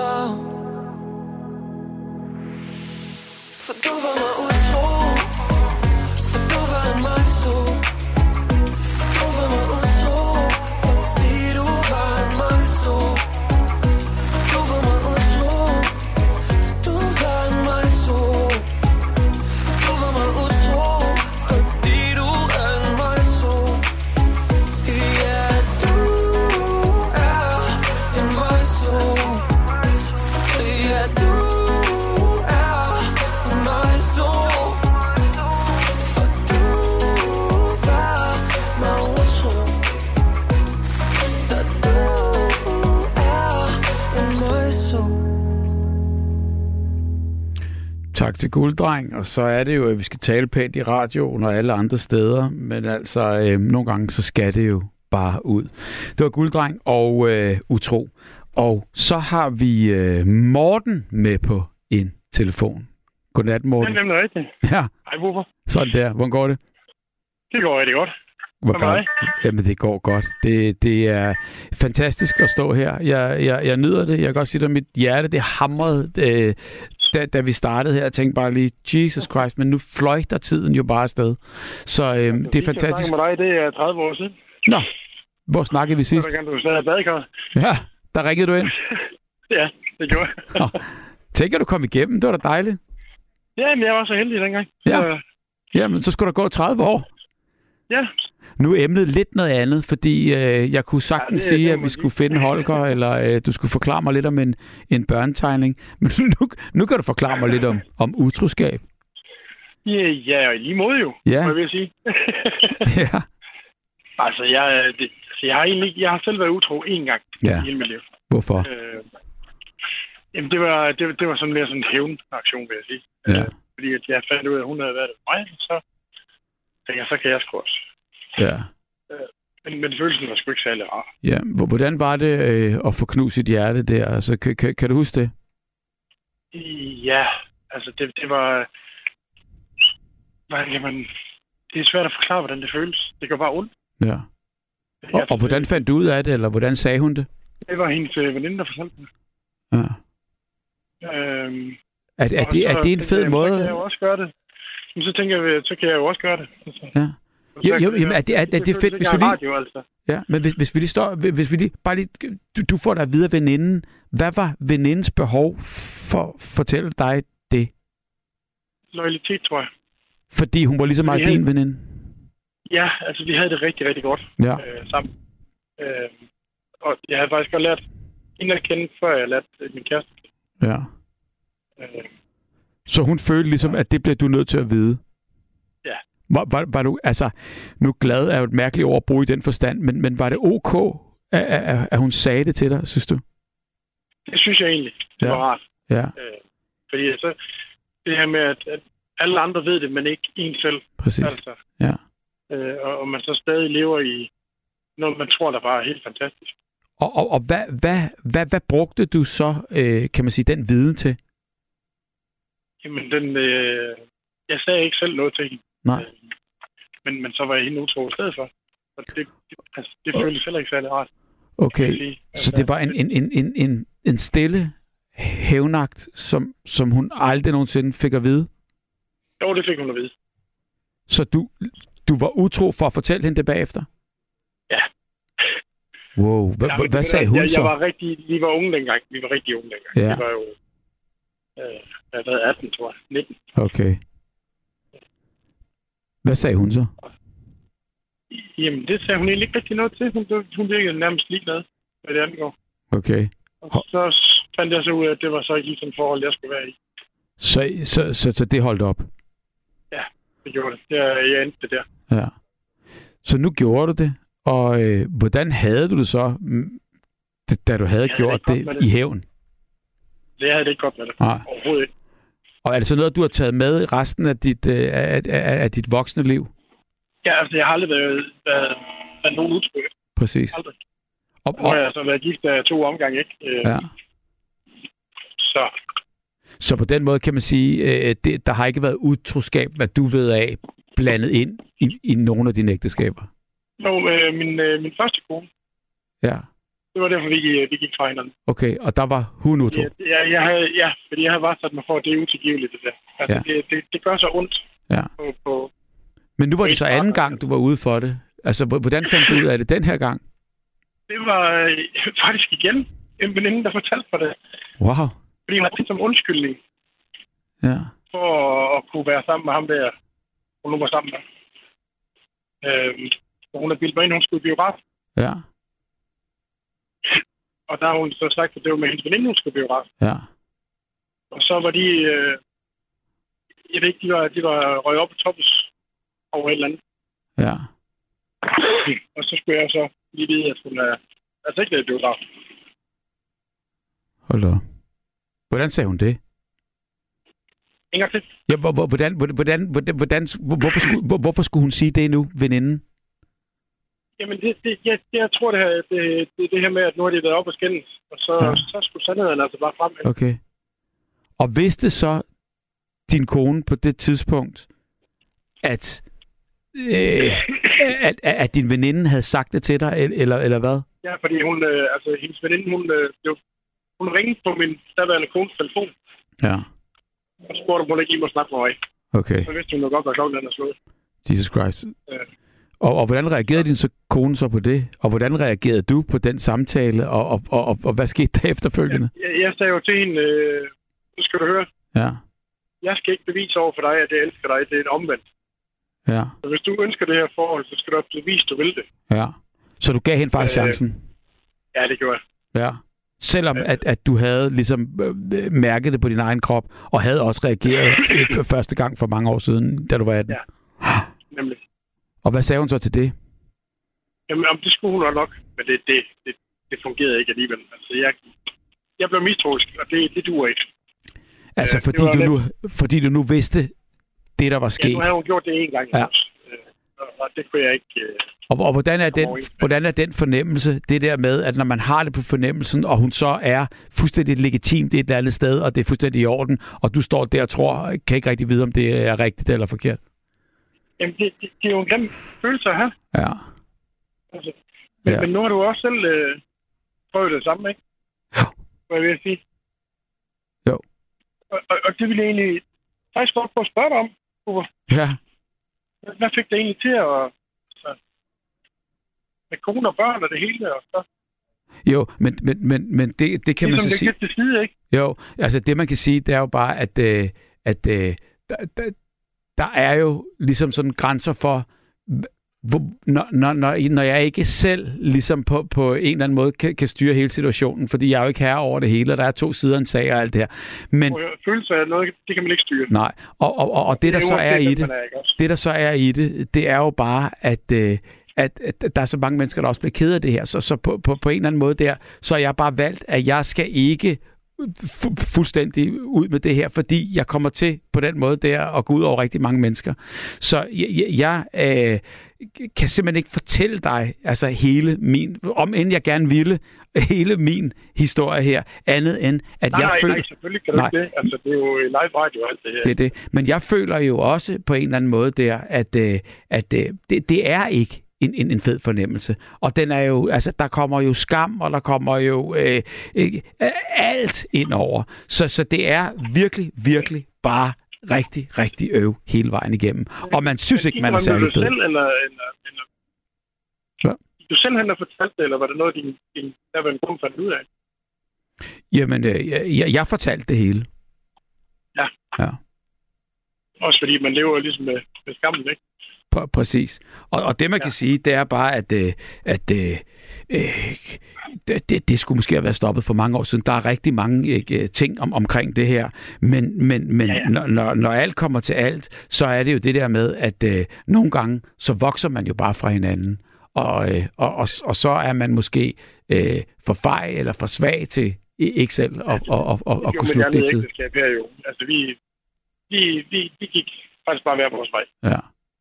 [SPEAKER 9] For du var mig utro, for du var en mig så. Du var mig utro, fordi du var en mig så. Du var mig utro, for du var en mig så. Du var mig utro, fordi du er en mig så. Ja, du er en mig så.
[SPEAKER 3] Tak til Gulddreng, og så er det jo, at vi skal tale pænt i radioen og alle andre steder, men altså nogle gange, så skal det jo bare ud. Det var Gulddreng og Utro. Og så har vi Morten med på en telefon. Godnat, Morten.
[SPEAKER 10] Det er nemlig rigtigt.
[SPEAKER 3] Ja.
[SPEAKER 10] Hej, Bubber.
[SPEAKER 3] Sådan der. Hvordan går det?
[SPEAKER 10] Det går rigtig godt.
[SPEAKER 3] Jamen, det går godt. Det er fantastisk at stå her. Jeg nyder det. Jeg kan godt sige, at mit hjerte, det hamrede, da vi startede her. Jeg tænkte bare lige, Jesus Christ, men nu fløjter tiden jo bare afsted. Så det er fantastisk.
[SPEAKER 10] Jeg snakker med dig, det er 30 år siden.
[SPEAKER 3] Nå, hvor snakkede vi sidst?
[SPEAKER 10] Så kan du stadig have badekar.
[SPEAKER 3] Ja, der ringede du ind.
[SPEAKER 10] Ja, det gjorde jeg.
[SPEAKER 3] Tænker du kom igennem? Det var da dejligt.
[SPEAKER 10] Ja, men jeg var så heldig dengang.
[SPEAKER 3] Ja. Jamen, så skulle der gå 30 år.
[SPEAKER 10] Ja.
[SPEAKER 3] Nu er emnet lidt noget andet, fordi jeg kunne sagtens sige, at vi skulle finde Holger, eller du skulle forklare mig lidt om en børnetegning. Men nu kan du forklare mig lidt om utroskab.
[SPEAKER 10] Ja, og i lige måde jo, jeg vil sige.
[SPEAKER 3] Ja.
[SPEAKER 10] Altså, jeg har selv været utro én gang i hele mit liv.
[SPEAKER 3] Hvorfor?
[SPEAKER 10] Jamen, det var sådan mere sådan en hævnaktion, vil jeg sige.
[SPEAKER 3] Ja.
[SPEAKER 10] Fordi at jeg fandt ud af, at hun havde været det for mig, så tænkte jeg, så kan jeg sgu også.
[SPEAKER 3] Ja.
[SPEAKER 10] Men følelsen var sgu ikke særlig rar.
[SPEAKER 3] Ja, hvordan var det at få knust sit hjerte der? Altså, kan du huske det?
[SPEAKER 10] Ja, altså det var... Jamen, det er svært at forklare, hvordan det føles. Det går bare ondt.
[SPEAKER 3] Ja. Og hvordan fandt du ud af det, eller hvordan sagde hun det?
[SPEAKER 10] Det var hendes veninde, der fortalte mig.
[SPEAKER 3] Ja. Er det en fed måde?
[SPEAKER 10] Så kan jeg jo også gøre det. Men så tænker jeg, så kan jeg jo også gøre det. Altså.
[SPEAKER 3] Ja. Jo, er det fedt, hvis vi lige...
[SPEAKER 10] Radio, altså.
[SPEAKER 3] Ja, men hvis vi lige bare lige... Du får dig videre veninden. Hvad var venindens behov for at fortælle dig det?
[SPEAKER 10] Loyalitet, tror jeg.
[SPEAKER 3] Fordi hun var lige så meget din veninde?
[SPEAKER 10] Ja, altså vi havde det rigtig, rigtig godt sammen. Og jeg havde faktisk godt lært hende at kende, før jeg lærte min kæreste.
[SPEAKER 3] Ja. Så hun følte ligesom, at det bliver du nødt til at vide?
[SPEAKER 10] Ja.
[SPEAKER 3] Var du, altså, nu glad er jo et mærkeligt ord at bruge i den forstand, men var det ok, at hun sagde det til dig, synes du?
[SPEAKER 10] Det synes jeg egentlig. Det var rart.
[SPEAKER 3] Ja.
[SPEAKER 10] Fordi så det her med, at alle andre ved det, men ikke en selv.
[SPEAKER 3] Præcis.
[SPEAKER 10] Altså.
[SPEAKER 3] Ja.
[SPEAKER 10] Og man så stadig lever i noget, man tror, der bare er helt fantastisk.
[SPEAKER 3] Og hvad brugte du så, kan man sige, den viden til?
[SPEAKER 10] Jamen, jeg sagde ikke selv noget til hende.
[SPEAKER 3] Nej.
[SPEAKER 10] Men så var jeg hende utro i stedet for. Og det føltes heller ikke særlig rart.
[SPEAKER 3] Okay, så det var en stille hævnagt, som hun aldrig nogensinde fik at vide?
[SPEAKER 10] Jo, det fik hun at vide.
[SPEAKER 3] Så du var utro for at fortælle hende det bagefter?
[SPEAKER 10] Ja.
[SPEAKER 3] Wow, hvad sagde hun så?
[SPEAKER 10] Vi var unge dengang. Vi var rigtig unge dengang.
[SPEAKER 3] Ja.
[SPEAKER 10] Det var jo... jeg havde 18, tror jeg. 19.
[SPEAKER 3] Okay. Hvad sagde hun så?
[SPEAKER 10] Jamen, det sagde hun egentlig ikke rigtig noget til. Hun virkede nærmest ligeglad, hvad det angår.
[SPEAKER 3] Okay.
[SPEAKER 10] Og så fandt jeg så ud af, at det var så ikke lige sådan et forhold, jeg skulle være i.
[SPEAKER 3] Så det holdt op?
[SPEAKER 10] Ja, det gjorde det. Jeg endte det der.
[SPEAKER 3] Ja. Så nu gjorde du det, og hvordan havde du det så, da du havde gjort det i hævn?
[SPEAKER 10] Det havde det ikke godt med det.
[SPEAKER 3] Nej.
[SPEAKER 10] Overhovedet ikke.
[SPEAKER 3] Og er det så noget, du har taget med i resten af dit voksne liv?
[SPEAKER 10] Ja, altså jeg har aldrig været nogen utro.
[SPEAKER 3] Præcis.
[SPEAKER 10] Aldrig. Nu har jeg så været gift af 2 omgange, ikke?
[SPEAKER 3] Ja. Så på den måde kan man sige, der har ikke været utroskab, hvad du ved af, blandet ind i nogle af dine ægteskaber?
[SPEAKER 10] Jo, min første kone.
[SPEAKER 3] Ja.
[SPEAKER 10] Det var derfor, vi gik fra hinanden.
[SPEAKER 3] Okay, og der var hun utro?
[SPEAKER 10] Ja, fordi jeg havde bare sat mig for, at det er utilgiveligt, det der. Altså, ja. det gør så ondt.
[SPEAKER 3] Ja. Men nu var det så anden gang, du var ude for det. Altså, hvordan fandt du ud af det den her gang?
[SPEAKER 10] Det var faktisk igen en veninde, der fortalte mig det.
[SPEAKER 3] Wow.
[SPEAKER 10] Fordi hun havde det som undskyldning.
[SPEAKER 3] Ja.
[SPEAKER 10] For at kunne være sammen med ham der, hun nu var sammen med. Og hun havde bildt mig ind, hun skulle i biograf.
[SPEAKER 3] Ja.
[SPEAKER 10] Og der har hun så sagt, at det var med hendes veninde, hun skulle i biograf.
[SPEAKER 3] Ja.
[SPEAKER 10] Og så var de... jeg ved ikke, de var røget op på toppes over et eller andet.
[SPEAKER 3] Ja.
[SPEAKER 10] Og så skulle jeg så lige vide, at hun er altså ikke været i biograf.
[SPEAKER 3] Hold da. Hvordan sagde hun det?
[SPEAKER 10] En gang til.
[SPEAKER 3] Ja, hvorfor skulle hun sige det nu, veninden?
[SPEAKER 10] Jamen, jeg tror, det er det her med, at nu har de været op og skændes, og så skulle sandheden altså bare frem.
[SPEAKER 3] Okay. Og vidste så din kone på det tidspunkt, at din veninde havde sagt det til dig, eller hvad?
[SPEAKER 10] Ja, fordi hendes veninde, hun ringede på min daværende kones telefon.
[SPEAKER 3] Ja.
[SPEAKER 10] Og spurgte, om hun ikke må snakke med mig.
[SPEAKER 3] Okay.
[SPEAKER 10] Så vidste hun jo godt, hvad klokken er slået.
[SPEAKER 3] Jesus Christ. Og hvordan reagerede din kone så på det? Og hvordan reagerede du på den samtale? Og hvad skete der efterfølgende?
[SPEAKER 10] Jeg sagde jo til hende, nu skal du høre.
[SPEAKER 3] Ja.
[SPEAKER 10] Jeg skal ikke bevise over for dig, at jeg elsker dig. Det er et omvendt.
[SPEAKER 3] Ja.
[SPEAKER 10] Så hvis du ønsker det her forhold, så skal du bevise, at du vil det.
[SPEAKER 3] Ja. Så du gav hende faktisk chancen?
[SPEAKER 10] Ja, det gjorde jeg.
[SPEAKER 3] Ja. Selvom at du havde ligesom mærket det på din egen krop, og havde også reageret første gang for mange år siden, da du var 18.
[SPEAKER 10] Ja, nemlig.
[SPEAKER 3] Og hvad sagde hun så til det?
[SPEAKER 10] Jamen, det skulle hun nok, men det fungerede ikke alligevel. Altså, jeg blev mistroisk, og det duer ikke.
[SPEAKER 3] Altså, fordi du nu vidste det, der var sket?
[SPEAKER 10] Ja, nu havde hun gjort det en gang. Ja. Og det kunne jeg ikke...
[SPEAKER 3] Og hvordan er den fornemmelse, det der med, at når man har det på fornemmelsen, og hun så er fuldstændig legitimt et eller andet sted, og det er fuldstændig i orden, og du står der og tror, kan ikke rigtig vide, om det er rigtigt eller forkert?
[SPEAKER 10] Jamen, det er jo en glemt følelse at have.
[SPEAKER 3] Ja.
[SPEAKER 10] Altså, men nu har du også selv prøvet det samme, ikke?
[SPEAKER 3] Jo.
[SPEAKER 10] Hvad vil jeg sige?
[SPEAKER 3] Jo.
[SPEAKER 10] Og det vil jeg egentlig faktisk godt prøve at spørge dig om, Uwe.
[SPEAKER 3] Ja.
[SPEAKER 10] Hvad fik det egentlig til at... med kone og børn og det hele og så?
[SPEAKER 3] Jo, men det kan man så sige...
[SPEAKER 10] Til side, ikke?
[SPEAKER 3] Jo, altså det man kan sige, det er jo bare, at der er jo ligesom sådan grænser for, når jeg ikke selv ligesom på en eller anden måde kan styre hele situationen, fordi jeg er jo ikke herre over det hele, og der er 2 sider af en sag og alt det her. Men
[SPEAKER 10] følelse af noget, det kan man ikke styre.
[SPEAKER 3] Nej, og det der så er i det, det er jo bare, at der er så mange mennesker, der også bliver ked af det her. Så på en eller anden måde der, så er jeg bare valgt, at jeg skal ikke fuldstændig ud med det her, fordi jeg kommer til på den måde der at gå ud over rigtig mange mennesker. Så jeg kan simpelthen ikke fortælle dig altså hele min, om end jeg gerne ville, hele min historie her, andet end at jeg føler...
[SPEAKER 10] Nej, selvfølgelig kan du ikke det. Altså, det er jo live radio og alt det her.
[SPEAKER 3] Det er det. Men jeg føler jo også på en eller anden måde der, at det er ikke en fed fornemmelse. Og den er jo, altså, der kommer jo skam, og der kommer jo alt ind over. Så det er virkelig, virkelig bare rigtig, rigtig hele vejen igennem. Og man synes ikke, man er særlig fed.
[SPEAKER 10] Du selv har fortalt det, eller var det noget, din daværende kone fandt ud af?
[SPEAKER 3] Jamen, jeg fortalte det hele. Ja.
[SPEAKER 10] Også fordi man lever ligesom med skammen, ikke?
[SPEAKER 3] Præcis. Og det, man kan sige, det er bare, at det skulle måske have været stoppet for mange år siden. Der er rigtig mange ting omkring det her. Men når alt kommer til alt, så er det jo det der med, at nogle gange, så vokser man jo bare fra hinanden. Og så er man måske for fej eller for svag til ikke selv at kunne slutte det tid.
[SPEAKER 10] Jo. Altså, vi gik faktisk bare hver vores vej.
[SPEAKER 3] Ja.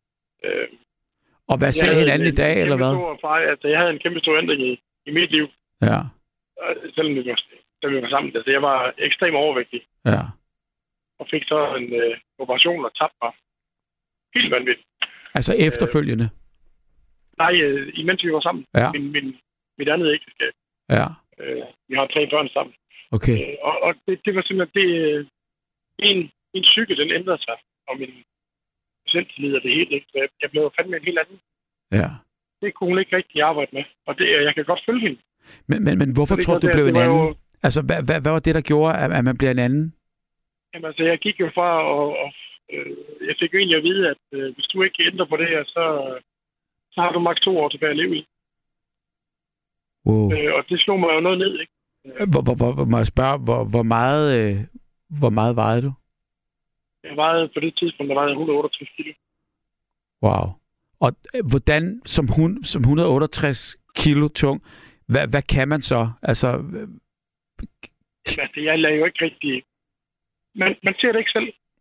[SPEAKER 3] Og hvad ser hinanden i dag, eller hvad?
[SPEAKER 10] Altså, jeg havde en kæmpe stor ændring i mit liv.
[SPEAKER 3] Ja.
[SPEAKER 10] Selvom vi var sammen. Altså, jeg var ekstremt overvægtig.
[SPEAKER 3] Ja.
[SPEAKER 10] Og fik så en operation og tabte mig. Helt vanvittigt.
[SPEAKER 3] Altså efterfølgende?
[SPEAKER 10] Nej, imens vi var sammen.
[SPEAKER 3] Ja.
[SPEAKER 10] Mit andet ægteskab.
[SPEAKER 3] Ja.
[SPEAKER 10] Vi har 3 børn sammen.
[SPEAKER 3] Okay.
[SPEAKER 10] Og det var simpelthen en psyke, den ændrede sig. Og min selvtillid og det hele, ikke? Jeg blev fandme en helt anden.
[SPEAKER 3] Ja.
[SPEAKER 10] Det kunne hun ikke rigtig arbejde med. Og jeg kan godt følge hende.
[SPEAKER 3] Men hvorfor tror du blev en anden? Jo... Altså, hvad var det, der gjorde, at man blev en anden?
[SPEAKER 10] Jamen, altså, jeg gik jo fra, og jeg fik jo egentlig at vide, at hvis du ikke ændrer på det her, så har du maks 2 år tilbage at leve i.
[SPEAKER 3] Wow.
[SPEAKER 10] Og det slog mig jo noget ned, ikke?
[SPEAKER 3] Må jeg spørge, hvor meget vejede du?
[SPEAKER 10] Jeg vejede på det tidspunkt, der vejede 168 kilo. Wow.
[SPEAKER 3] Og hvordan, som 168 kilo tung, hvad kan man så? Altså,
[SPEAKER 10] jeg lader jo ikke rigtig... Man ser det ikke selv.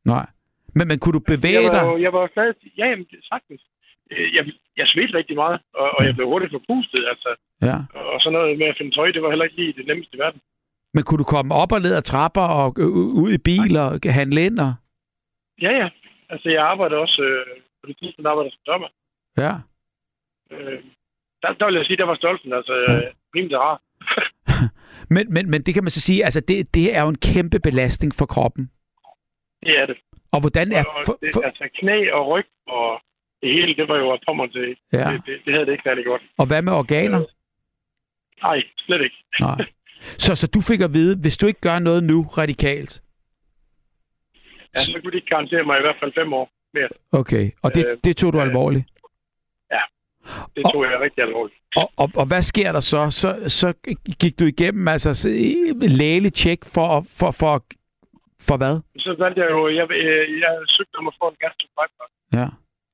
[SPEAKER 3] Nej. Men kunne du bevæge dig?
[SPEAKER 10] Jeg var glad. Ja, jamen, sagtens. Jeg svedte rigtig meget, og jeg blev hurtigt forpustet, altså. Ja. Og sådan noget med at finde tøj, det var heller ikke lige det nemmeste i verden.
[SPEAKER 3] Men kunne du komme op og ned ad trapper og ud i bil og handle ind? Og...
[SPEAKER 10] Ja. Altså, jeg arbejdede også på det tidspunkt, arbejder som dommer.
[SPEAKER 3] Ja.
[SPEAKER 10] Der vil jeg sige, der var stolten, altså rimelig rar.
[SPEAKER 3] men det kan man så sige, altså det er jo en kæmpe belastning for kroppen.
[SPEAKER 10] Det er det.
[SPEAKER 3] Og hvordan er...
[SPEAKER 10] Altså knæ og ryg og det hele, det var jo at komme til. Ja. Det havde det ikke særlig godt.
[SPEAKER 3] Og hvad med organer?
[SPEAKER 10] Nej, slet ikke.
[SPEAKER 3] Nej. Så du fik at vide, hvis du ikke gør noget nu radikalt...
[SPEAKER 10] Ja, så kunne de ikke garantere mig i hvert fald 5 år mere.
[SPEAKER 3] Okay, og det tog du alvorligt?
[SPEAKER 10] Ja, det tog jeg rigtig alvorligt.
[SPEAKER 3] Og hvad sker der så? Så gik du igennem altså lægelig tjek for hvad?
[SPEAKER 10] Så valgte jeg jo, jeg søgte om at få en gastrofaktor.
[SPEAKER 3] Ja.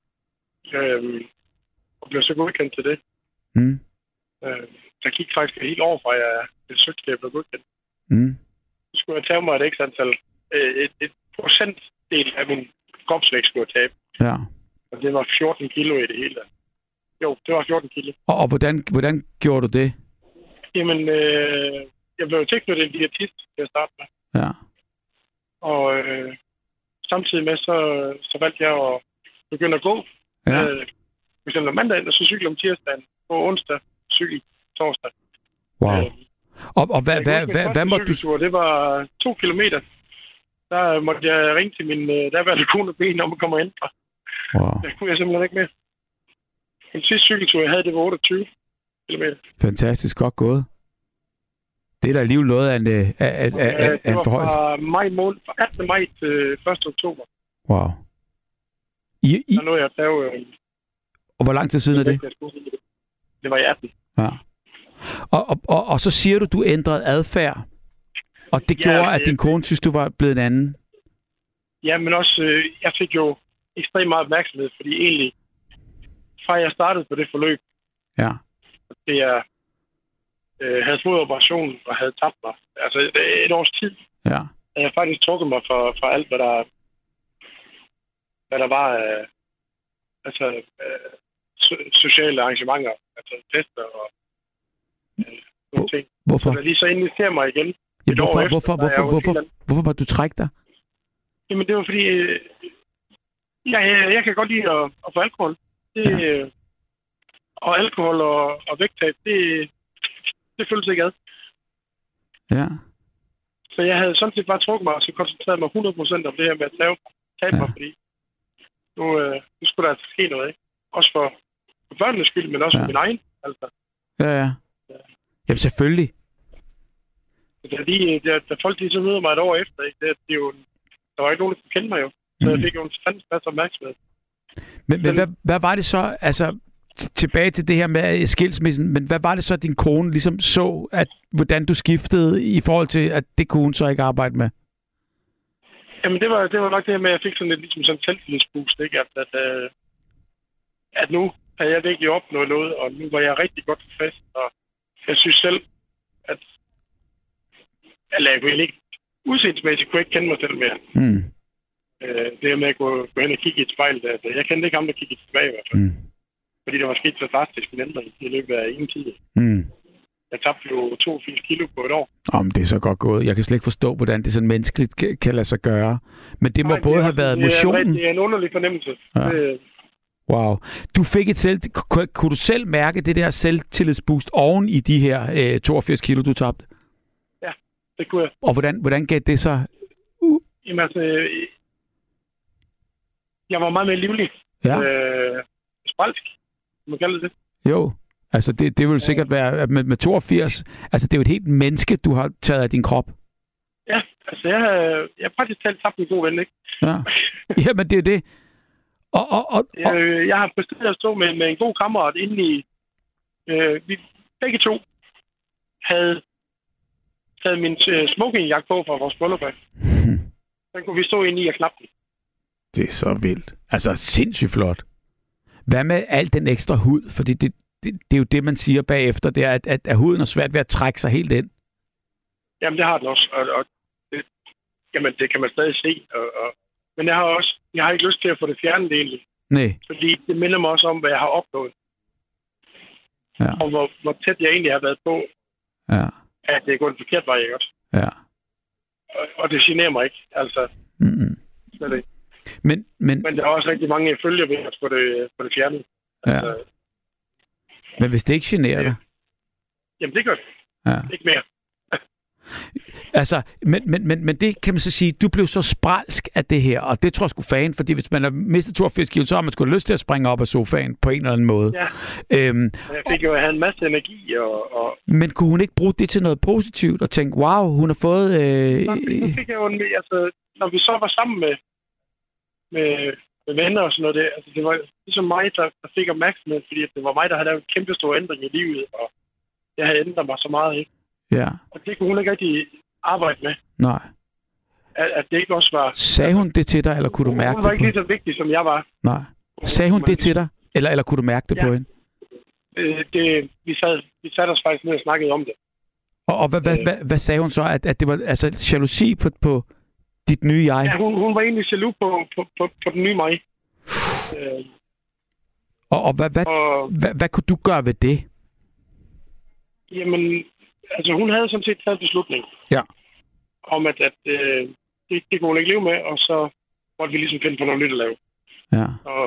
[SPEAKER 10] Og blev så godkendt til det. Der gik faktisk et helt år fra, jeg søgte, at jeg blev godkendt. Så skulle jeg tage mig et ekstra antal, et procentdel af min kropsvægt skulle jeg tabe.
[SPEAKER 3] Ja.
[SPEAKER 10] Og det var 14 kilo i det hele. Jo, det var 14 kilo.
[SPEAKER 3] Og hvordan gjorde du det?
[SPEAKER 10] Jamen, jeg blev tilknyttet en diætist til at starte med.
[SPEAKER 3] Ja.
[SPEAKER 10] Og samtidig med, så valgte jeg at begynde at gå.
[SPEAKER 3] Ja.
[SPEAKER 10] For eksempel om mandagen, og så cykle om tirsdagen. På onsdag, cykel torsdag.
[SPEAKER 3] Wow. Og hvad måtte du...
[SPEAKER 10] Det var 2 kilometer. Der måtte jeg ringe til min daværende kone og ben om at komme ind fra.
[SPEAKER 3] Wow.
[SPEAKER 10] Der kunne jeg simpelthen ikke med. Den sidste cykeltur, jeg havde, det var 28 kilometer.
[SPEAKER 3] Fantastisk, godt gået. Det er da alligevel noget af en forhøjelse.
[SPEAKER 10] Det var fra 18. maj til 1. oktober.
[SPEAKER 3] Wow.
[SPEAKER 10] Der nåede jeg at tage...
[SPEAKER 3] Og hvor lang tid siden er det?
[SPEAKER 10] Det var i 18.
[SPEAKER 3] Ja. Og så siger du ændrede adfærd. Og det gjorde, at din kone synes, du var blevet en anden?
[SPEAKER 10] Ja, men også, jeg fik jo ekstremt meget opmærksomhed, fordi egentlig, fra jeg startede på det forløb, det jeg havde fået operationen og havde tabt mig, altså et års tid, havde jeg faktisk trukket mig fra alt, hvad der var, altså sociale arrangementer, altså fester og nogle ting.
[SPEAKER 3] Hvorfor?
[SPEAKER 10] Så da lige så inviterer mig igen.
[SPEAKER 3] Ja, hvorfor var du trække dig?
[SPEAKER 10] Jamen, det var fordi, jeg kan godt lide at få alkohol. Og alkohol og vægttab, det føles ikke ad.
[SPEAKER 3] Ja.
[SPEAKER 10] Så jeg havde sådan set bare trukket mig, og så koncentreret mig 100% om det her med at tabe mig, fordi nu skulle der altså ske noget, ikke? Også for børnenes skyld, men også for min egen. Altså.
[SPEAKER 3] Ja. Jamen, selvfølgelig.
[SPEAKER 10] Da folk så møder mig et år efter, ikke? Det er jo, der var ikke nogen, der kendte mig jo. Så jeg fik jo en fandens opmærksomhed.
[SPEAKER 3] Men hvad var det så, altså tilbage til det her med skilsmissen, men hvad var det så, din kone ligesom så, at hvordan du skiftede i forhold til, at det kunne hun så ikke arbejde med?
[SPEAKER 10] Jamen det var nok det her med, at jeg fik sådan lidt ligesom sådan en selvtillidsboost, ikke? At nu havde jeg virkelig opnået noget, og nu var jeg rigtig godt tilfreds, og jeg synes selv, at jeg ville ikke udseendsmæssigt kunne ikke kende mig selv mere. Det her med at gå hen og kigge i et spejl, jeg kendte ikke ham, der kiggede tilbage i hvert fald. Fordi der var sket så drastisk en ændring i løbet af ingen tid. Jeg tabte jo 82 kilo på et år.
[SPEAKER 3] Jamen, det er så godt gået. Jeg kan slet ikke forstå, hvordan det sådan menneskeligt kan lade sig gøre. Men det må både have været motionen...
[SPEAKER 10] Det er en underlig fornemmelse.
[SPEAKER 3] Ja. Wow. Du fik kunne du selv mærke det der selvtillidsboost oven i de her 82 kilo, du tabte?
[SPEAKER 10] Ja, det kunne jeg.
[SPEAKER 3] Og hvordan gav det så?
[SPEAKER 10] Jamen altså... Jeg var meget mere livlig.
[SPEAKER 3] Ja.
[SPEAKER 10] Spralsk, man kalder det.
[SPEAKER 3] Jo, altså det vil sikkert være med 82. Altså det er jo et helt menneske, du har taget af din krop.
[SPEAKER 10] Ja, altså jeg har faktisk talt tabt en god ven, ikke?
[SPEAKER 3] Ja, jamen det er det.
[SPEAKER 10] Jeg har præsteret at stå med en god kammerat inde i... vi begge to havde taget min smokingjakke på fra vores bryllup. Så kunne vi stå inde i og knappe den.
[SPEAKER 3] Det er så vildt. Altså sindssygt flot. Hvad med al den ekstra hud? Fordi det er jo det, man siger bagefter, det er, at huden er svært ved at trække sig helt ind.
[SPEAKER 10] Jamen, det har den også. Og det kan man stadig se. Og Men jeg har ikke lyst til at få det fjernet egentlig.
[SPEAKER 3] Nej.
[SPEAKER 10] Fordi det minder mig også om, hvad jeg har opnået.
[SPEAKER 3] Ja.
[SPEAKER 10] Og hvor tæt jeg egentlig har været på, at det er gået en forkert vej, ikke også?
[SPEAKER 3] Ja.
[SPEAKER 10] Og det generer mig ikke, altså. Slet ikke.
[SPEAKER 3] Men
[SPEAKER 10] der er også rigtig mange følger ved at få det fjernet.
[SPEAKER 3] Ja.
[SPEAKER 10] Altså,
[SPEAKER 3] men hvis det ikke generer dig?
[SPEAKER 10] Jamen, det gør det.
[SPEAKER 3] Ja.
[SPEAKER 10] Ikke mere.
[SPEAKER 3] Altså, men det kan man så sige, du blev så spralsk af det her, og det tror jeg sgu fan, fordi hvis man har mistet 82 kilo, så har man sgu lyst til at springe op af sofaen på en eller anden måde.
[SPEAKER 10] Ja. Jeg fik jo en masse energi.
[SPEAKER 3] Men kunne hun ikke bruge det til noget positivt og tænke, wow, hun har fået...
[SPEAKER 10] Så fik jeg jo altså, når vi så var sammen med venner og sådan noget, det var ligesom mig, der fik opmærksomhed, fordi det var mig, der havde lavet en kæmpe stor ændring i livet, og jeg havde ændret mig så meget, ikke?
[SPEAKER 3] Ja.
[SPEAKER 10] Og det kunne hun ikke rigtig arbejde med.
[SPEAKER 3] Nej.
[SPEAKER 10] At det ikke også var...
[SPEAKER 3] Sagde hun det til dig, eller kunne du mærke det på?
[SPEAKER 10] Hun var ikke lige så vigtig, som jeg var.
[SPEAKER 3] Nej. Sagde hun det til dig, eller kunne du mærke det på hende?
[SPEAKER 10] Vi satte os faktisk ned og snakkede om det.
[SPEAKER 3] Og hvad sagde hun så? At det var altså jalousi på dit nye jeg?
[SPEAKER 10] Ja, hun var egentlig jaloux på den nye mig.
[SPEAKER 3] Og hvad kunne du gøre ved det?
[SPEAKER 10] Jamen, altså hun havde sådan set taget en beslutning.
[SPEAKER 3] Ja.
[SPEAKER 10] Om at det kunne hun ikke leve med, og så måtte vi ligesom finde på noget nyt at lave.
[SPEAKER 3] Ja.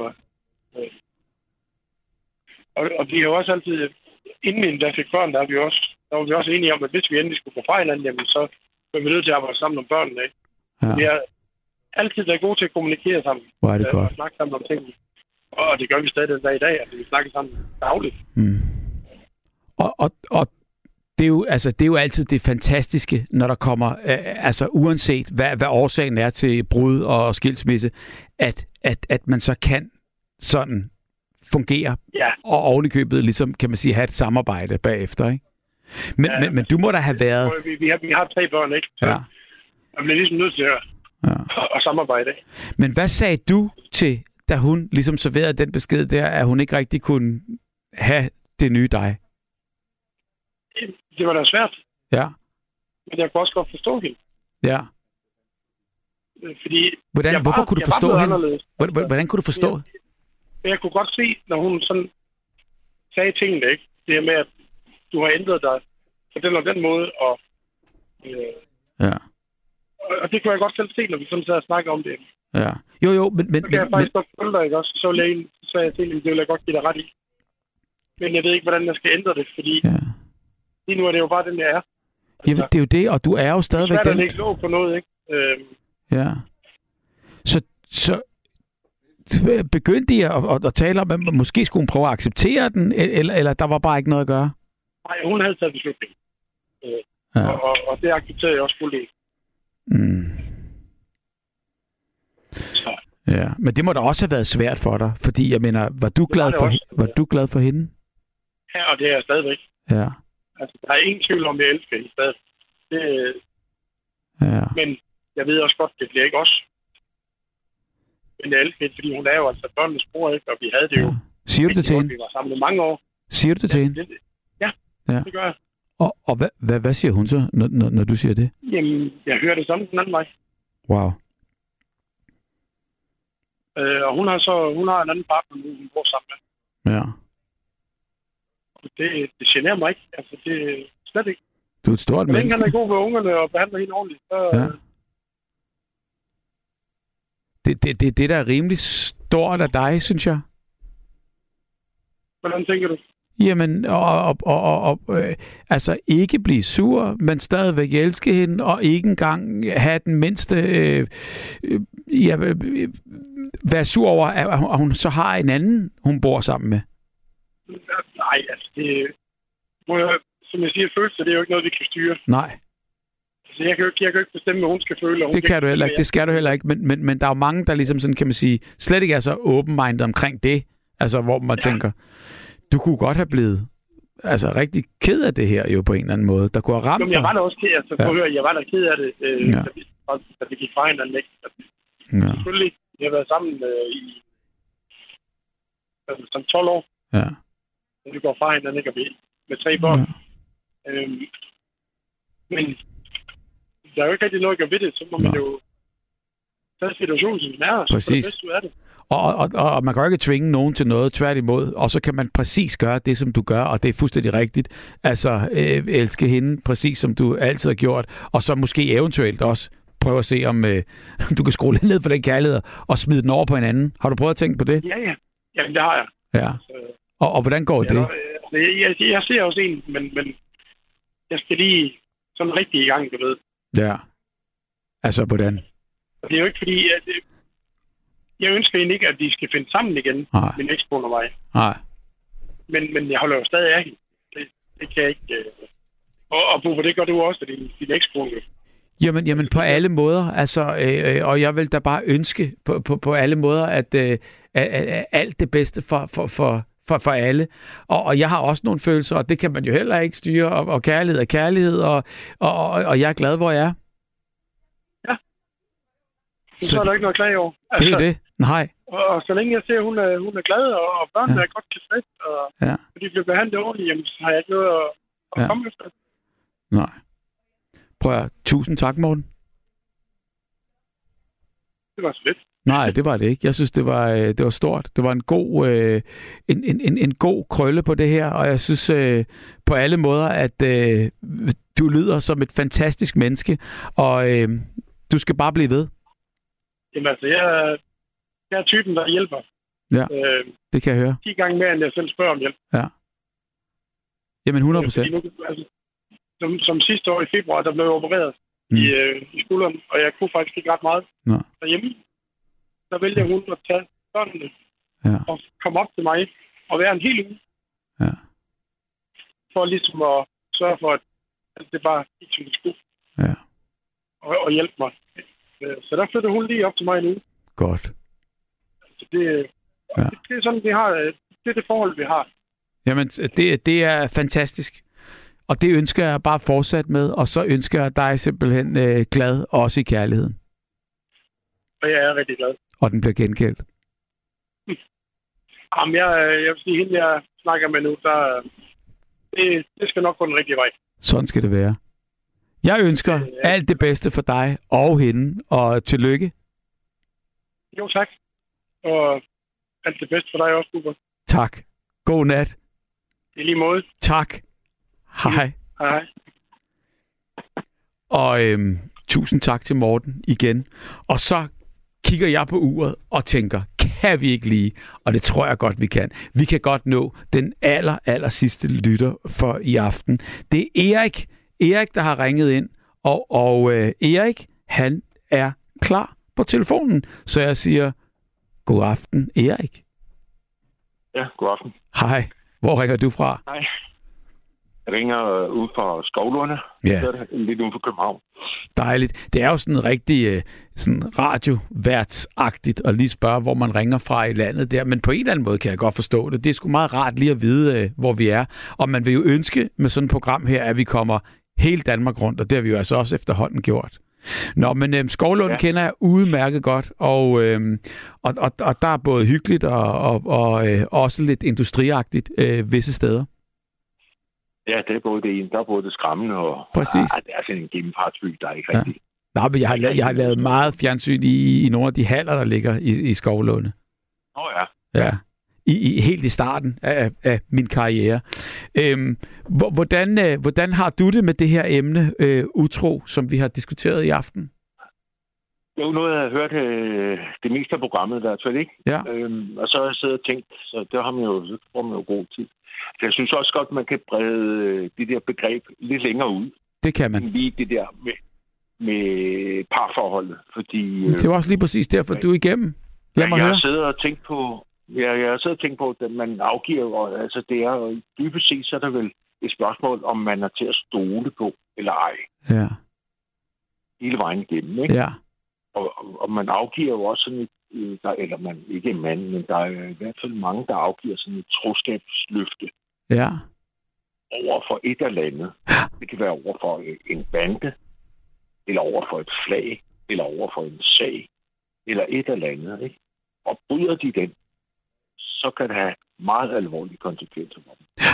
[SPEAKER 10] Og vi har jo også altid, inden der fik børn, der var vi også enige om, at hvis vi endelig skulle gå fra hinanden, jamen så var vi nødt til at arbejde sammen om børnene, ikke? Ja. Vi har altid været gode til at kommunikere sammen.
[SPEAKER 3] Hvor er det godt.
[SPEAKER 10] Og snakke sammen om tingene. Og det gør vi stadig den dag i dag, at vi snakker sammen dagligt.
[SPEAKER 3] Mm. Og det er jo altid det fantastiske, når der kommer, altså uanset hvad årsagen er til brud og skilsmisse, at man så kan sådan fungere, og ovenikøbet ligesom, kan man sige, have et samarbejde bagefter, ikke? Men du må da have været...
[SPEAKER 10] Vi har 3 børn, ikke? Så jeg bliver ligesom nødt til at samarbejde, ikke?
[SPEAKER 3] Men hvad sagde du til, da hun ligesom serverede den besked der, at hun ikke rigtig kunne have det nye dig?
[SPEAKER 10] Det var da svært.
[SPEAKER 3] Ja.
[SPEAKER 10] Men jeg kunne også godt forstå hende.
[SPEAKER 3] Ja.
[SPEAKER 10] Fordi...
[SPEAKER 3] Hvorfor kunne du forstå hende? Hvordan kunne du forstå?
[SPEAKER 10] Jeg kunne godt se, når hun sådan sagde tingene, ikke? Det her med, at du har ændret dig på den og den måde, og...
[SPEAKER 3] Ja.
[SPEAKER 10] Og det kunne jeg godt selv se, når vi sådan sad og snakkede om det.
[SPEAKER 3] Ja. Jo, men...
[SPEAKER 10] Så kan jeg faktisk godt følge dig, ikke også? Så sagde jeg til hende, det vil jeg godt give dig ret i. Men jeg ved ikke, hvordan jeg skal ændre det, fordi... Ja. Lige nu er det jo bare den, jeg er. Altså,
[SPEAKER 3] jamen, det er jo det, og du er jo stadigvæk den...
[SPEAKER 10] Det er svært at lægge låg på noget, ikke?
[SPEAKER 3] Ja. Så begyndte I at tale om, at måske skulle hun prøve at acceptere den, eller der var bare ikke noget at gøre?
[SPEAKER 10] Nej, hun havde taget beslutning. Og det accepterede jeg også fuldt i.
[SPEAKER 3] Mm. Ja, men det må da også have været svært for dig, fordi jeg mener, var du glad for hende?
[SPEAKER 10] Ja, og det er jeg stadigvæk.
[SPEAKER 3] Ja.
[SPEAKER 10] Altså, der er ingen tvivl om, at jeg elsker hende stadig. Men jeg ved også godt, det bliver ikke os. Men jeg elsker hende, fordi hun er jo altså børnenes mor, ikke? Og vi havde det jo.
[SPEAKER 3] Siger du det til hende?
[SPEAKER 10] Vi var sammen i mange år.
[SPEAKER 3] Siger du det til hende?
[SPEAKER 10] Ja, det gør jeg.
[SPEAKER 3] Og hvad siger hun så, når du siger det?
[SPEAKER 10] Jamen, jeg hører det samme den anden vej.
[SPEAKER 3] Wow.
[SPEAKER 10] Og hun har en anden partner nu, hun bor sammen med.
[SPEAKER 3] Ja.
[SPEAKER 10] Det generer mig ikke. Altså, det er slet ikke.
[SPEAKER 3] Du er et stort menneske.
[SPEAKER 10] Han er god ved ungerne og behandler hende ordentligt. Så...
[SPEAKER 3] Ja. Det der er rimelig stort af dig, synes jeg.
[SPEAKER 10] Hvordan tænker du?
[SPEAKER 3] Jamen, altså ikke blive sur, men stadigvæk elske hende, og ikke engang have den mindste... være sur over, at hun så har en anden, hun bor sammen med.
[SPEAKER 10] Nej, altså det... Som jeg siger, følelser, det er jo ikke noget, vi kan styre.
[SPEAKER 3] Nej.
[SPEAKER 10] Altså, jeg kan jo ikke bestemme, hvad hun skal føle.
[SPEAKER 3] Det kan du heller ikke. Det skal du heller ikke. Men der er jo mange, der ligesom sådan, kan man sige, slet ikke er så open-minded omkring det. Altså, hvor man tænker, du kunne godt have blevet rigtig ked af det her jo på en eller anden måde. Der kunne have ramt dig.
[SPEAKER 10] Jeg var da også ked af det. Jeg var da ked af det, da vi gik fra hinanden. Selvfølgelig. Vi har været sammen som 12 år.
[SPEAKER 3] Ja.
[SPEAKER 10] Vi går fra hinanden, ikke? Og vi med 3 børn. Ja. Men der er jo ikke rigtig noget at gøre ved det. Så må man jo tage situationen, som den er,
[SPEAKER 3] præcis.
[SPEAKER 10] Så det bedste ud af det.
[SPEAKER 3] Og man kan jo ikke tvinge nogen til noget, tværtimod. Og så kan man præcis gøre det, som du gør, og det er fuldstændig rigtigt. Altså, elske hende præcis, som du altid har gjort. Og så måske eventuelt også prøve at se, om du kan skrue lidt ned for den kærlighed og smide den over på en anden. Har du prøvet at tænke på det?
[SPEAKER 10] Ja. Jamen, det har jeg.
[SPEAKER 3] Ja. Og hvordan går det?
[SPEAKER 10] Jeg ser også en, men jeg skal lige sådan rigtig i gang, du ved.
[SPEAKER 3] Ja. Altså, hvordan?
[SPEAKER 10] Det er jo ikke fordi, at jeg ønsker egentlig ikke, at de skal finde sammen igen, min ekskone og mig.
[SPEAKER 3] Nej.
[SPEAKER 10] Men jeg holder jo stadig af hende. Det kan jeg ikke. Og Bubber, det gør du også, at din ekskone.
[SPEAKER 3] Jamen på alle måder, altså, og jeg vil da bare ønske på alle måder, at alt det bedste for alle. Og jeg har også nogle følelser, og det kan man jo heller ikke styre, og kærlighed er kærlighed, og jeg er glad, hvor jeg er.
[SPEAKER 10] Ja. Så er der ikke noget at klage over.
[SPEAKER 3] Altså, det er det. Nej.
[SPEAKER 10] Og så længe jeg ser, at hun er glad, og børnene er godt tilfreds, og de bliver behandlet ordentligt, jamen, så har jeg ikke noget at komme efter.
[SPEAKER 3] Nej. Prøv at, tusind tak, Morten.
[SPEAKER 10] Det var så lidt.
[SPEAKER 3] Nej, det var det ikke. Jeg synes, det var stort. Det var en god, en god krølle på det her, og jeg synes på alle måder, at du lyder som et fantastisk menneske, og du skal bare blive ved.
[SPEAKER 10] Jamen altså, jeg er typen, der hjælper.
[SPEAKER 3] Ja, det kan jeg høre.
[SPEAKER 10] 10 gange mere, end jeg selv spørger om hjælp.
[SPEAKER 3] Ja. Jamen 100%.
[SPEAKER 10] Altså, som sidste år i februar, der blev jeg opereret i skulderen, og jeg kunne faktisk ikke ret meget derhjemme. Der vælger hun at tage børnene og komme op til mig og være en hel uge.
[SPEAKER 3] Ja.
[SPEAKER 10] For ligesom at sørge for, at det bare ikke som det skulle.
[SPEAKER 3] Ja.
[SPEAKER 10] Og hjælpe mig. Så der flytter hun lige op til mig nu.
[SPEAKER 3] Godt.
[SPEAKER 10] Så det er sådan, vi har. Det er det forhold, vi har.
[SPEAKER 3] Jamen, det er fantastisk. Og det ønsker jeg bare fortsat med, og så ønsker jeg dig simpelthen glad, også i kærligheden.
[SPEAKER 10] Og jeg er rigtig glad.
[SPEAKER 3] Og den bliver gengældt.
[SPEAKER 10] Jamen, jeg vil sige, hende jeg snakker med nu, det skal nok gå den rigtige vej.
[SPEAKER 3] Sådan skal det være. Jeg ønsker alt det bedste for dig og hende, og tillykke.
[SPEAKER 10] Jo, tak. Og alt det bedste for dig også, Bubber.
[SPEAKER 3] Tak. God nat.
[SPEAKER 10] I lige måde.
[SPEAKER 3] Tak. Hej.
[SPEAKER 10] Hej.
[SPEAKER 3] Og tusind tak til Morten igen. Og så kigger jeg på uret og tænker, kan vi ikke lige? Og det tror jeg godt, vi kan. Vi kan godt nå den aller sidste lytter for i aften. Det er Erik. Erik, der har ringet ind. Og Erik, han er klar på telefonen. Så jeg siger, god aften, Erik.
[SPEAKER 11] Ja, god aften.
[SPEAKER 3] Hej. Hvor ringer du fra?
[SPEAKER 11] Hej. Jeg ringer ud fra Skovlunde.
[SPEAKER 3] Ja.
[SPEAKER 11] Lidt uden for København.
[SPEAKER 3] Dejligt. Det er jo sådan rigtig sådan radioværtsagtigt at lige spørge, hvor man ringer fra i landet der. Men på en eller anden måde kan jeg godt forstå det. Det er sgu meget rart lige at vide, hvor vi er. Og man vil jo ønske med sådan et program her, at vi kommer hele Danmark rundt. Og det har vi jo altså også efterhånden gjort. Nå, men Skovlund kender jeg udmærket godt. Og der er både hyggeligt og også lidt industriagtigt visse steder.
[SPEAKER 11] Ja, det er både det ene. Der er både det skræmmende og
[SPEAKER 3] præcis.
[SPEAKER 11] Det er sådan en gennemfartsby, der er ikke rigtigt.
[SPEAKER 3] Nej, men jeg har lavet meget fjernsyn i nogle af de haller, der ligger i Skovlunde. Ja. Helt i starten af min karriere. Hvordan har du det med det her emne, utro, som vi har diskuteret i aften?
[SPEAKER 11] Det er jo noget, jeg har hørt det meste af programmet i hvert fald, ikke?
[SPEAKER 3] Ja.
[SPEAKER 11] Og så har jeg siddet og tænkt, så det har man jo, får man jo god tid. Så jeg synes også godt, man kan brede det der begreb lidt længere ud. Det kan man. Lige det der med parforholdet, fordi...
[SPEAKER 3] Det var også lige præcis derfor, du er igennem. Lad mig høre.
[SPEAKER 11] Jeg har siddet og tænkt på, at man afgiver, og altså det er jo dybest set, så er der vel et spørgsmål, om man er til at stole på, eller ej.
[SPEAKER 3] Ja.
[SPEAKER 11] Hele vejen igennem, ikke?
[SPEAKER 3] Ja.
[SPEAKER 11] Og man afgiver jo også sådan et, eller man ikke en mand, men der er i hvert fald mange, der afgiver sådan et troskabsløfte.
[SPEAKER 3] Ja.
[SPEAKER 11] Over for et eller andet. Det kan være over for en bande, eller over for et flag, eller over for en sag, eller et eller andet, ikke? Og bryder de den, så kan det have meget alvorlige konsekvenser for dem.
[SPEAKER 3] Ja.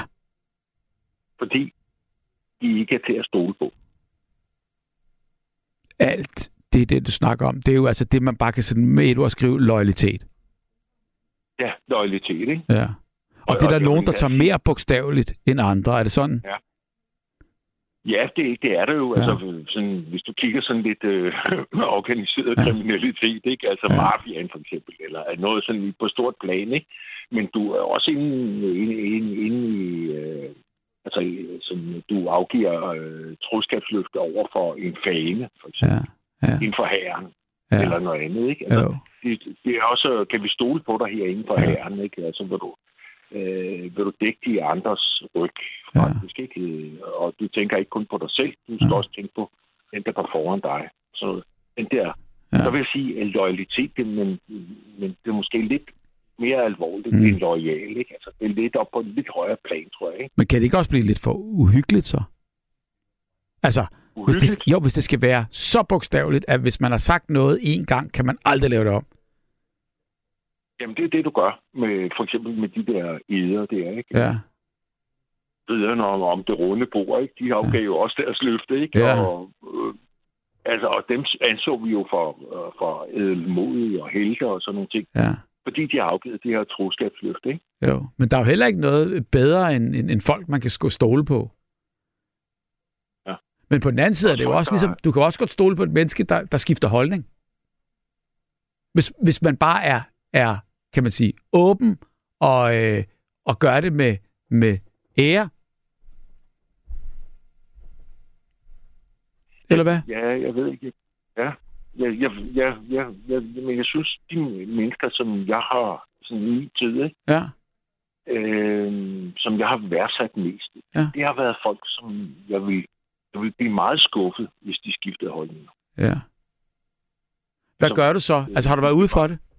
[SPEAKER 11] Fordi de ikke er til at stole på.
[SPEAKER 3] Alt det er det, du snakker om. Det er jo altså det, man bare kan sådan med et ord skrive loyalitet.
[SPEAKER 11] Ja, loyalitet, ikke?
[SPEAKER 3] Ja. Og det er der nogen, der tager mere bogstaveligt end andre. Er det sådan?
[SPEAKER 11] Ja. Ja, det er det jo. Ja. Altså, sådan, hvis du kigger sådan lidt organiseret kriminalitet, ikke? Altså mafiaen for eksempel, eller noget sådan på stort plan, ikke? Men du er også inde i altså, som du afgiver troskabsløfte over for en fane, for eksempel. Ja. Inden for hæren, eller noget andet, ikke? Altså, det er også, kan vi stole på dig her inden for hæren, ikke? Altså, vil du dække de andres ryg, faktisk, ikke? Og du tænker ikke kun på dig selv, du skal også tænke på den, der går foran dig. Så den der, så vil jeg sige, at loyalitet, men det er måske lidt mere alvorligt end loyal, ikke? Altså, det er lidt op på en lidt højere plan, tror jeg, ikke?
[SPEAKER 3] Men kan det ikke også blive lidt for uhyggeligt, så? Altså, hvis det skal være så bogstaveligt, at hvis man har sagt noget en gang, kan man aldrig lave det om.
[SPEAKER 11] Jamen, det er det, du gør, med, for eksempel med de der eder der, ikke? Ja. Ederne om det runde bord, ikke? De afgav jo også deres løfte, ikke? Ja. Og dem anså vi jo for ædelmodige og helte og sådan nogle ting. Ja. Fordi de har afgivet det her troskabsløfte, ikke?
[SPEAKER 3] Jo, men der er jo heller ikke noget bedre end folk, man kan stole på. Ja. Men på den anden side er det jo også ligesom, du kan også godt stole på et menneske, der skifter holdning. Hvis man bare er, kan man sige, åben og gør det med ære. Eller hvad?
[SPEAKER 11] Ja, jeg ved ikke. Ja. Men jeg synes, de mennesker, som jeg har sådan en ny tid, ikke? Ja. Som jeg har værdsat mest, det har været folk, som jeg vil blive meget skuffet, hvis de skiftede holdninger.
[SPEAKER 3] Ja. Hvad gør du så? Altså, har du været ude for det?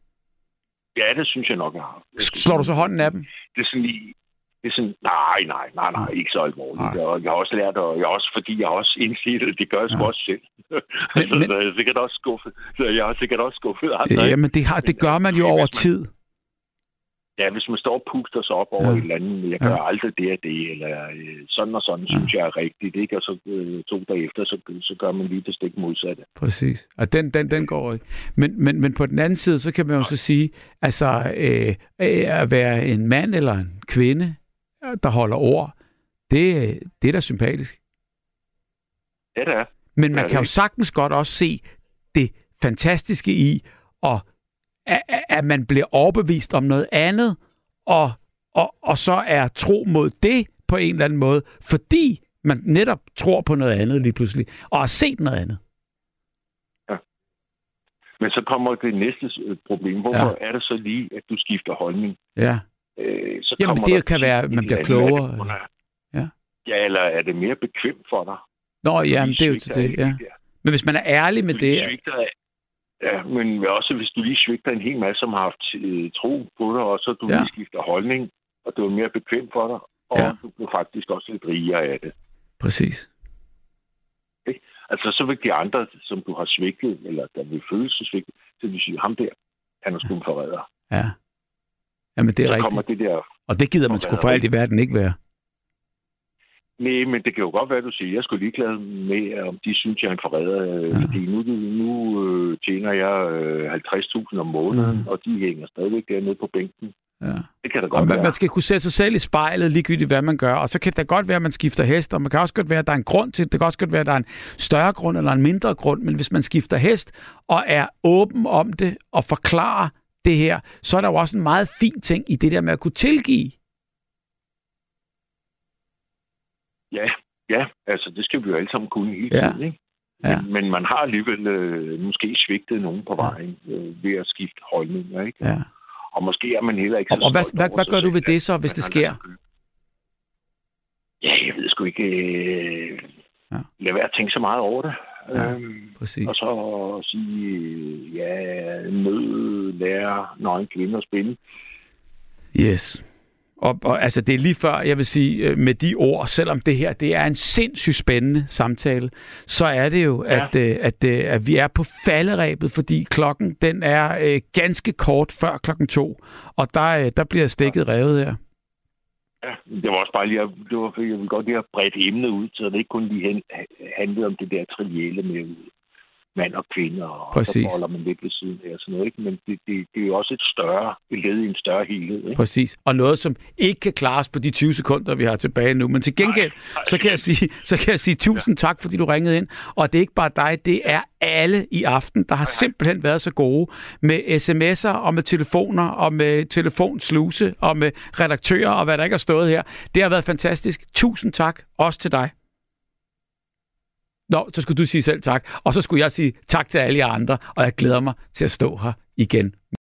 [SPEAKER 11] Ja, det synes jeg nok, jeg har.
[SPEAKER 3] Slår du så hånden af dem?
[SPEAKER 11] Det er sådan lige... Det er sådan, nej, ikke så alvorligt. Jeg har også lært, og fordi jeg har også indset det, det gør jeg sgu også selv. Så jeg er sikkert også skuffet. Så jeg har sikkert også skuffet andre.
[SPEAKER 3] Ja, men det gør man jo over tid.
[SPEAKER 11] Ja, hvis man står og puster sig op over et eller andet, jeg gør aldrig det og det, eller sådan og sådan, synes jeg er rigtigt, ikke? Og så 2 dage efter, så gør man lige det stik modsatte.
[SPEAKER 3] Præcis. Og den går ikke. Men på den anden side, så kan man jo så sige, altså at være en mand eller en kvinde, der holder ord, det er da sympatisk.
[SPEAKER 11] Ja, det er.
[SPEAKER 3] Men man kan jo sagtens godt også se det fantastiske i, at man bliver overbevist om noget andet, og så er tro mod det på en eller anden måde, fordi man netop tror på noget andet lige pludselig, og har set noget andet.
[SPEAKER 11] Ja. Men så kommer det næste problem. Hvorfor er det så lige, at du skifter holdning?
[SPEAKER 3] Ja. Jamen det kan være, at man bliver klogere.
[SPEAKER 11] Ja, eller er det mere bekvemt for dig?
[SPEAKER 3] Nå, jamen det er jo til det, ja. Men hvis man er ærlig med det...
[SPEAKER 11] Ja, men også hvis du lige svigter en hel masse, som har haft tro på dig, og så du lige skifter holdning, og det er mere bekvemt for dig, og du bliver faktisk også lidt rigere af det.
[SPEAKER 3] Præcis.
[SPEAKER 11] Okay? Altså, så vil de andre, som du har svigtet, eller der vil føle sig svigtet, så vil sige, ham der, han er sgu en forræder.
[SPEAKER 3] Ja. Jamen, det er rigtigt.
[SPEAKER 11] Det der,
[SPEAKER 3] og det gider man sgu for alt i verden ikke være.
[SPEAKER 11] Nej, men det kan jo godt være, at du siger, jeg skulle ligeglad med, om de synes, jeg er en forræder. Fordi nu tjener jeg 50.000 om måneden, og de hænger stadigvæk dernede på bænken. Ja. Det kan da godt være. Man skal kunne sætte sig selv i spejlet, ligegyldigt hvad man gør. Og så kan det godt være, at man skifter hest, og man kan også godt være, at der er en grund til det. Det kan også godt være, at der er en større grund eller en mindre grund. Men hvis man skifter hest og er åben om det og forklarer det her, så er der jo også en meget fin ting i det der med at kunne tilgive. Ja, altså det skal vi jo alle sammen kunne hele tiden, ikke? Ja. Men man har alligevel måske svigtet nogen på vejen ved at skifte holdninger, ikke? Ja. Og måske er man heller ikke så stolt over.
[SPEAKER 3] Hvad gør du ved det så, hvis det sker?
[SPEAKER 11] Ja, jeg ved sgu ikke. Lad være at tænke så meget over det.
[SPEAKER 3] Præcis.
[SPEAKER 11] Og så sige, nød, lære nøgen kvinder at spille.
[SPEAKER 3] Yes. Og altså, det er lige før, jeg vil sige, med de ord, selvom det her, det er en sindssygt spændende samtale, så er det jo, at vi er på falderebet, fordi klokken, den er ganske kort før 2:00, og der bliver stikket revet her.
[SPEAKER 11] Ja, det var også bare lige, jeg vil godt lige have bredt emnet ud, så det ikke kun lige handlede om det der trivielle med mand og kvinde, og
[SPEAKER 3] Præcis.
[SPEAKER 11] så holder man lidt ved siden af og sådan noget, ikke? Men det er jo også et led i en større helhed, ikke?
[SPEAKER 3] Præcis. Og noget, som ikke kan klares på de 20 sekunder, vi har tilbage nu. Men til gengæld, så kan jeg sige tusind tak, fordi du ringede ind. Og det er ikke bare dig, det er alle i aften, der har simpelthen været så gode med sms'er og med telefoner og med telefonsluse og med redaktører og hvad der ikke har stået her. Det har været fantastisk. Tusind tak også til dig. Nå, så skulle du sige selv tak. Og så skulle jeg sige tak til alle jer andre, og jeg glæder mig til at stå her igen.